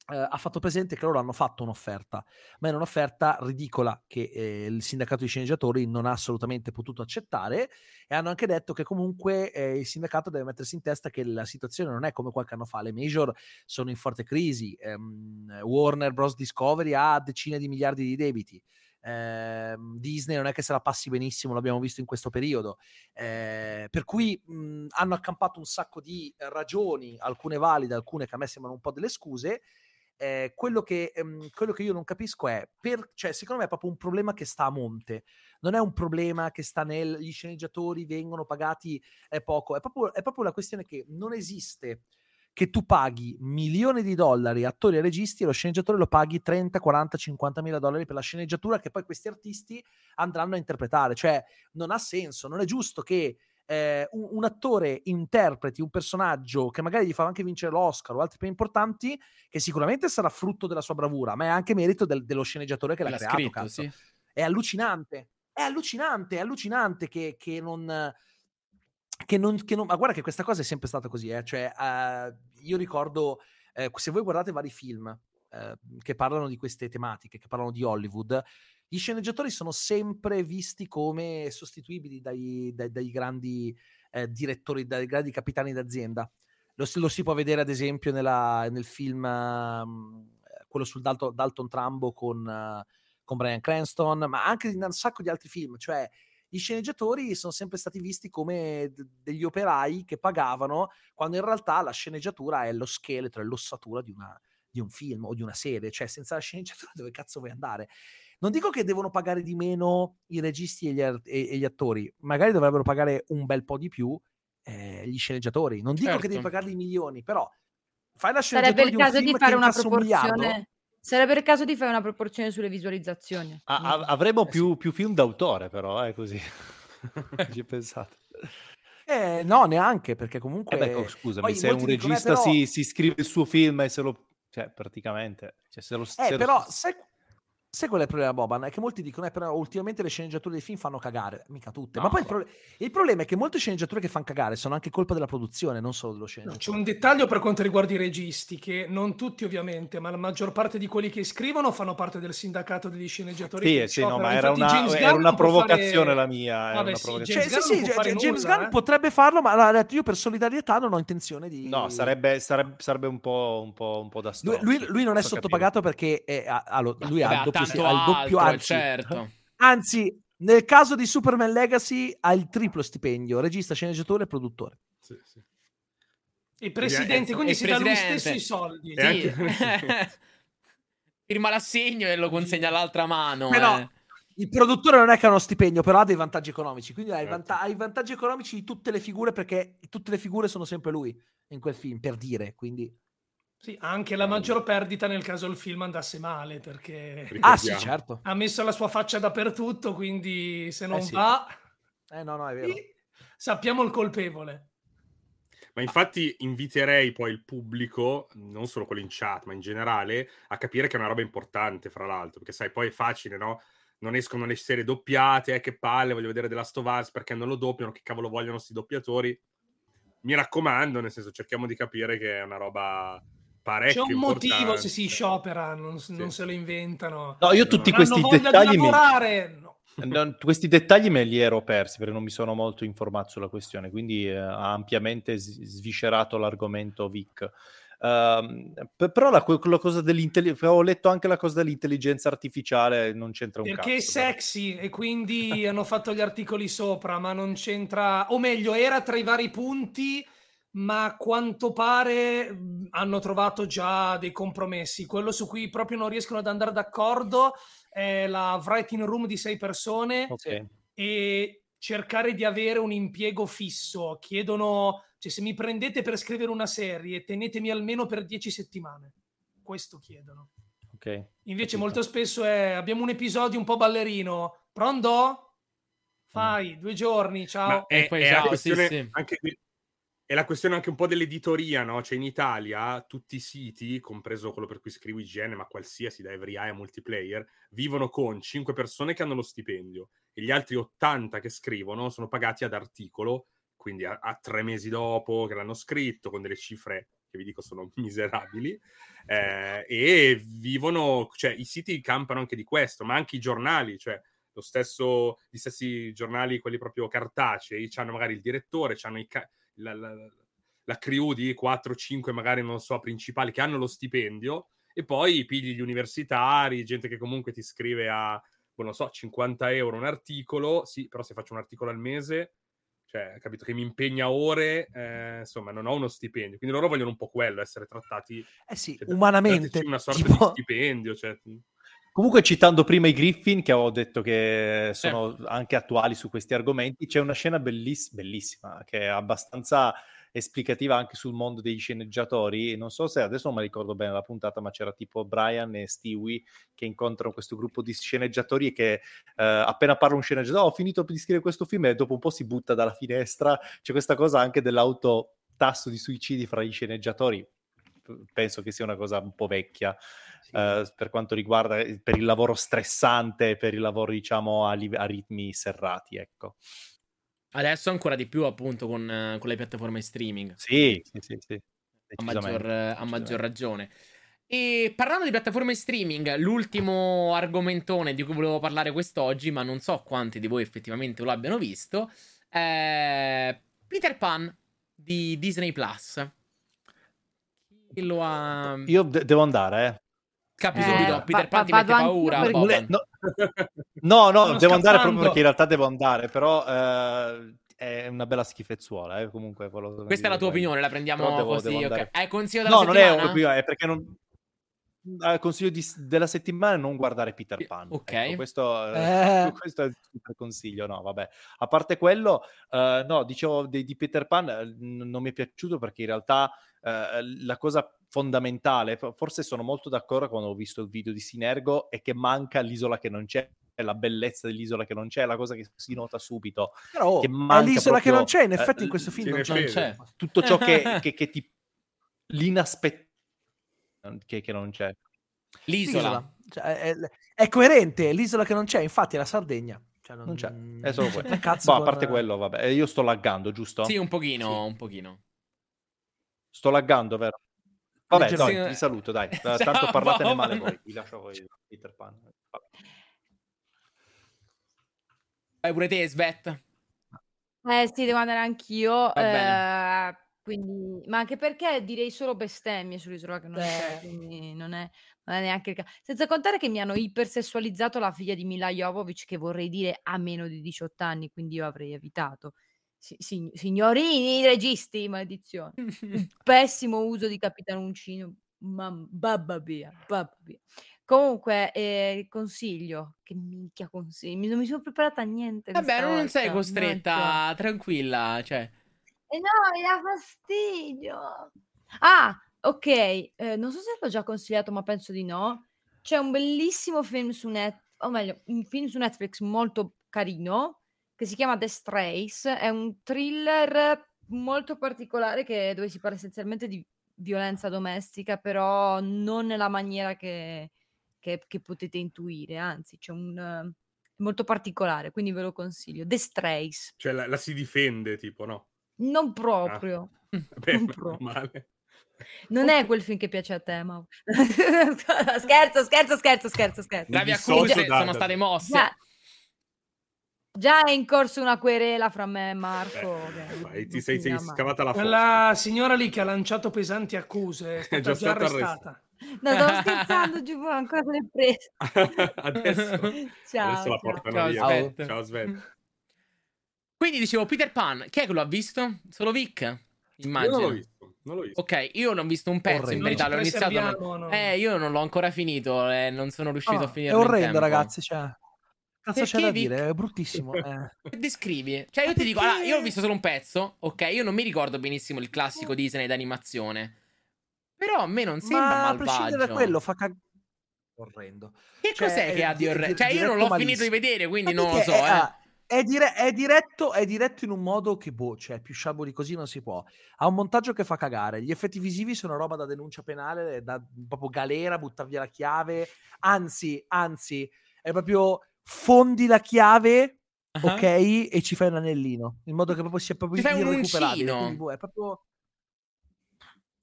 ha fatto presente che loro hanno fatto un'offerta, ma è un'offerta ridicola che il sindacato di sceneggiatori non ha assolutamente potuto accettare, e hanno anche detto che comunque il sindacato deve mettersi in testa che la situazione non è come qualche anno fa, le major sono in forte crisi, Warner Bros. Discovery ha decine di miliardi di debiti, Disney non è che se la passi benissimo, l'abbiamo visto in questo periodo, per cui hanno accampato un sacco di ragioni, alcune valide, alcune che a me sembrano un po' delle scuse. Quello che io non capisco è cioè, secondo me è proprio un problema che sta a monte, non è un problema che sta gli sceneggiatori vengono pagati poco, è proprio la questione che non esiste che tu paghi milioni di dollari a attori e registi e lo sceneggiatore lo paghi 30, 40, 50 mila dollari per la sceneggiatura che poi questi artisti andranno a interpretare. Cioè non ha senso, non è giusto che un attore interpreti un personaggio che magari gli fa anche vincere l'Oscar o altri premi importanti, che sicuramente sarà frutto della sua bravura, ma è anche merito dello sceneggiatore che l'ha creato, scritto, cazzo. sì. È allucinante che non... ma guarda che questa cosa è sempre stata così, cioè io ricordo, se voi guardate vari film che parlano di queste tematiche, che parlano di Hollywood, gli sceneggiatori sono sempre visti come sostituibili dai grandi direttori, dai grandi capitani d'azienda. Lo si può vedere ad esempio nel film quello sul Dalton Trumbo con Bryan Cranston, ma anche in un sacco di altri film, cioè gli sceneggiatori sono sempre stati visti come degli operai che pagavano, quando in realtà la sceneggiatura è lo scheletro, è l'ossatura di un film o di una serie. Cioè senza la sceneggiatura dove cazzo vuoi andare? Non dico che devono pagare di meno i registi e gli attori, magari dovrebbero pagare un bel po' di più gli sceneggiatori. Non dico che devi pagarli milioni, però fai la sceneggiatura di un film che incassa $1 miliardo. Sarebbe il caso di fare una proporzione sulle visualizzazioni. Avremo più film d'autore, però, così. Ci pensate? No, neanche, perché comunque... scusami, se un regista si scrive il suo film e se lo... Cioè, praticamente... Cioè, però, sai qual è il problema, Boban? È che molti dicono però ultimamente le sceneggiature dei film fanno cagare. Mica tutte. No. Ma poi il problema è che molte sceneggiature che fanno cagare sono anche colpa della produzione, non solo dello sceneggiatore. C'è un dettaglio per quanto riguarda i registi, che non tutti ovviamente, ma la maggior parte di quelli che scrivono fanno parte del sindacato degli sceneggiatori. Sì, no, ma era una provocazione la mia. Vabbè, James Gunn potrebbe farlo, ma io per solidarietà non ho intenzione di... No, sarebbe un po' da stronzo. Lui non è sottopagato perché lui ha il doppio, anzi, certo. Anzi, nel caso di Superman Legacy ha il triplo stipendio: regista, sceneggiatore e produttore. Sì. Il presidente, quindi si dà lui stesso i soldi. Sì. Firma l'assegno e lo consegna all'altra mano. Però il produttore non è che ha uno stipendio, però ha dei vantaggi economici. Quindi ha i vantaggi economici di tutte le figure, perché tutte le figure sono sempre lui in quel film, per dire. Quindi sì, anche la maggior perdita nel caso il film andasse male, perché sì, certo, ha messo la sua faccia dappertutto, quindi se non va no, è vero. Sappiamo il colpevole. Ma infatti inviterei poi il pubblico, non solo quello in chat, ma in generale, a capire che è una roba importante, fra l'altro, perché sai, poi è facile, no? Non escono le serie doppiate, che palle, voglio vedere The Last of Us, perché non lo doppiano, che cavolo vogliono sti doppiatori. Mi raccomando, nel senso, cerchiamo di capire che è una roba parecchio c'è un importante. motivo se si sciopera, non se lo inventano. No, io tutti questi dettagli questi dettagli me li ero persi, perché non mi sono molto informato sulla questione, quindi ha ampiamente sviscerato l'argomento Vic. Però la cosa ho letto anche la cosa dell'intelligenza artificiale, non c'entra un cazzo. Perché è sexy e quindi hanno fatto gli articoli sopra, ma non c'entra, o meglio, era tra i vari punti, ma a quanto pare hanno trovato già dei compromessi. Quello su cui proprio non riescono ad andare d'accordo è la writing room di 6 persone, e cercare di avere un impiego fisso. Chiedono, cioè, se mi prendete per scrivere una serie, tenetemi almeno per 10 settimane. Questo chiedono. Invece molto spesso abbiamo un episodio un po' ballerino, pronto? Fai 2 giorni, ciao. Ma è la questione anche qui. È la questione anche un po' dell'editoria, no? Cioè in Italia tutti i siti, compreso quello per cui scrivo IGN, ma qualsiasi, da Every Eye a Multiplayer, vivono con 5 persone che hanno lo stipendio e gli altri 80 che scrivono sono pagati ad articolo, quindi a 3 mesi dopo che l'hanno scritto, con delle cifre che vi dico sono miserabili, e vivono, cioè i siti campano anche di questo, ma anche i giornali, cioè gli stessi giornali, quelli proprio cartacei, hanno magari il direttore, hanno la crew di 4-5 magari, non so, principali, che hanno lo stipendio, e poi pigli gli universitari, gente che comunque ti scrive a, non so, 50 euro un articolo, sì, però se faccio un articolo al mese, cioè, capito, che mi impegna ore, insomma, non ho uno stipendio, quindi loro vogliono un po' quello, essere trattati sì, cioè, umanamente, una sorta tipo... di stipendio, cioè... Comunque, citando prima i Griffin, che avevo detto che sono anche attuali su questi argomenti, c'è una scena bellissima, che è abbastanza esplicativa anche sul mondo degli sceneggiatori. Non so se adesso non mi ricordo bene la puntata, ma c'era tipo Brian e Stewie che incontrano questo gruppo di sceneggiatori e che appena parla un sceneggiatore, ho finito di scrivere questo film, e dopo un po' si butta dalla finestra. C'è questa cosa anche dell'autotasso di suicidi fra gli sceneggiatori. Penso che sia una cosa un po' vecchia, per quanto riguarda per il lavoro stressante, per il lavoro, diciamo, a ritmi serrati, ecco. Adesso ancora di più, appunto, con le piattaforme streaming. Sì. A maggior ragione. E parlando di piattaforme streaming, l'ultimo argomentone di cui volevo parlare quest'oggi, ma non so quanti di voi effettivamente lo abbiano visto, è Peter Pan di Disney Plus. Chi lo ha... Io devo andare, Capi subito, Peter Pan ti mette paura, No, devo andare proprio perché in realtà devo andare, però è una bella schifezzuola, comunque. Questa è la tua opinione, la prendiamo così, ok. Hai consiglio della settimana? No, non è un'opinione, è perché non... consiglio della settimana è non guardare Peter Pan. Ok. Ecco, questo è il super consiglio. No, vabbè. A parte quello, no, dicevo di Peter Pan, non mi è piaciuto perché in realtà la cosa fondamentale, forse sono molto d'accordo quando ho visto il video di Sinergo, è che manca l'isola che non c'è, la bellezza dell'isola che non c'è, la cosa che si nota subito. Però che manca è l'isola proprio, che non c'è, in effetti in questo film non c'è. Tutto ciò che ti l'inaspettato che non c'è. L'isola. Cioè, è coerente, l'isola che non c'è, infatti è la Sardegna. Cioè, non c'è, è solo quello. A parte quello, vabbè, io sto laggando, giusto? Sì, un pochino. Sto laggando, vero? Vabbè, dai, vi saluto, dai. Tanto parlatene male voi. Vi lascio voi Peter Pan. Vai pure te, Svet. Sì, devo andare anch'io. Va bene. Quindi, ma anche perché direi solo bestemmie sull'isola che non c'è, quindi non è neanche il caso. Senza contare che mi hanno ipersessualizzato la figlia di Mila Jovovich, che vorrei dire ha meno di 18 anni, quindi io avrei evitato. Signorini registi, maledizione. Un pessimo uso di Capitano Uncino. Babba via. Comunque, consiglio. Che minchia consiglio? Non mi sono preparata a niente. Vabbè, non sei costretta, tranquilla, cioè. No, mi dà fastidio. Ah, ok. Non so se l'ho già consigliato, ma penso di no. C'è un bellissimo film su un film su Netflix molto carino che si chiama The Strays. È un thriller molto particolare dove si parla essenzialmente di violenza domestica, però non nella maniera che potete intuire, anzi c'è un molto particolare, quindi ve lo consiglio. The Strays. Cioè la si difende, tipo, no? Non proprio. Beh, male. Non è quel film che piace a te, Mau. Scherzo. Gravi accuse sono state mosse. Già è in corso una querela fra me e Marco. Ti sei scavata la fossa. Quella signora lì che ha lanciato pesanti accuse è già stata arrestata. No, stavo scherzando, Giù, ancora se l'è presa. Adesso la portano via. Ciao Sven. Quindi dicevo, Peter Pan, chi è che lo ha visto? Solo Vic? Immagino. Io non l'ho visto. Ok, io non ho visto un pezzo, in verità, l'ho iniziato. Io non l'ho ancora finito, non sono riuscito a finire. È orrendo, ragazzi, cioè. Cazzo c'è da dire, è bruttissimo. Descrivi. Cioè, io ti dico, io ho visto solo un pezzo, ok? Io non mi ricordo benissimo il classico Disney d'animazione. Però a me non sembra malvagio. Ma a prescindere da quello, fa orrendo. Che cos'è che ha di orrendo? Cioè, io non l'ho finito di vedere, quindi non lo so, È diretto in un modo che, cioè, più sciabo di così non si può. Ha un montaggio che fa cagare. Gli effetti visivi sono roba da denuncia penale, da proprio galera, butta via la chiave. Anzi, è proprio fondi la chiave, ok? E ci fai un anellino, in modo che proprio sia proprio irrecuperabile. Quindi, è proprio...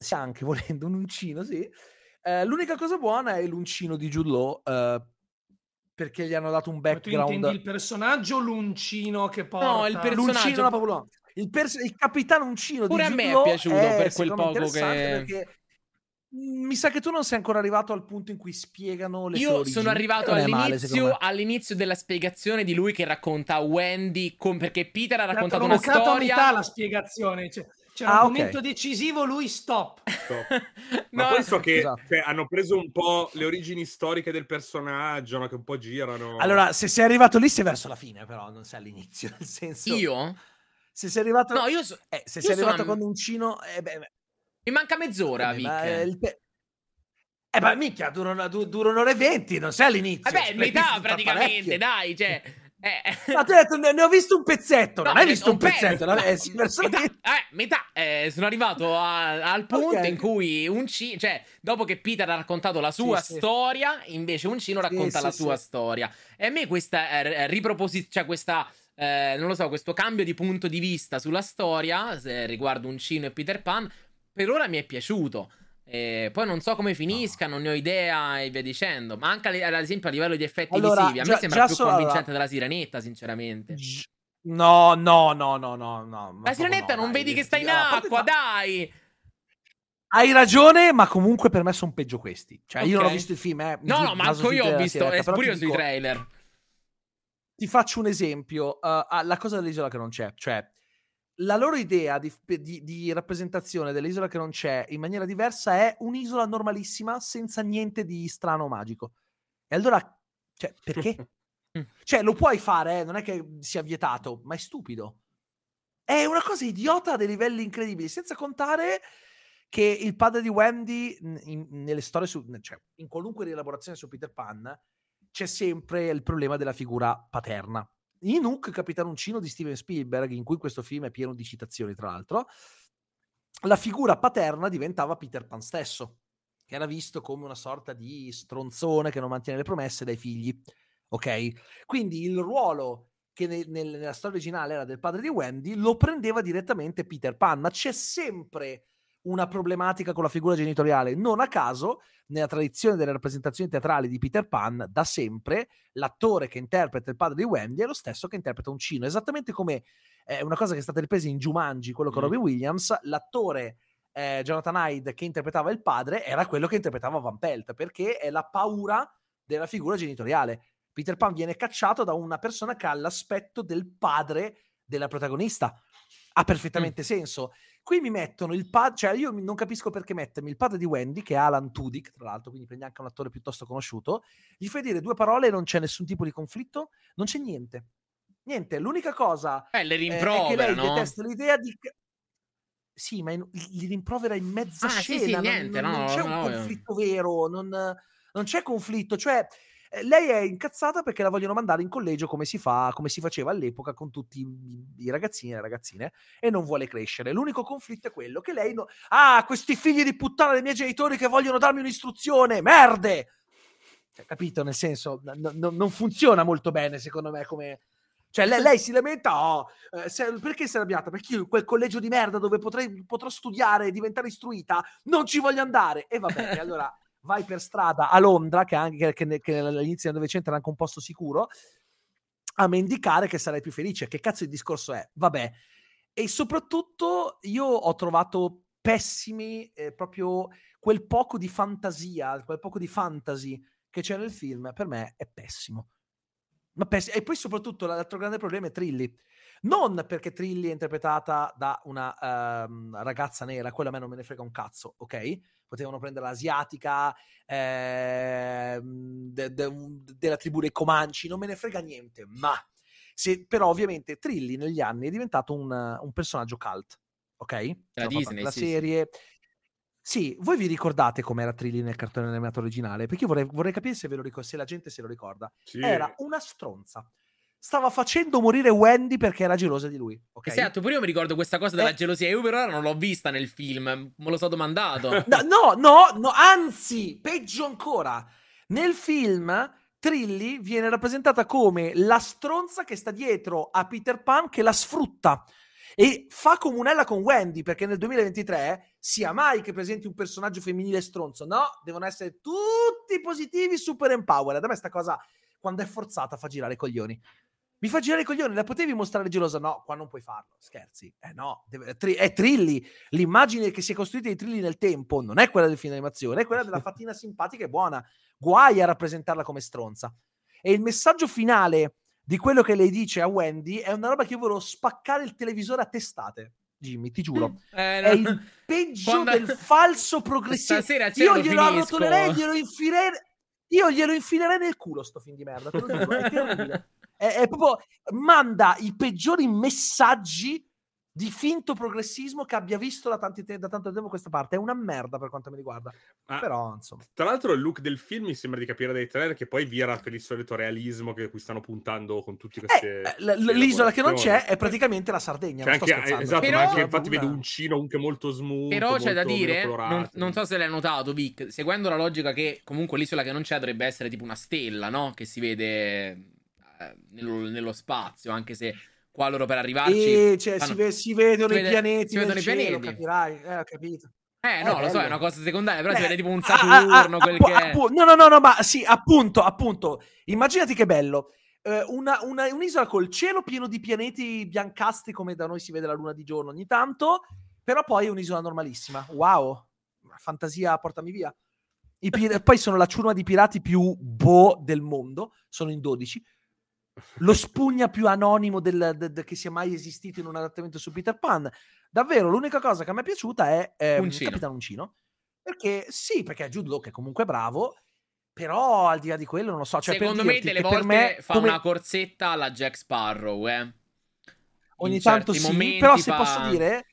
Sì, anche volendo un uncino, sì. L'unica cosa buona è l'uncino di Jude Law, perché gli hanno dato un background. Ma tu intendi il personaggio o l'uncino che porta? No, il personaggio. L'uncino, no, proprio no. Il capitano uncino pure di Jude a me Law è piaciuto per quel poco interessante che... perché mi sa che tu non sei ancora arrivato al punto in cui spiegano le sue Io origini. sono arrivato Non è male, secondo me. all'inizio della spiegazione di lui che racconta a Wendy perché Peter ha raccontato L'ha una provocato a storia. metà la spiegazione, c'era un momento decisivo, lui stop. Ma No, poi so che esatto. hanno preso un po' le origini storiche del personaggio, no? Che un po' girano. Allora, se sei arrivato lì sei verso la fine, però non sei all'inizio, nel senso... Io? Se sei arrivato... No, se sei arrivato con uncino... mi manca mezz'ora, Vic. Ma minchia, dura un'ora e 20, non sei all'inizio. Vabbè, metà praticamente, dai, cioè... Ma ti ho detto, ne ho visto un pezzetto, non hai visto un pezzetto? Metà. Sono arrivato al punto in cui cioè, dopo che Peter ha raccontato la sua storia, invece Uncino racconta la sua storia. E a me questa riproposizione, cioè questa... non lo so, questo cambio di punto di vista sulla storia riguardo Uncino e Peter Pan per ora mi è piaciuto. Poi non so come finisca, non ne ho idea e via dicendo. Ma anche ad esempio a livello di effetti visivi, a me sembra più convincente della Sirenetta, sinceramente. No. La Sirenetta non vedi che sta in acqua, dai! Hai ragione, ma comunque per me sono peggio questi. Cioè, io non ho visto il film. No, manco io ho visto, pure io sui trailer. Ti faccio un esempio. La cosa dell'isola che non c'è. Cioè, la loro idea di rappresentazione dell'isola che non c'è in maniera diversa è un'isola normalissima senza niente di strano o magico. E allora, cioè, perché? Cioè, lo puoi fare, non è che sia vietato, ma è stupido. È una cosa idiota a dei livelli incredibili, senza contare che il padre di Wendy nelle storie cioè, in qualunque rielaborazione su Peter Pan c'è sempre il problema della figura paterna. In Hook, Capitano Uncino di Steven Spielberg, in cui questo film è pieno di citazioni, tra l'altro, la figura paterna diventava Peter Pan stesso, che era visto come una sorta di stronzone che non mantiene le promesse dai figli. Ok? Quindi il ruolo che nella storia originale era del padre di Wendy lo prendeva direttamente Peter Pan, ma c'è sempre una problematica con la figura genitoriale. Non a caso, nella tradizione delle rappresentazioni teatrali di Peter Pan, da sempre, l'attore che interpreta il padre di Wendy è lo stesso che interpreta Uncino, esattamente come una cosa che è stata ripresa in Jumanji, quello con Robin Williams, l'attore Jonathan Hyde che interpretava il padre era quello che interpretava Van Pelt, perché è la paura della figura genitoriale. Peter Pan viene cacciato da una persona che ha l'aspetto del padre della protagonista. Ha perfettamente senso. Qui mi mettono il padre, cioè io non capisco perché mettermi il padre di Wendy, che è Alan Tudyk, tra l'altro, quindi prendi anche un attore piuttosto conosciuto, gli fai dire 2 parole e non c'è nessun tipo di conflitto, non c'è niente. Niente, l'unica cosa le rimprovera, è che lei no? detesta l'idea di... Sì, ma li rimprovera in mezza scena, niente, non c'è un conflitto vero, non c'è conflitto, cioè... Lei è incazzata perché la vogliono mandare in collegio come si faceva all'epoca con tutti i ragazzini e le ragazzine, e non vuole crescere. L'unico conflitto è quello che lei questi figli di puttana dei miei genitori che vogliono darmi un'istruzione, merde! Cioè, capito? Nel senso, non funziona molto bene secondo me come... Cioè lei si lamenta, perché sei arrabbiata? Perché io in quel collegio di merda dove potrò studiare e diventare istruita non ci voglio andare. E vabbè, e allora... vai per strada a Londra, che all'inizio del Novecento era anche un posto sicuro, a mendicare che sarai più felice. Che cazzo di discorso è? Vabbè. E soprattutto io ho trovato pessimi proprio quel poco di fantasia, quel poco di fantasy che c'è nel film, per me è pessimo. E poi soprattutto l'altro grande problema è Trilly. Non perché Trilly è interpretata da una ragazza nera, quello a me non me ne frega un cazzo, ok? Potevano prendere l'asiatica della tribù dei Comanci, non me ne frega niente, però ovviamente Trilly negli anni è diventato un personaggio cult, ok? La Disney, la serie... Sì, voi vi ricordate com'era Trilly nel cartone animato originale? Perché io vorrei capire se la gente se lo ricorda. Sì. Era una stronza. Stava facendo morire Wendy perché era gelosa di lui. Okay? Esatto, pure io mi ricordo questa cosa della gelosia. Io per ora non l'ho vista nel film, me lo so domandato. No, anzi, peggio ancora. Nel film Trilly viene rappresentata come la stronza che sta dietro a Peter Pan che la sfrutta. E fa comunella con Wendy, perché nel 2023 sia mai che presenti un personaggio femminile stronzo, no, devono essere tutti positivi, super empowered. A me sta cosa, quando è forzata, fa girare i coglioni. Mi fa girare i coglioni, la potevi mostrare gelosa? No, qua non puoi farlo, scherzi. No, è Trilli. L'immagine che si è costruita di Trilli nel tempo non è quella del film d'animazione, è quella della fatina simpatica e buona. Guai a rappresentarla come stronza. E il messaggio finale di quello che lei dice a Wendy è una roba che io volevo spaccare il televisore a testate, Jimmy, ti giuro. È il peggio del falso progressivo. Io glielo arrotolerei, io glielo infilerei nel culo sto film di merda, te lo giuro, è terribile. È proprio, manda i peggiori messaggi di finto progressismo che abbia visto da tanto tempo questa parte. È una merda per quanto mi riguarda. Però, insomma. Tra l'altro il look del film mi sembra di capire dai trailer che poi vira per il solito realismo che qui stanno puntando con tutti queste... l'isola che non c'è è praticamente la Sardegna. Cioè non sto anche, esatto, però, ma anche infatti vedo un Cino anche molto smooth. Però c'è da dire, colorato, non so se l'hai notato, Vic, seguendo la logica che comunque l'isola che non c'è dovrebbe essere tipo una stella, no? Che si vede nello spazio, anche se qua loro per arrivarci cioè, si vedono i pianeti, si vedono i cielo, pianeti, capirai? Ho capito. No, lo so, è una cosa secondaria, però si vede tipo un Saturno, quel che è. No, ma sì, appunto. Immaginati che bello. Un'isola col cielo pieno di pianeti biancastri, come da noi si vede la luna di giorno ogni tanto, però poi è un'isola normalissima. Wow, fantasia, portami via. Poi sono la ciurma di pirati più del mondo, sono in 12. Lo spugna più anonimo che sia mai esistito in un adattamento su Peter Pan. Davvero, l'unica cosa che a me è piaciuta è Capitano Uncino. Perché è Jude Law, che è comunque bravo, però al di là di quello non lo so. Cioè, secondo me delle volte fa una corsetta alla Jack Sparrow, ogni tanto sì, momenti però se posso dire,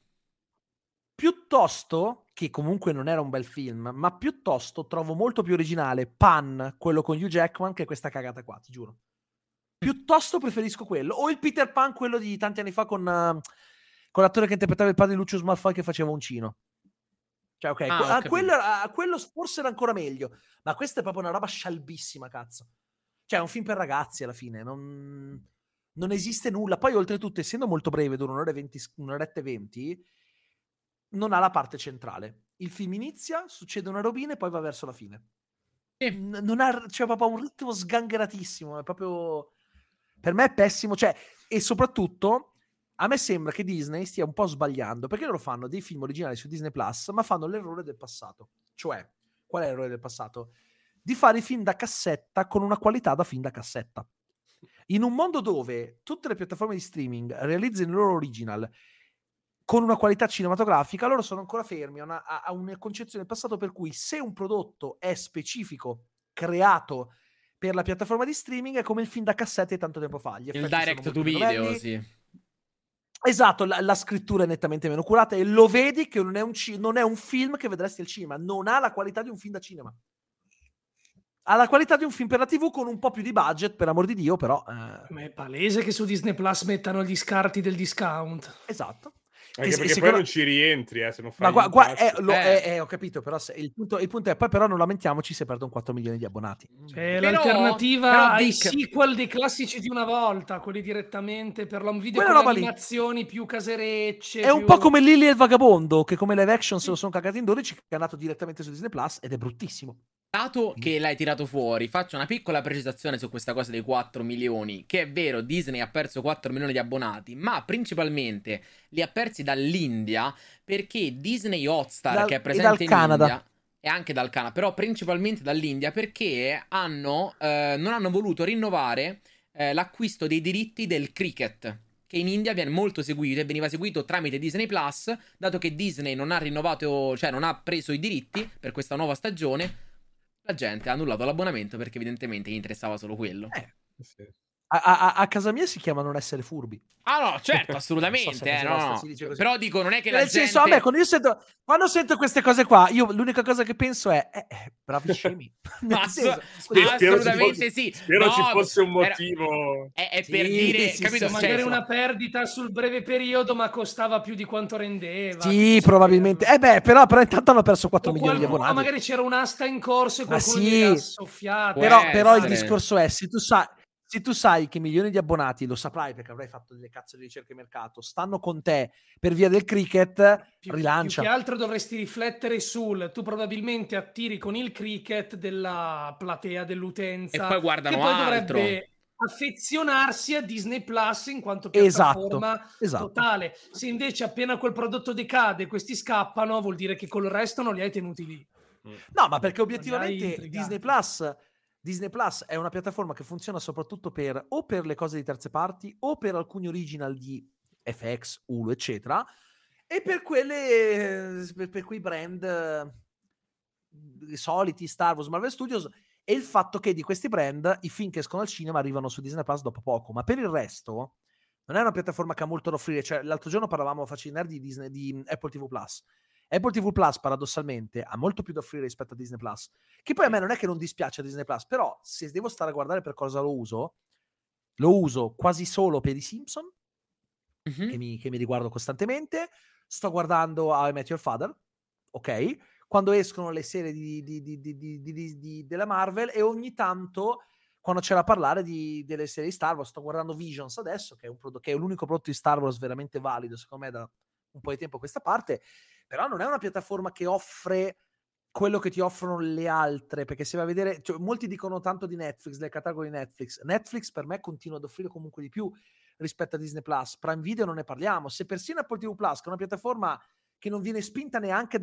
piuttosto, che comunque non era un bel film, ma piuttosto trovo molto più originale Pan, quello con Hugh Jackman, che questa cagata qua, ti giuro. Piuttosto preferisco quello, o il Peter Pan, quello di tanti anni fa con l'attore che interpretava il padre di Lucius Malfoy, che faceva Uncino. Cioè, ok, quello forse era ancora meglio, ma questa è proprio una roba scialbissima, cazzo. Cioè, è un film per ragazzi alla fine, non esiste nulla. Poi, oltretutto, essendo molto breve, dura un'oretta e 20, non ha la parte centrale. Il film inizia, succede una robina e poi va verso la fine. Non ha, cioè, proprio un ritmo sgangheratissimo, è proprio... Per me è pessimo, cioè, e soprattutto a me sembra che Disney stia un po' sbagliando, perché loro fanno dei film originali su Disney Plus, ma fanno l'errore del passato. Cioè, qual è l'errore del passato? Di fare i film da cassetta con una qualità da film da cassetta. In un mondo dove tutte le piattaforme di streaming realizzano il loro original con una qualità cinematografica, loro sono ancora fermi a una concezione del passato per cui se un prodotto è specifico, creato per la piattaforma di streaming, è come il film da cassette tanto tempo fa. Il direct to video, sì. Esatto, la scrittura è nettamente meno curata e lo vedi che non è un film che vedresti al cinema, non ha la qualità di un film da cinema. Ha la qualità di un film per la TV con un po' più di budget, per amor di Dio, però... Ma è palese che su Disney Plus mettano gli scarti del discount. Esatto. Anche perché poi non ci rientri, se non fai... Ma ho capito, però il punto è, poi però non lamentiamoci se perdono 4 milioni di abbonati. Cioè, l'alternativa ai sequel dei classici di una volta, quelli direttamente per l'home video con animazioni più caserecce. È un po' come Lily e il Vagabondo, che come live action se lo sono cagati in 12, che è andato direttamente su Disney Plus ed è bruttissimo. Dato che l'hai tirato fuori, faccio una piccola precisazione su questa cosa dei 4 milioni, che è vero, Disney ha perso 4 milioni di abbonati, ma principalmente li ha persi dall'India, perché Disney Hotstar, che è presente in India, e anche dal Canada, però principalmente dall'India, perché non hanno voluto rinnovare l'acquisto dei diritti del cricket, che in India viene molto seguito e veniva seguito tramite Disney Plus, dato che Disney non ha rinnovato, cioè non ha preso i diritti per questa nuova stagione. La gente ha annullato l'abbonamento perché evidentemente gli interessava solo quello. Sì. A casa mia si chiama non essere furbi. Ah no, certo, assolutamente. No. Però dico, non è che la gente... Nel senso, a me, quando sento queste cose qua, io l'unica cosa che penso è bravi scemi. Assolutamente sì. Spero ci fosse un motivo. È per dire, capito? Magari una perdita sul breve periodo, ma costava più di quanto rendeva. Sì, probabilmente. Però intanto hanno perso 4 milioni di abbonati. Magari c'era un'asta in corso e qualcuno gli ha soffiato. Però il discorso è, se se tu sai che milioni di abbonati, lo saprai perché avrai fatto delle cazzo di ricerche mercato, stanno con te per via del cricket, rilancia. Più che altro dovresti riflettere tu probabilmente attiri con il cricket della platea dell'utenza e poi guardano che poi altro. dovrebbe affezionarsi a Disney Plus in quanto piattaforma totale. Se invece appena quel prodotto decade questi scappano, vuol dire che con il resto non li hai tenuti lì. No, ma perché obiettivamente Disney Plus è una piattaforma che funziona soprattutto per le cose di terze parti o per alcuni original di FX, Hulu, eccetera, e per quelle per quei brand soliti, Star Wars, Marvel Studios, e il fatto che di questi brand i film che escono al cinema arrivano su Disney Plus dopo poco, ma per il resto non è una piattaforma che ha molto da offrire. Cioè, l'altro giorno parlavamo facendo nerd di Apple TV Plus. Apple TV Plus paradossalmente ha molto più da offrire rispetto a Disney Plus, che poi a me non è che non dispiace a Disney Plus, però se devo stare a guardare per cosa lo uso quasi solo per i Simpson, che mi riguardo costantemente. Sto guardando How I Met Your Father, ok? Quando escono le serie della Marvel, e ogni tanto quando c'è da parlare delle serie di Star Wars. Sto guardando Visions adesso, che è l'unico prodotto di Star Wars veramente valido secondo me da un po' di tempo a questa parte. Però non è una piattaforma che offre quello che ti offrono le altre, perché se vai a vedere, cioè, molti dicono tanto di Netflix, del catalogo di Netflix per me continua ad offrire comunque di più rispetto a Disney Plus. Prime Video non ne parliamo. Se persino Apple TV Plus, che è una piattaforma che non viene spinta neanche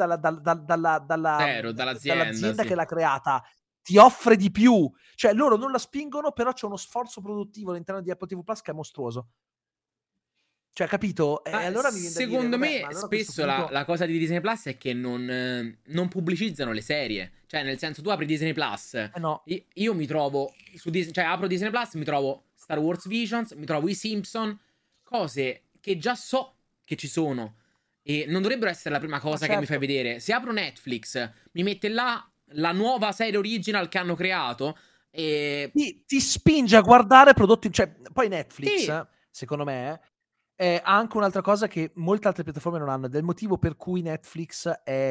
dall'azienda che l'ha creata, ti offre di più, cioè loro non la spingono, però c'è uno sforzo produttivo all'interno di Apple TV Plus che è mostruoso. Cioè, capito? Allora mi viene da secondo dire, me allora spesso punto... la cosa di Disney Plus è che non pubblicizzano le serie. Cioè, nel senso, tu apri Disney Plus, no. io mi trovo su Disney, cioè apro Disney Plus, mi trovo Star Wars Visions, mi trovo i Simpson, cose che già so che ci sono e non dovrebbero essere la prima cosa che mi fai vedere. Se apro Netflix, mi mette là la nuova serie original che hanno creato e ti spinge a guardare prodotti, cioè poi Netflix, secondo me ha anche un'altra cosa che molte altre piattaforme non hanno, ed è il motivo per cui Netflix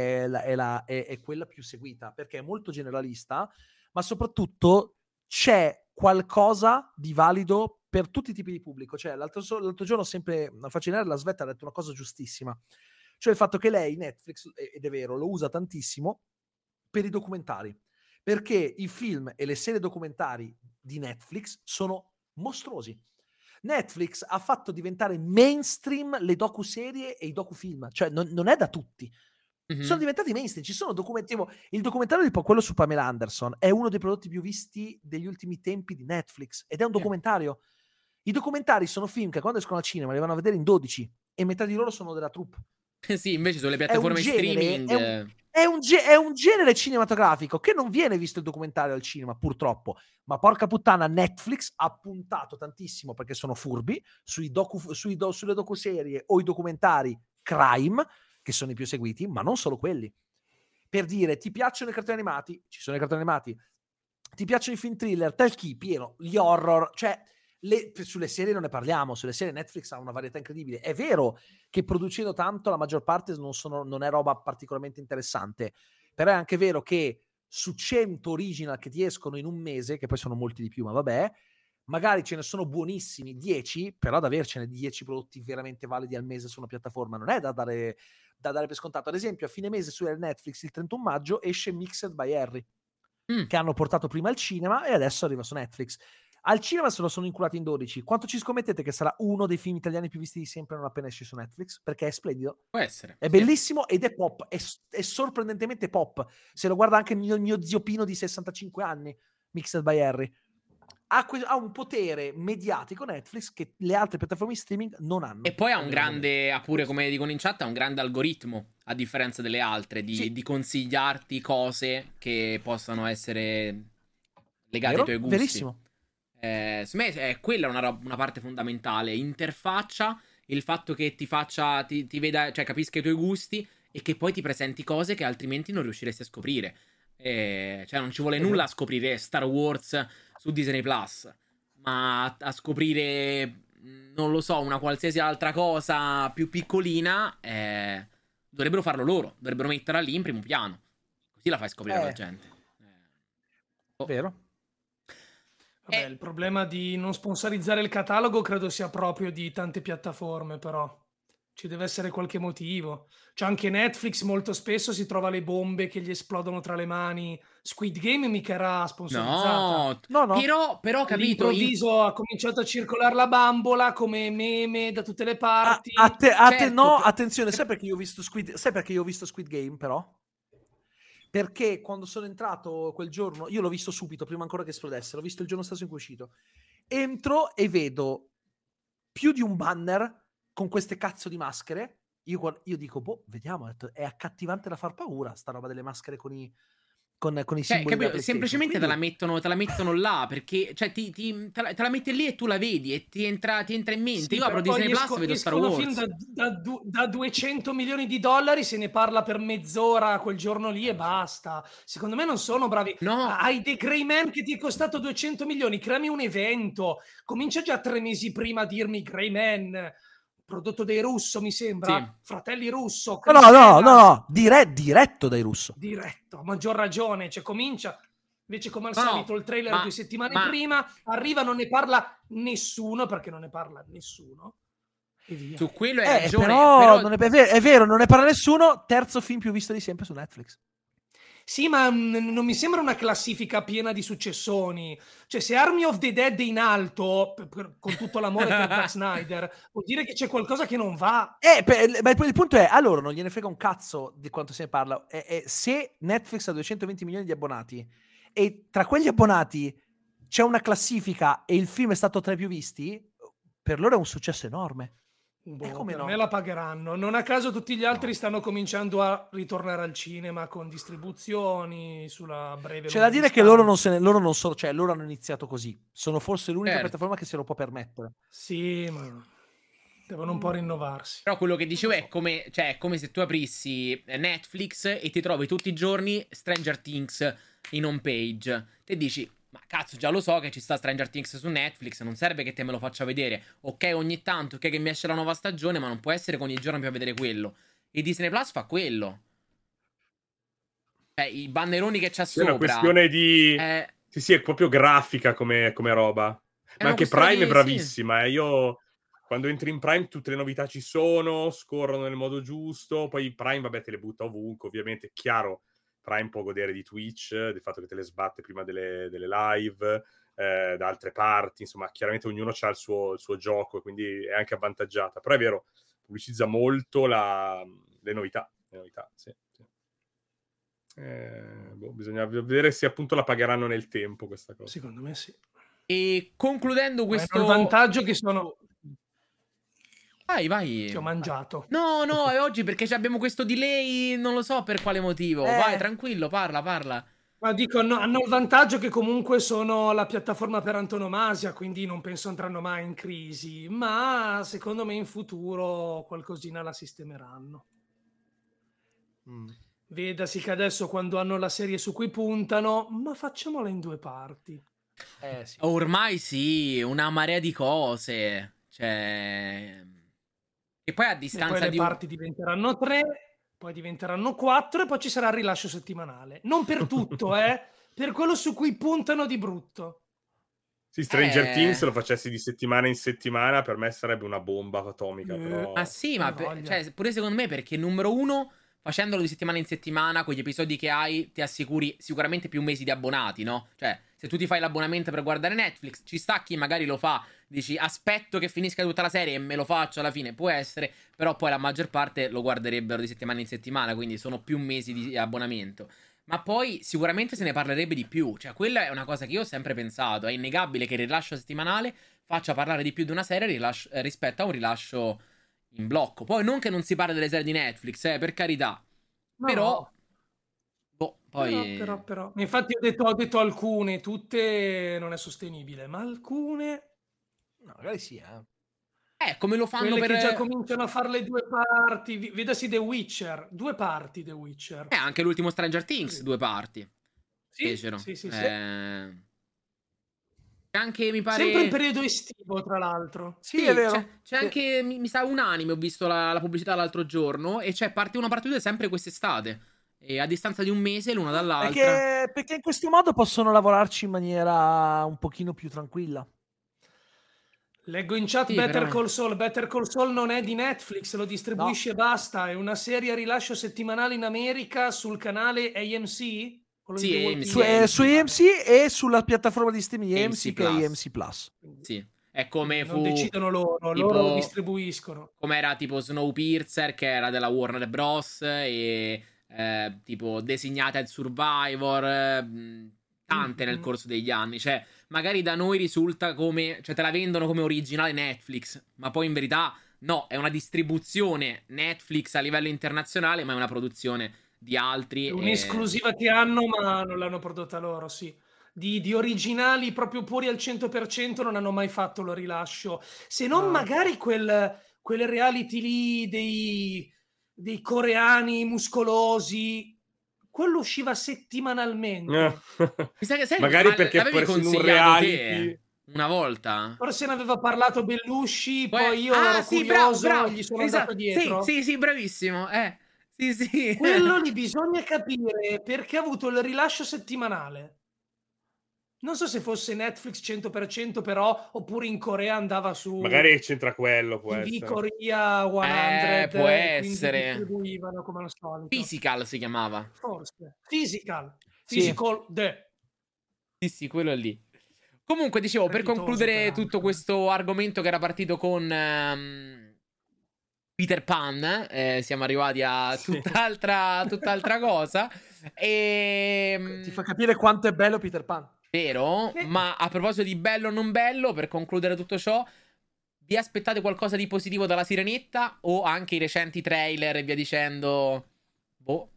è quella più seguita, perché è molto generalista, ma soprattutto c'è qualcosa di valido per tutti i tipi di pubblico. Cioè, l'altro giorno, sempre a Facinare, la Svetta ha detto una cosa giustissima, cioè il fatto che lei, Netflix, ed è vero, lo usa tantissimo per i documentari, perché i film e le serie documentari di Netflix sono mostruosi. Netflix ha fatto diventare mainstream le docuserie e i docufilm, cioè non è da tutti. Sono diventati mainstream. Ci sono il documentario di quello su Pamela Anderson è uno dei prodotti più visti degli ultimi tempi di Netflix, ed è un documentario. I documentari sono film che quando escono al cinema li vanno a vedere in 12 e metà di loro sono della troupe. Sì, invece sulle piattaforme streaming è un genere cinematografico che non viene visto il documentario al cinema, purtroppo. Ma porca puttana, Netflix ha puntato tantissimo, perché sono furbi, sulle docuserie o i documentari crime, che sono i più seguiti, ma non solo quelli. Per dire, ti piacciono i cartoni animati? Ci sono i cartoni animati. Ti piacciono i film thriller? Talkie, pieno. Gli horror, cioè... sulle serie non ne parliamo. Sulle serie Netflix ha una varietà incredibile. È vero che producendo tanto la maggior parte non è roba particolarmente interessante, però è anche vero che su 100 original che ti escono in un mese, che poi sono molti di più, ma vabbè, magari ce ne sono buonissimi 10, però ad avercene 10 prodotti veramente validi al mese su una piattaforma non è da dare per scontato. Ad esempio, a fine mese su Netflix il 31 maggio esce Mixed by Harry, che hanno portato prima al cinema e adesso arriva su Netflix. Al cinema se lo sono inculati in 12. Quanto ci scommettete che sarà uno dei film italiani più visti di sempre non appena esce su Netflix? Perché è splendido. Può essere. È bellissimo ed è pop. È sorprendentemente pop. Se lo guarda anche il mio zio Pino di 65 anni, Mixed by Harry. Ha un potere mediatico Netflix che le altre piattaforme di streaming non hanno. E poi ha un grande, pure come dicono in chat, ha un grande algoritmo, a differenza delle altre, di consigliarti cose che possano essere legate ai tuoi gusti. Verissimo. Secondo me è quella una parte fondamentale. Interfaccia, il fatto che ti faccia, ti veda, cioè capisca i tuoi gusti e che poi ti presenti cose che altrimenti non riusciresti a scoprire. Cioè non ci vuole nulla a scoprire Star Wars su Disney Plus, ma a scoprire, non lo so, una qualsiasi altra cosa più piccolina, dovrebbero farlo loro, dovrebbero metterla lì in primo piano, così la fai scoprire alla gente. Vero. Vabbè, il problema di non sponsorizzare il catalogo credo sia proprio di tante piattaforme, però ci deve essere qualche motivo. C'è anche Netflix, molto spesso si trova le bombe che gli esplodono tra le mani. Squid Game mica era sponsorizzata. No. Però capito. All'improvviso ha cominciato a circolare la bambola come meme da tutte le parti. No, attenzione, sai perché io ho visto Squid Game, però? Perché quando sono entrato quel giorno, io l'ho visto subito, prima ancora che esplodesse, l'ho visto il giorno stesso in cui è uscito. Entro e vedo più di un banner con queste cazzo di maschere. Io dico, vediamo, è accattivante da far paura sta roba delle maschere con i simboli della semplicemente quindi... te la mettono là, perché cioè te la metti lì e tu la vedi e ti entra in mente. Sì, io apro Disney Plus e vedo Star Wars. Film da 200 milioni di dollari, se ne parla per mezz'ora quel giorno lì e basta. Secondo me non sono bravi. Hai The Gray Man che ti è costato 200 milioni, creami un evento, comincia già 3 mesi prima a dirmi Gray Man, prodotto dai Russo, mi sembra. Sì. Fratelli Russo. No. Diretto dai Russo. Diretto, a maggior ragione. Cioè, comincia. Invece, come al solito, il trailer 2 settimane prima arriva, non ne parla nessuno, perché non ne parla nessuno. E via. Su quello hai ragione. Però... Non è vero, non ne parla nessuno. Terzo film più visto di sempre su Netflix. Sì, ma non mi sembra una classifica piena di successoni. Cioè, se Army of the Dead è in alto, con tutto l'amore per Zack Snyder, vuol dire che c'è qualcosa che non va. Ma il punto è, a loro non gliene frega un cazzo di quanto se ne parla. Se Netflix ha 220 milioni di abbonati e tra quegli abbonati c'è una classifica e il film è stato tra i più visti, per loro è un successo enorme. Per me la pagheranno. Non a caso tutti gli altri stanno cominciando a ritornare al cinema con distribuzioni sulla breve. C'è da dire che loro non sono, cioè loro hanno iniziato così. Sono forse l'unica piattaforma che se lo può permettere. Sì, ma devono un po' rinnovarsi. Però quello che dicevo è come se tu aprissi Netflix e ti trovi tutti i giorni Stranger Things in home page. Te dici, ma cazzo, già lo so che ci sta Stranger Things su Netflix, non serve che te me lo faccia vedere. Ok, ogni tanto, ok che mi esce la nuova stagione, ma non può essere che ogni giorno più a vedere quello. E Disney Plus fa quello. I banneroni che c'ha sopra. È una questione di... Sì, è proprio grafica come roba. Ma anche Prime è bravissima. Io, quando entri in Prime, tutte le novità ci sono, scorrono nel modo giusto. Poi Prime, vabbè, te le butta ovunque, ovviamente, è chiaro. Prime può godere di Twitch, del fatto che te le sbatte prima delle live, da altre parti, insomma, chiaramente ognuno ha il suo gioco, quindi è anche avvantaggiata. Però è vero, pubblicizza molto le novità, sì. Bisogna vedere se appunto la pagheranno nel tempo questa cosa. Secondo me sì. E concludendo questo... il vantaggio che sono... Vai. Ti ho mangiato. No, è oggi perché abbiamo questo delay, non lo so per quale motivo. Vai, tranquillo, parla. Ma dico, hanno il vantaggio che comunque sono la piattaforma per antonomasia, quindi non penso andranno mai in crisi, ma secondo me in futuro qualcosina la sistemeranno. Vedasi che adesso quando hanno la serie su cui puntano, ma facciamola in 2 parti. Sì. Ormai sì, una marea di cose. Cioè... E poi a distanza le parti diventeranno 3, poi diventeranno 4 e poi ci sarà il rilascio settimanale. Non per tutto, per quello su cui puntano di brutto. Sì, Stranger Things, se lo facessi di settimana in settimana, per me sarebbe una bomba atomica. Però... Ma sì, ma pure secondo me, perché numero 1, facendolo di settimana in settimana, con gli episodi che hai, ti assicuri sicuramente più mesi di abbonati, no? Cioè, se tu ti fai l'abbonamento per guardare Netflix, ci sta chi magari lo fa, dici aspetto che finisca tutta la serie e me lo faccio alla fine, può essere, però poi la maggior parte lo guarderebbero di settimana in settimana, quindi sono più mesi di abbonamento. Ma poi sicuramente se ne parlerebbe di più, cioè quella è una cosa che io ho sempre pensato, è innegabile che il rilascio settimanale faccia parlare di più di una serie rispetto a un rilascio in blocco. Poi non che non si parli delle serie di Netflix, per carità, no. Però... poi... Però. Infatti ho detto alcune, tutte non è sostenibile, ma alcune... No, magari sì, come lo fanno quelle che già cominciano a fare le 2 parti, vedasi The Witcher, 2 parti The Witcher. Anche l'ultimo Stranger Things, 2 parti. Sì. Anche mi pare... Sempre in periodo estivo, tra l'altro. Sì, è vero. C'è anche, mi sa, un anime, ho visto la pubblicità l'altro giorno, e c'è parte 1 parte 2 sempre quest'estate. e a distanza di un mese l'una dall'altra. Perché in questo modo possono lavorarci in maniera un pochino più tranquilla. Leggo in chat Better Call Saul. Better Call Saul non è di Netflix, lo distribuisce e basta. È una serie a rilascio settimanale in America sul canale AMC. Sì, su AMC e sulla piattaforma di streaming AMC che è AMC Plus. Sì, è come non decidono loro, tipo, loro lo distribuiscono. Come era tipo Snowpiercer, che era della Warner Bros. E tipo Designated Survivor, tante nel corso degli anni. Cioè, magari da noi risulta come, cioè te la vendono come originale Netflix, ma poi in verità no, è una distribuzione Netflix a livello internazionale, ma è una produzione di altri. È un'esclusiva che hanno, ma non l'hanno prodotta loro, sì. Di originali proprio puri al 100% non hanno mai fatto lo rilascio. Se non magari quel reality lì dei coreani muscolosi, quello usciva settimanalmente. Magari perché l'avevi consigliato te una volta. Forse ne aveva parlato Bellucci, poi io ero curioso, bravo. Gli sono andato dietro. Sì, bravissimo. Sì. Quello lì bisogna capire perché ha avuto il rilascio settimanale. Non so se fosse Netflix 100% però, oppure in Corea andava su... Magari c'entra quello, può TV essere. Corea 100, può essere. Distribuivano come al solito. Physical si chiamava. Forse. Physical. Sì, quello lì. Comunque, dicevo, per concludere tutto questo argomento che era partito con Peter Pan, siamo arrivati a tutt'altra cosa. Ti fa capire quanto è bello Peter Pan. Vero? Ma a proposito di bello o non bello, per concludere tutto ciò, vi aspettate qualcosa di positivo dalla Sirenetta o anche i recenti trailer e via dicendo? Boh.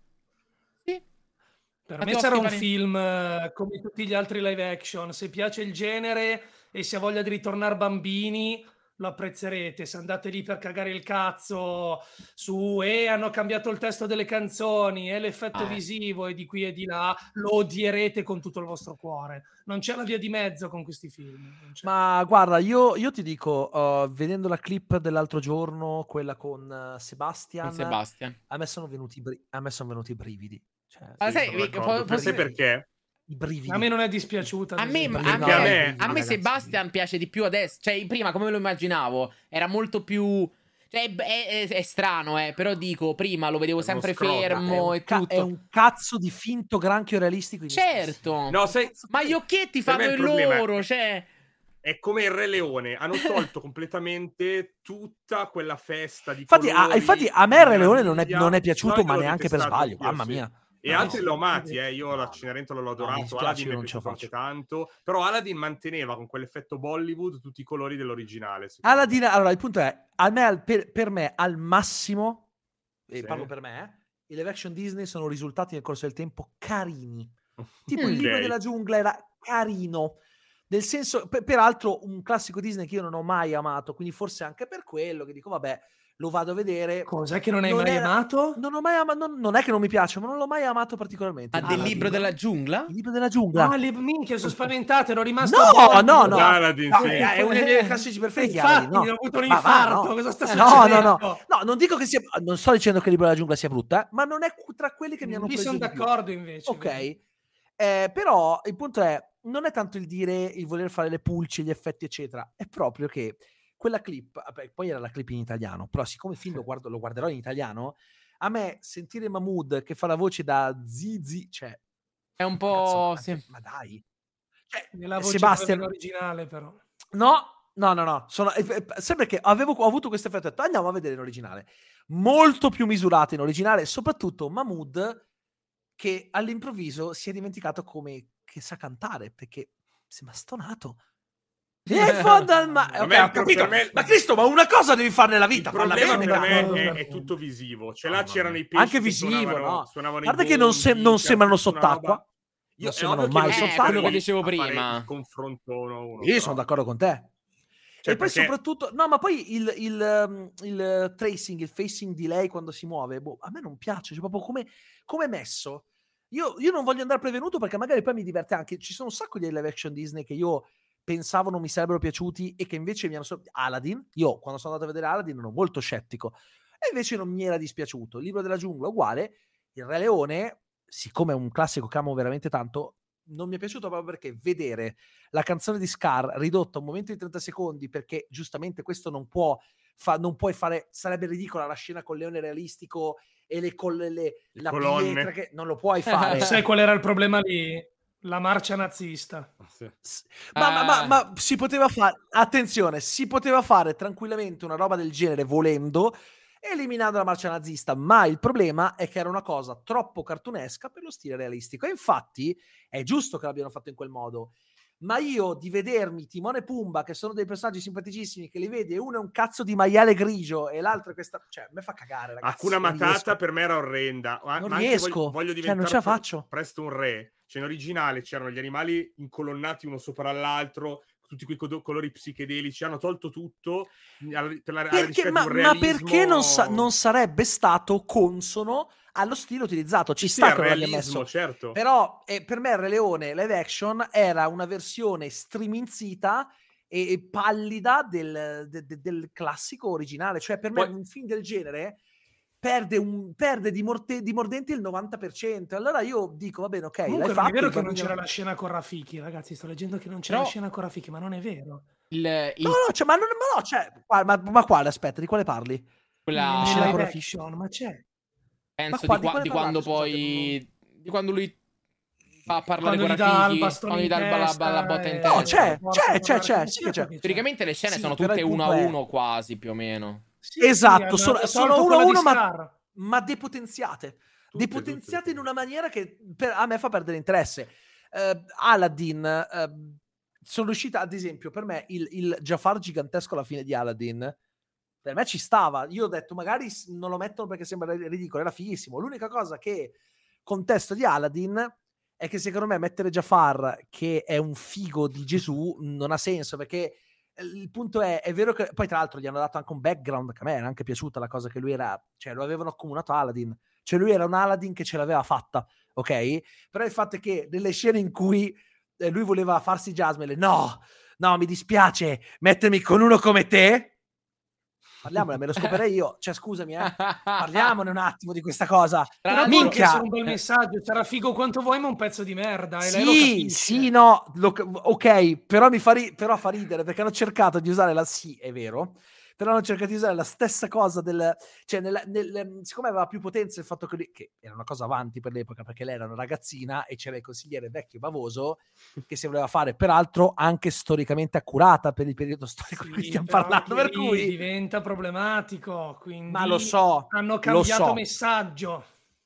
Sì. Per me sarà un film come tutti gli altri live action. Se piace il genere e si ha voglia di ritornare bambini, lo apprezzerete. Se andate lì per cagare il cazzo su hanno cambiato il testo delle canzoni e l'effetto visivo e di qui e di là, lo odierete con tutto il vostro cuore. Non c'è una via di mezzo con questi film. Ma guarda, io ti dico, vedendo la clip dell'altro giorno, quella con Sebastian, a me sono venuti i brividi. Cioè, sai perché? A me non è dispiaciuta. A me Sebastian piace di più adesso. Cioè, prima, come me lo immaginavo, era molto più... Cioè, è strano, però dico, prima lo vedevo sempre fermo e tutto. È un cazzo di finto granchio realistico. Certo. No, ma gli occhietti fanno il loro, cioè... È come il Re Leone, hanno tolto completamente tutta quella festa di infatti a me il Re Leone non è piaciuto, ma neanche per sbaglio, mamma mia. E altri l'ho amati, io la Cenerentola l'ho adorato, Aladdin mi è piaciuto anche tanto, però Aladdin manteneva con quell'effetto Bollywood tutti i colori dell'originale. Aladdin, allora il punto è, per me al massimo, e parlo per me, i live action Disney sono risultati nel corso del tempo carini. Tipo il libro della giungla era carino, nel senso, peraltro un classico Disney che io non ho mai amato, quindi forse anche per quello che dico, vabbè, lo vado a vedere. Cos'è che non hai mai amato? Non ho mai amato, non è che non mi piace, ma non l'ho mai amato particolarmente. Del libro della giungla? Il libro della giungla. Minchia, sono spaventato, ero rimasto... No. Aladdin, sì. È uno dei miei classici preferiti. Infatti, ho avuto un infarto. Cosa sta succedendo? No, non dico che sia... Non sto dicendo che il libro della giungla sia brutta, ma non è tra quelli che mi hanno preso. Sono d'accordo invece. Ok. Però il punto è, non è tanto il voler fare le pulci, gli effetti, eccetera. È proprio che quella clip, poi era la clip in italiano, però siccome il film lo guarderò in italiano, a me sentire Mahmood che fa la voce da Zizi, cioè è un po'... Ma dai. Nella voce Sebastian originale però. No. Sempre che ho avuto questo effetto, ho detto, andiamo a vedere in originale. Molto più misurato in originale, soprattutto Mahmood che all'improvviso si è dimenticato che sa cantare, perché sembra stonato. In fondo al mare, ho capito. Ma Cristo, ma una cosa devi fare nella vita. Il problema per me è tutto visivo. Là c'erano i pesci anche visivo, no? Suonavano guarda che non sembrano sott'acqua. Io sembrano mai sott'acqua. Quello che dicevo prima. Il confronto uno. Io sono d'accordo con te. E poi soprattutto, no, ma poi il tracing, il facing di lei quando si muove, a me non piace, cioè proprio come è messo. Io non voglio andare prevenuto perché magari poi mi diverte anche. Ci sono un sacco di live action Disney che io pensavo non mi sarebbero piaciuti e che invece mi hanno... Aladdin, io quando sono andato a vedere Aladdin ero molto scettico e invece non mi era dispiaciuto. Il libro della giungla uguale, Il Re Leone, siccome è un classico che amo veramente tanto, non mi è piaciuto proprio perché vedere la canzone di Scar ridotta a un momento di 30 secondi, perché giustamente questo non puoi fare, sarebbe ridicola la scena con il leone realistico e la pietra, che non lo puoi fare. Sai qual era il problema lì? La marcia nazista. Ma si poteva fare, attenzione, si poteva fare tranquillamente una roba del genere volendo, eliminando la marcia nazista, ma il problema è che era una cosa troppo cartunesca per lo stile realistico, e infatti è giusto che l'abbiano fatto in quel modo, ma io di vedermi Timone e Pumba, che sono dei personaggi simpaticissimi, che li vedi, e uno è un cazzo di maiale grigio e l'altro è questa, cioè me fa cagare, ragazzi. Hakuna Matata per me era orrenda, non riesco, voglio cioè, non ce la faccio. Presto un re, cioè in originale c'erano gli animali incolonnati uno sopra l'altro, tutti quei colori psichedelici, hanno tolto tutto per la ricerca di un realismo... Ma perché non sarebbe stato consono allo stile utilizzato? Ci sta che l'abbia messo, certo. Però per me il Re Leone live action era una versione striminzita e pallida del classico originale, cioè per me un film del genere perde di mordenti il 90%. Allora io dico, va bene, ok. Comunque non è vero che non c'era la scena con Rafiki, ragazzi, sto leggendo che non c'era la scena con Rafiki, ma non è vero. Ma quale, aspetta, di quale parli? La scena con Rafiki, ma c'è. Penso di quando poi... Di quando lui fa parlare con Rafiki, quando gli dà la botta in testa. No, c'è. Teoricamente le scene sono tutte 1-1 quasi, più o meno. Sì, esatto, sono 1-1 ma depotenziate. Depotenziate in una maniera che a me fa perdere interesse. Aladdin, sono riuscita, ad esempio, per me il Jafar gigantesco alla fine di Aladdin, per me ci stava. Io ho detto, magari non lo mettono perché sembra ridicolo, era fighissimo. L'unica cosa che contesto di Aladdin è che secondo me mettere Jafar, che è un figo di Gesù, non ha senso, perché il punto è vero che poi tra l'altro gli hanno dato anche un background che a me era anche piaciuta, la cosa che lui era, cioè lo avevano accomunato Aladdin, cioè lui era un Aladdin che ce l'aveva fatta, ok? Però il fatto è che nelle scene in cui lui voleva farsi Jasmine, no, mi dispiace mettermi con uno come te, parliamone, me lo scoperei io, cioè scusami, parliamone un attimo di questa cosa. Minchia, sarà un bel messaggio, sarà figo quanto vuoi, ma un pezzo di merda. E sì, no, ok, però però fa ridere, perché hanno cercato di usare sì, è vero, però hanno cercato di usare la stessa cosa siccome aveva più potenza il fatto che era una cosa avanti per l'epoca, perché lei era una ragazzina e c'era il consigliere vecchio bavoso che si voleva fare, peraltro anche storicamente accurata per il periodo storico di cui stiamo parlando, per cui diventa problematico, quindi ma lo so, hanno cambiato messaggio.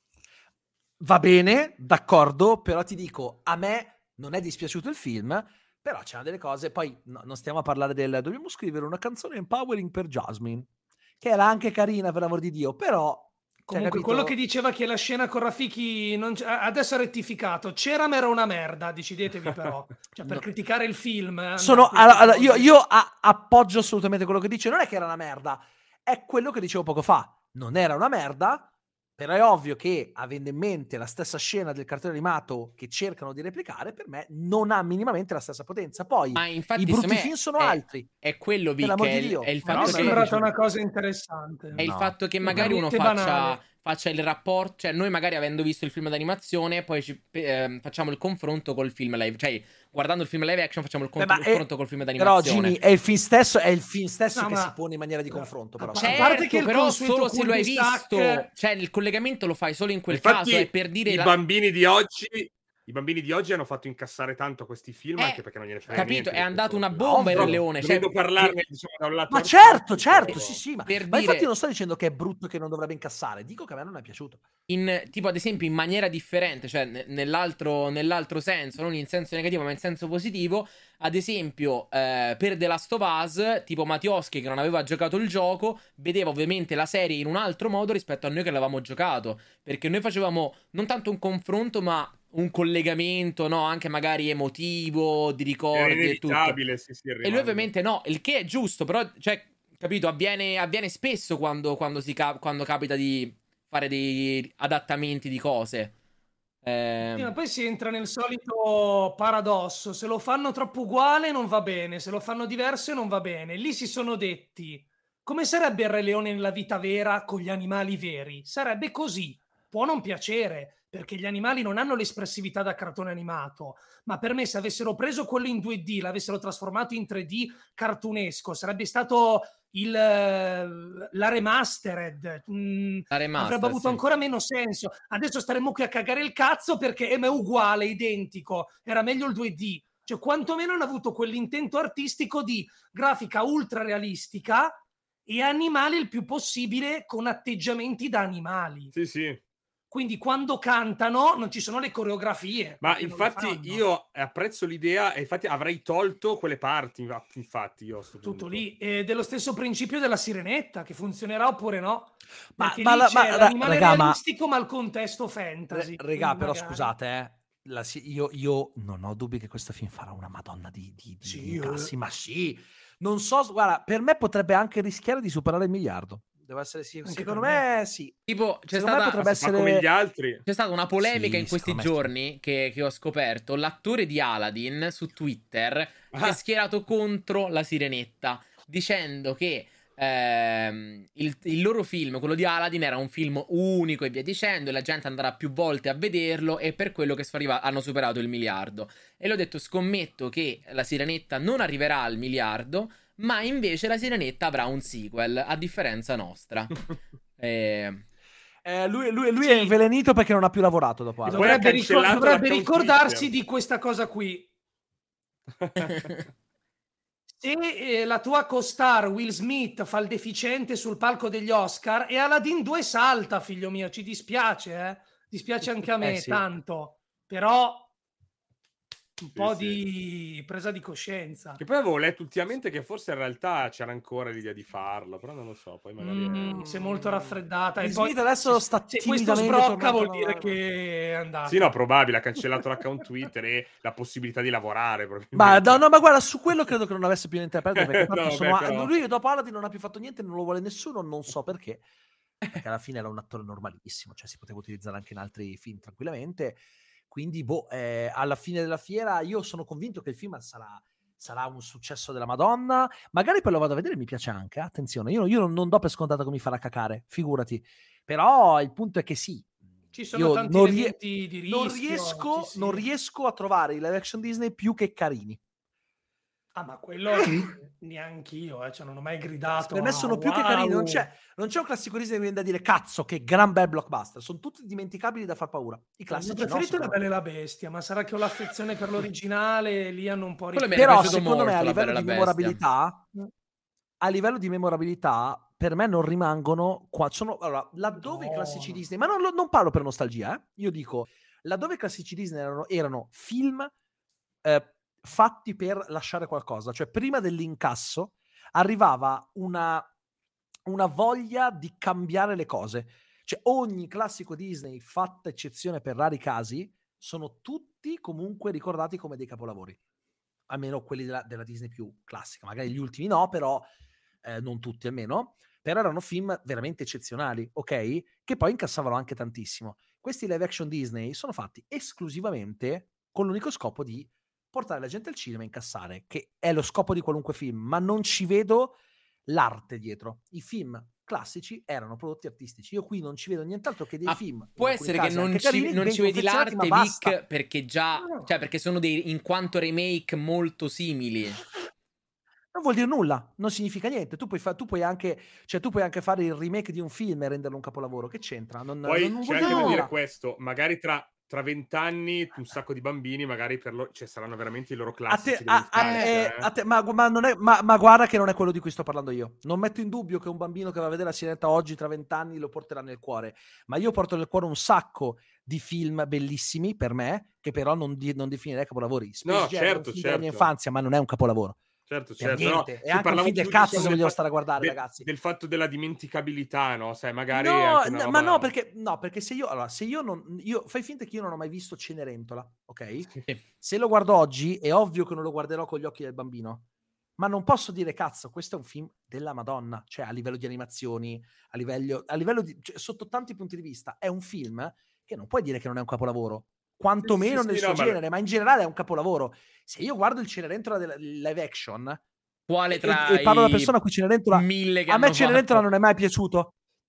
Va bene, d'accordo, però ti dico, a me non è dispiaciuto il film, però c'erano delle cose, poi non stiamo a parlare dobbiamo scrivere una canzone empowering per Jasmine, che era anche carina, per amor di Dio, però... Comunque quello che diceva che la scena con Rafiki adesso ha rettificato, c'era ma era una merda, decidetevi però, cioè per criticare il film. Io appoggio assolutamente quello che dice, non è che era una merda, è quello che dicevo poco fa, non era una merda, però è ovvio che, avendo in mente la stessa scena del cartone animato che cercano di replicare, per me non ha minimamente la stessa potenza. Poi i brutti film sono altri. È quello, Vic, è il fatto che... Mi è sembrata una cosa interessante. È il fatto che magari uno faccia il rapporto, cioè noi magari avendo visto il film d'animazione poi facciamo il confronto col film live, cioè guardando il film live action facciamo il confronto col film d'animazione. Però Gini, è il film stesso che si pone in maniera di confronto, però. Certo, a parte che però solo se lo hai visto, cioè il collegamento lo fai solo in quel caso, è per dire bambini di oggi I bambini di oggi hanno fatto incassare tanto questi film anche perché non gliene frega capito, niente. È andato una bomba il Re Leone. Dovendo parlarne, diciamo, da un lato. Ma certo, sì. Ma dire... infatti non sto dicendo che è brutto, che non dovrebbe incassare. Dico che a me non è piaciuto. Tipo, ad esempio, in maniera differente, cioè nell'altro senso, non in senso negativo, ma in senso positivo. Ad esempio, per The Last of Us, tipo Mattioschi, che non aveva giocato il gioco, vedeva ovviamente la serie in un altro modo rispetto a noi che l'avevamo giocato. Perché noi facevamo non tanto un confronto, ma un collegamento, no? Anche magari emotivo, di ricordi e tutto. Sì, e lui ovviamente no, il che è giusto, però, cioè, capito, avviene spesso quando capita di fare dei adattamenti di cose. Sì, ma poi si entra nel solito paradosso: se lo fanno troppo uguale non va bene, se lo fanno diverso non va bene. Lì si sono detti: come sarebbe il Re Leone nella vita vera con gli animali veri? Sarebbe così. può non piacere, perché gli animali non hanno l'espressività da cartone animato, ma per me se avessero preso quello in 2D, l'avessero trasformato in 3D cartunesco, sarebbe stato la remastered. Avrebbe avuto ancora meno senso. Adesso staremmo qui a cagare il cazzo perché è uguale, identico, era meglio il 2D. Cioè, quantomeno hanno avuto quell'intento artistico di grafica ultra realistica e animali il più possibile con atteggiamenti da animali. Sì. Quindi quando cantano non ci sono le coreografie. Ma infatti io apprezzo l'idea e infatti avrei tolto quelle parti, infatti io tutto lì. Ed è lo stesso principio della Sirenetta, che funzionerà oppure no. Ma l'animale realistico ma il contesto fantasy. Regà, però scusate, io non ho dubbi che questo film farà una madonna di incassi, ma sì. Non so, guarda, per me potrebbe anche rischiare di superare il miliardo. Devo essere secondo me sì. Tipo, potrebbe essere come gli altri. C'è stata una polemica in questi giorni che ho scoperto. L'attore di Aladdin su Twitter si è schierato contro la Sirenetta, dicendo che il loro film, quello di Aladdin, era un film unico e via dicendo, e la gente andrà più volte a vederlo, e per quello che hanno superato il miliardo. E l'ho detto, scommetto che la Sirenetta non arriverà al miliardo, ma invece la Sirenetta avrà un sequel, a differenza nostra. Lui è invelenito perché non ha più lavorato dopo. Dovrebbe ricordarsi di questa cosa qui. Se la tua co-star Will Smith fa il deficiente sul palco degli Oscar, e Aladdin 2 salta, figlio mio, ci dispiace, dispiace anche a me, tanto, però un po' di presa di coscienza. Che poi avevo letto ultimamente che forse in realtà c'era ancora l'idea di farlo, però non lo so, poi magari si è molto raffreddata. E poi adesso sta questo sbrocca, vuol dire che è andato. Sì, no, probabile, ha cancellato l'account Twitter e la possibilità di lavorare. Ma guarda, su quello credo che non avesse più niente da perdere, perché lui dopo Aladdin non ha più fatto niente, non lo vuole nessuno, non so perché alla fine era un attore normalissimo, cioè si poteva utilizzare anche in altri film tranquillamente. Quindi, alla fine della fiera io sono convinto che il film sarà un successo della Madonna. Magari poi lo vado a vedere e mi piace anche, attenzione. Io non do per scontato che mi farà cacare, figurati. Però il punto è che sì. Ci sono tanti elementi di rischio. Non riesco a trovare i live action Disney più che carini. Ma quello neanch'io, cioè non ho mai gridato. Per me sono più che carini, non c'è un classico Disney che viene da dire cazzo che gran bel blockbuster, sono tutti dimenticabili da far paura. I classici ho preferito La Bella e la Bestia, ma sarà che ho l'affezione per l'originale, lì hanno un po' però secondo me a livello di memorabilità per me non rimangono qua. Laddove i classici Disney, ma non parlo per nostalgia, io dico laddove i classici Disney erano film fatti per lasciare qualcosa, cioè prima dell'incasso arrivava una voglia di cambiare le cose, cioè ogni classico Disney, fatta eccezione per rari casi, sono tutti comunque ricordati come dei capolavori, almeno quelli della Disney più classica, magari gli ultimi no, però non tutti almeno, però erano film veramente eccezionali, ok? Che poi incassavano anche tantissimo. Questi live action Disney sono fatti esclusivamente con l'unico scopo di portare la gente al cinema e incassare, che è lo scopo di qualunque film, ma non ci vedo l'arte dietro. I film classici erano prodotti artistici, io qui non ci vedo nient'altro che dei film. Può essere che non ci vedi l'arte, Vic, perché già, cioè perché sono in quanto remake molto simili. Non vuol dire nulla, non significa niente. Tu puoi anche fare il remake di un film e renderlo un capolavoro. Che c'entra? Poi non c'è anche da dire questo, magari tra 20 anni un sacco di bambini magari saranno veramente i loro classici ma guarda che non è quello di cui sto parlando io. Non metto in dubbio che un bambino che va a vedere la Sirenetta oggi tra 20 anni lo porterà nel cuore, ma io porto nel cuore un sacco di film bellissimi per me che però non definirei capolavori. Certo, della mia infanzia, ma non è un capolavoro. Certo. No, è anche un film del cazzo se vogliamo stare a guardare, ragazzi. Del fatto della dimenticabilità, no? Sai, magari perché se io non fai finta che io non ho mai visto Cenerentola, ok? Se lo guardo oggi è ovvio che non lo guarderò con gli occhi del bambino, ma non posso dire cazzo, questo è un film della Madonna, cioè a livello di animazioni, a livello di, cioè, sotto tanti punti di vista è un film che non puoi dire che non è un capolavoro, quantomeno nel suo genere, ma in generale è un capolavoro. Se io guardo il Cenerentola del live action, quale tra e parlo da persona a cui Cenerentola, a me Cenerentola non è mai piaciuto.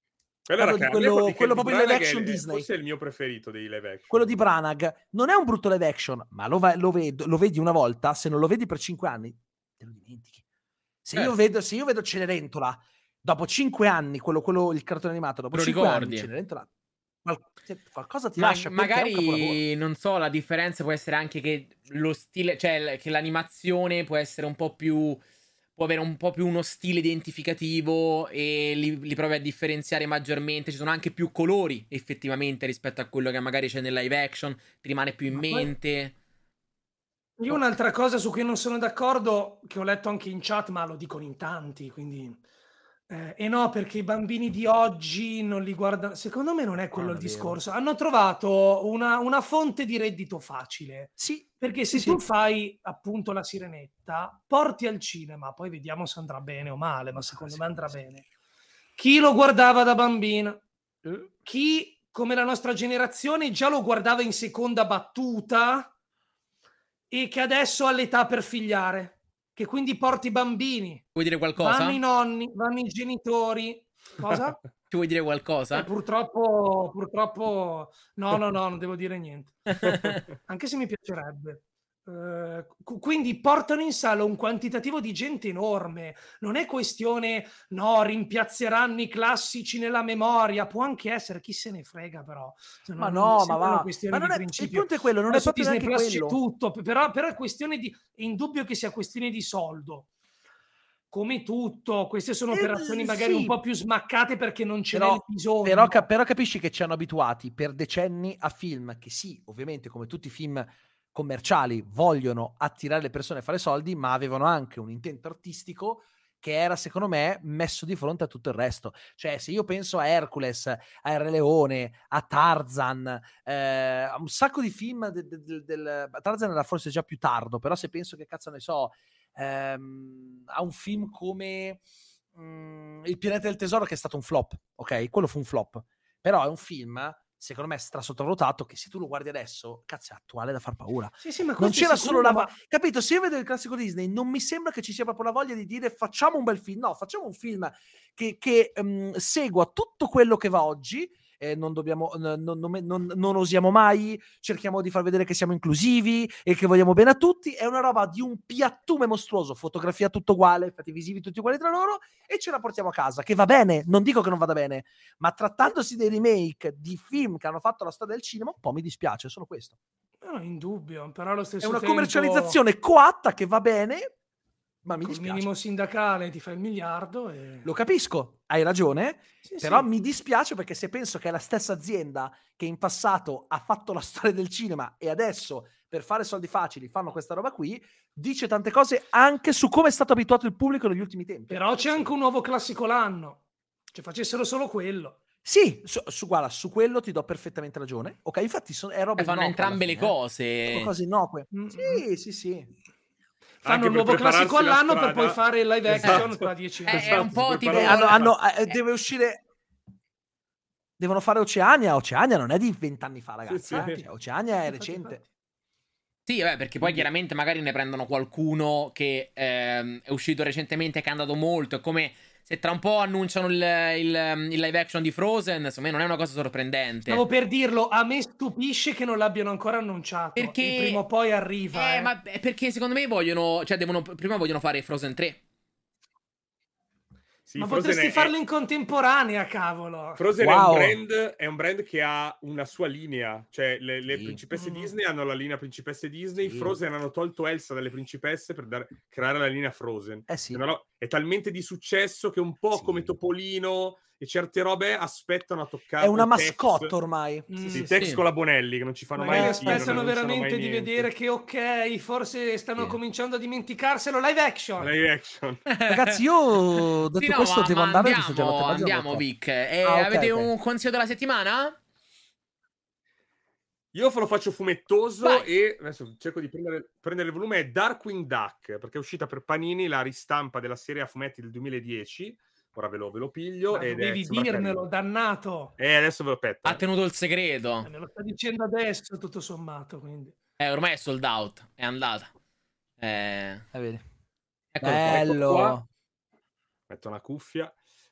quello proprio in live action Disney. Forse è il mio preferito dei live action. Quello di Branagh non è un brutto live action, ma lo vedi una volta, se non lo vedi per 5 anni, te lo dimentichi. Se io vedo Cenerentola, dopo 5 anni, il cartone animato, dopo 5 anni, Cenerentola, qualcosa ti lascia. Magari, non so, la differenza può essere anche che lo stile, cioè che l'animazione può essere un po' più... può avere un po' più uno stile identificativo e li provi a differenziare maggiormente. Ci sono anche più colori effettivamente rispetto a quello che magari c'è nel live action, ti rimane più in mente. Io un'altra cosa su cui non sono d'accordo, che ho letto anche in chat, ma lo dicono in tanti, quindi... e no, perché i bambini di oggi non li guardano. Secondo me non è quello il discorso. Hanno trovato una fonte di reddito facile. Sì. Perché se tu fai appunto La Sirenetta, porti al cinema, poi vediamo se andrà bene o male, ma secondo me andrà bene. Chi lo guardava da bambino? Chi, come la nostra generazione, già lo guardava in seconda battuta e che adesso ha l'età per figliare? Che quindi porti i bambini. Vuoi dire qualcosa? Vanno i nonni, vanno i genitori. Cosa? Ci vuoi dire qualcosa? Purtroppo no, non devo dire niente. Anche se mi piacerebbe. Quindi portano in sala un quantitativo di gente enorme. Non è questione, no, rimpiazzeranno i classici nella memoria. Può anche essere, chi se ne frega, però. Ma no, ma va. Ma non è, il punto è quello, non è proprio Disney Plus quello. c'è tutto, però è questione di... È indubbio che sia questione di soldo. Come tutto, queste sono operazioni magari un po' più smaccate perché non ce n'è bisogno. Però capisci che ci hanno abituati per decenni a film che sì, ovviamente come tutti i film commerciali vogliono attirare le persone a fare soldi, ma avevano anche un intento artistico che era, secondo me, messo di fronte a tutto il resto. Cioè, se io penso a Hercules, a Re Leone, a Tarzan, a un sacco di film Tarzan era forse già più tardo, però se penso che cazzo ne so, a un film come Il pianeta del tesoro, che è stato un flop, ok? Quello fu un flop, però è un film secondo me stra sottovalutato, che se tu lo guardi adesso, cazzo, è attuale da far paura. Sì, ma non c'era solo la capito? Se io vedo il classico Disney, non mi sembra che ci sia proprio la voglia di dire facciamo un bel film. No, facciamo un film che segua tutto quello che va oggi. Non osiamo mai, cerchiamo di far vedere che siamo inclusivi e che vogliamo bene a tutti. È una roba di un piattume mostruoso, fotografia tutto uguale, effetti visivi tutti uguali tra loro, e ce la portiamo a casa, che va bene, non dico che non vada bene, ma trattandosi dei remake di film che hanno fatto la storia del cinema, un po' mi dispiace, solo questo. No, indubbio, però allo stesso è una tempo... commercializzazione coatta che va bene, ma mi dispiace. Il minimo sindacale ti fa il miliardo e... Lo capisco, hai ragione, però mi dispiace perché se penso che è la stessa azienda che in passato ha fatto la storia del cinema e adesso per fare soldi facili fanno questa roba qui, dice tante cose anche su come è stato abituato il pubblico negli ultimi tempi. Però c'è anche un nuovo classico l'anno, cioè facessero solo quello. Sì, guarda, su quello ti do perfettamente ragione. Ok, infatti è roba fanno entrambe le cose. Sono cose innocue. Sì. Fanno un nuovo classico all'anno per poi fare il live action tra 10 anni. È un po' tipo... deve uscire... Devono fare Oceania. Oceania non è di 20 anni fa, ragazzi. Cioè, Oceania è recente. Sì, perché poi chiaramente magari ne prendono qualcuno che è uscito recentemente, che è andato molto. È come se tra un po' annunciano il live action di Frozen. Secondo me non è una cosa sorprendente. Stavo per dirlo, a me stupisce che non l'abbiano ancora annunciato. Perché e prima o poi arriva. Ma perché secondo me prima vogliono fare Frozen 3. Sì, ma Frozen potresti farlo in contemporanea, cavolo. Frozen è un brand che ha una sua linea. Cioè, le principesse Disney hanno la linea principesse Disney. Frozen hanno tolto Elsa dalle principesse per creare la linea Frozen. È talmente di successo che un po' come Topolino e certe robe aspettano a toccare. È una mascotte ormai. Tex con la Bonelli che non ci fanno mai. Aspettano veramente di vedere che ok, forse stanno cominciando a dimenticarselo. Live action. Ragazzi, io detto questo devo andare. Andiamo Vic. Avete un consiglio della settimana? Io ve lo faccio fumettoso e adesso cerco di prendere il volume. È Darkwing Duck, perché è uscita per Panini la ristampa della serie a fumetti del 2010. Ora ve lo piglio. Devi dirmelo, dannato. Adesso ve lo petto. Ha tenuto il segreto. Me lo sta dicendo adesso, tutto sommato. Quindi. Ormai è sold out. È andata. Vedi. Eccolo bello. Metto una cuffia.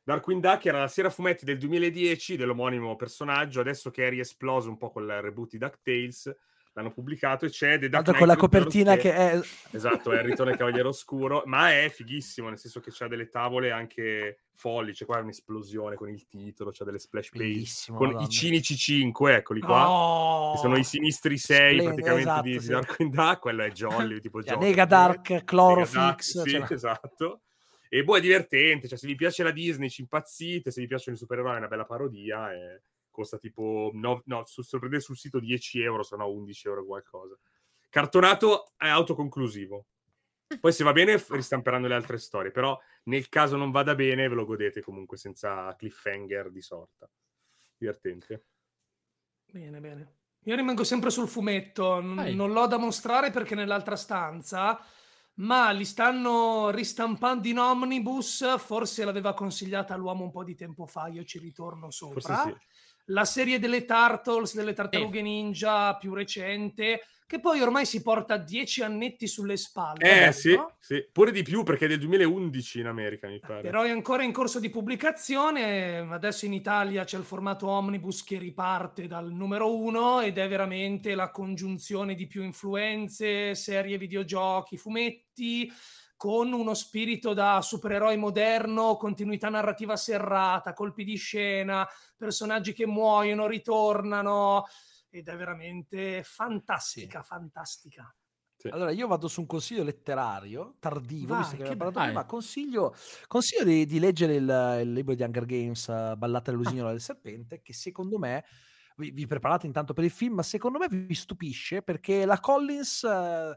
Darkwing Duck era la serie a fumetti del 2010 dell'omonimo personaggio, adesso che è riesploso un po' con il reboot di DuckTales, l'hanno pubblicato e c'è The Dark Knight con la Returns, copertina che è... Esatto, è il ritorno del Cavaliere Oscuro, ma è fighissimo, nel senso che c'ha delle tavole anche folli, c'è qua un'esplosione con il titolo, c'ha delle splash page con Madonna. I cinici 5, eccoli qua, che sono i sinistri 6 praticamente esatto, di Darkwing Duck, quello è Jolly, tipo Jolly. Nega Dark, Chlorofix. Sì, esatto. E boh, è divertente, cioè se vi piace la Disney ci impazzite, se vi piacciono i supereroi è una bella parodia e costa tipo, sorprendete sul sito 10 euro, se no 11 euro qualcosa. Cartonato è autoconclusivo. Poi se va bene ristamperanno le altre storie, però nel caso non vada bene ve lo godete comunque senza cliffhanger di sorta. Divertente. Bene. Io rimango sempre sul fumetto, non l'ho da mostrare perché nell'altra stanza, ma li stanno ristampando in omnibus, forse l'aveva consigliata l'uomo un po' di tempo fa, io ci ritorno sopra. Forse sì. La serie delle Turtles, delle Tartarughe Ninja più recente, che poi ormai si porta 10 annetti sulle spalle. Sì, pure di più perché è del 2011 in America, mi pare. Però è ancora in corso di pubblicazione, adesso in Italia c'è il formato omnibus che riparte dal numero 1 ed è veramente la congiunzione di più influenze, serie, videogiochi, fumetti, con uno spirito da supereroi moderno, continuità narrativa serrata, colpi di scena, personaggi che muoiono, ritornano, ed è veramente fantastica. Sì. Allora io vado su un consiglio letterario tardivo, visto che abbiamo parlato prima, consiglio di leggere il libro di Hunger Games, Ballata del Lusignolo del Serpente, che secondo me, vi preparate intanto per il film, ma secondo me vi stupisce perché la Collins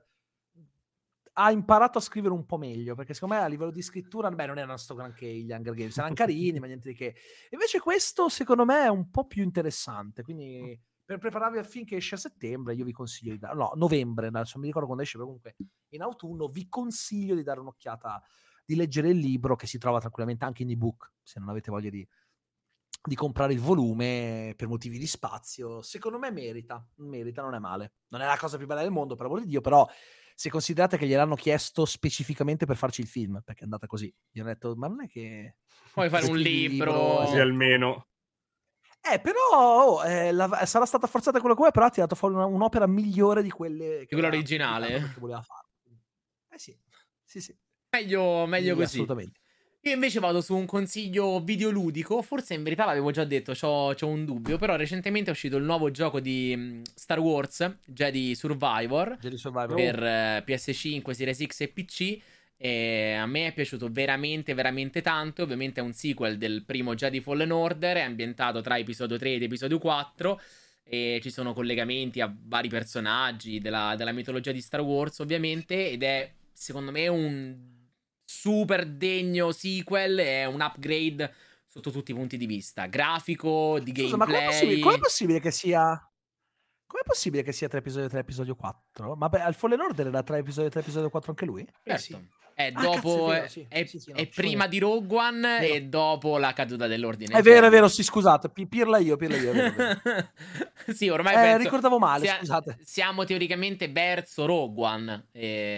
ha imparato a scrivere un po' meglio, perché secondo me a livello di scrittura, non erano sto granché gli Hunger Games, erano carini, ma niente di che. Invece questo secondo me è un po' più interessante, quindi per prepararvi al film che esce a settembre io vi consiglio di novembre, adesso non mi ricordo quando esce, però comunque in autunno vi consiglio di dare un'occhiata, di leggere il libro, che si trova tranquillamente anche in ebook, se non avete voglia di comprare il volume per motivi di spazio. Secondo me merita, non è male, non è la cosa più bella del mondo, per amor di Dio, però se considerate che gliel'hanno chiesto specificamente per farci il film, perché è andata così, gli hanno detto ma non è che puoi fare un libro così almeno. Però sarà stata forzata quello che però ha tirato fuori un'opera migliore di quelle che quella originale che voleva fare. Sì. Meglio così. Assolutamente. Io invece vado su un consiglio videoludico, forse in verità l'avevo già detto, c'ho un dubbio, però recentemente è uscito il nuovo gioco di Star Wars, Jedi Survivor. Per PS5, Series X e PC. E a me è piaciuto veramente tanto. Ovviamente è un sequel del primo Jedi Fallen Order, è ambientato tra episodio 3 ed episodio 4 e ci sono collegamenti a vari personaggi della mitologia di Star Wars ovviamente, ed è secondo me un super degno sequel, è un upgrade sotto tutti i punti di vista, grafico, di gameplay. Ma com'è possibile che sia tra episodio 3 e episodio 4? Ma beh, al Fallen Order era tra episodio 3 e episodio 4 anche lui? Certo. È dopo, è prima di Rogue One e dopo la caduta dell'ordine. È vero, sì, scusate, pirla io. Sì, ormai penso ricordavo male, scusate. Siamo teoricamente verso Rogue One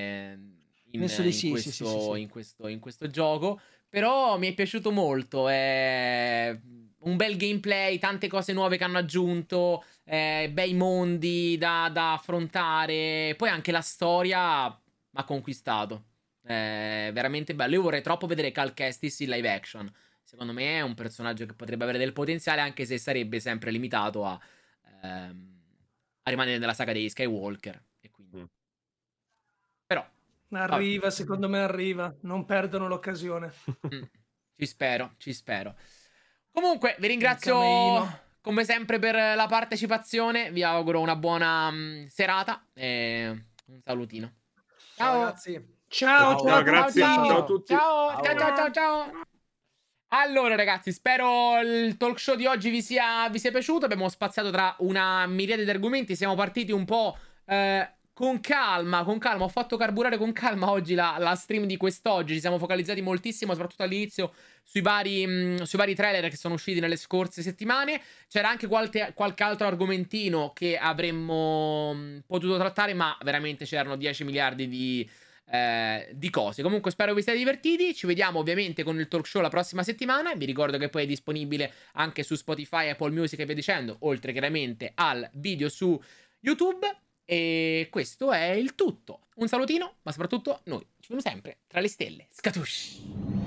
in questo gioco, però mi è piaciuto molto, è un bel gameplay, tante cose nuove che hanno aggiunto, bei mondi da affrontare, poi anche la storia mi ha conquistato. Veramente bello. Io vorrei troppo vedere Cal Kestis in live action. Secondo me è un personaggio che potrebbe avere del potenziale, anche se sarebbe sempre limitato a rimanere nella saga degli Skywalker. E quindi però arriva, secondo me arriva. Non perdono l'occasione. Ci spero. Comunque vi ringrazio come sempre per la partecipazione. Vi auguro una buona serata e un salutino. Ciao ragazzi. Ciao, grazie. Ciao a tutti. Ciao. Allora ragazzi, spero il talk show di oggi vi sia piaciuto. Abbiamo spaziato tra una miriade di argomenti. Siamo partiti un po' con calma. Ho fatto carburare con calma oggi la stream di quest'oggi. Ci siamo focalizzati moltissimo, soprattutto all'inizio, sui vari trailer che sono usciti nelle scorse settimane. C'era anche qualche altro argomentino che avremmo potuto trattare, ma veramente c'erano 10 miliardi di di cose. Comunque spero vi siate divertiti. Ci vediamo ovviamente con il talk show la prossima settimana. Vi ricordo che poi è disponibile anche su Spotify, Apple Music e via dicendo, oltre chiaramente al video su YouTube. E questo è il tutto. Un salutino, ma soprattutto noi ci vediamo sempre tra le stelle. Scatush!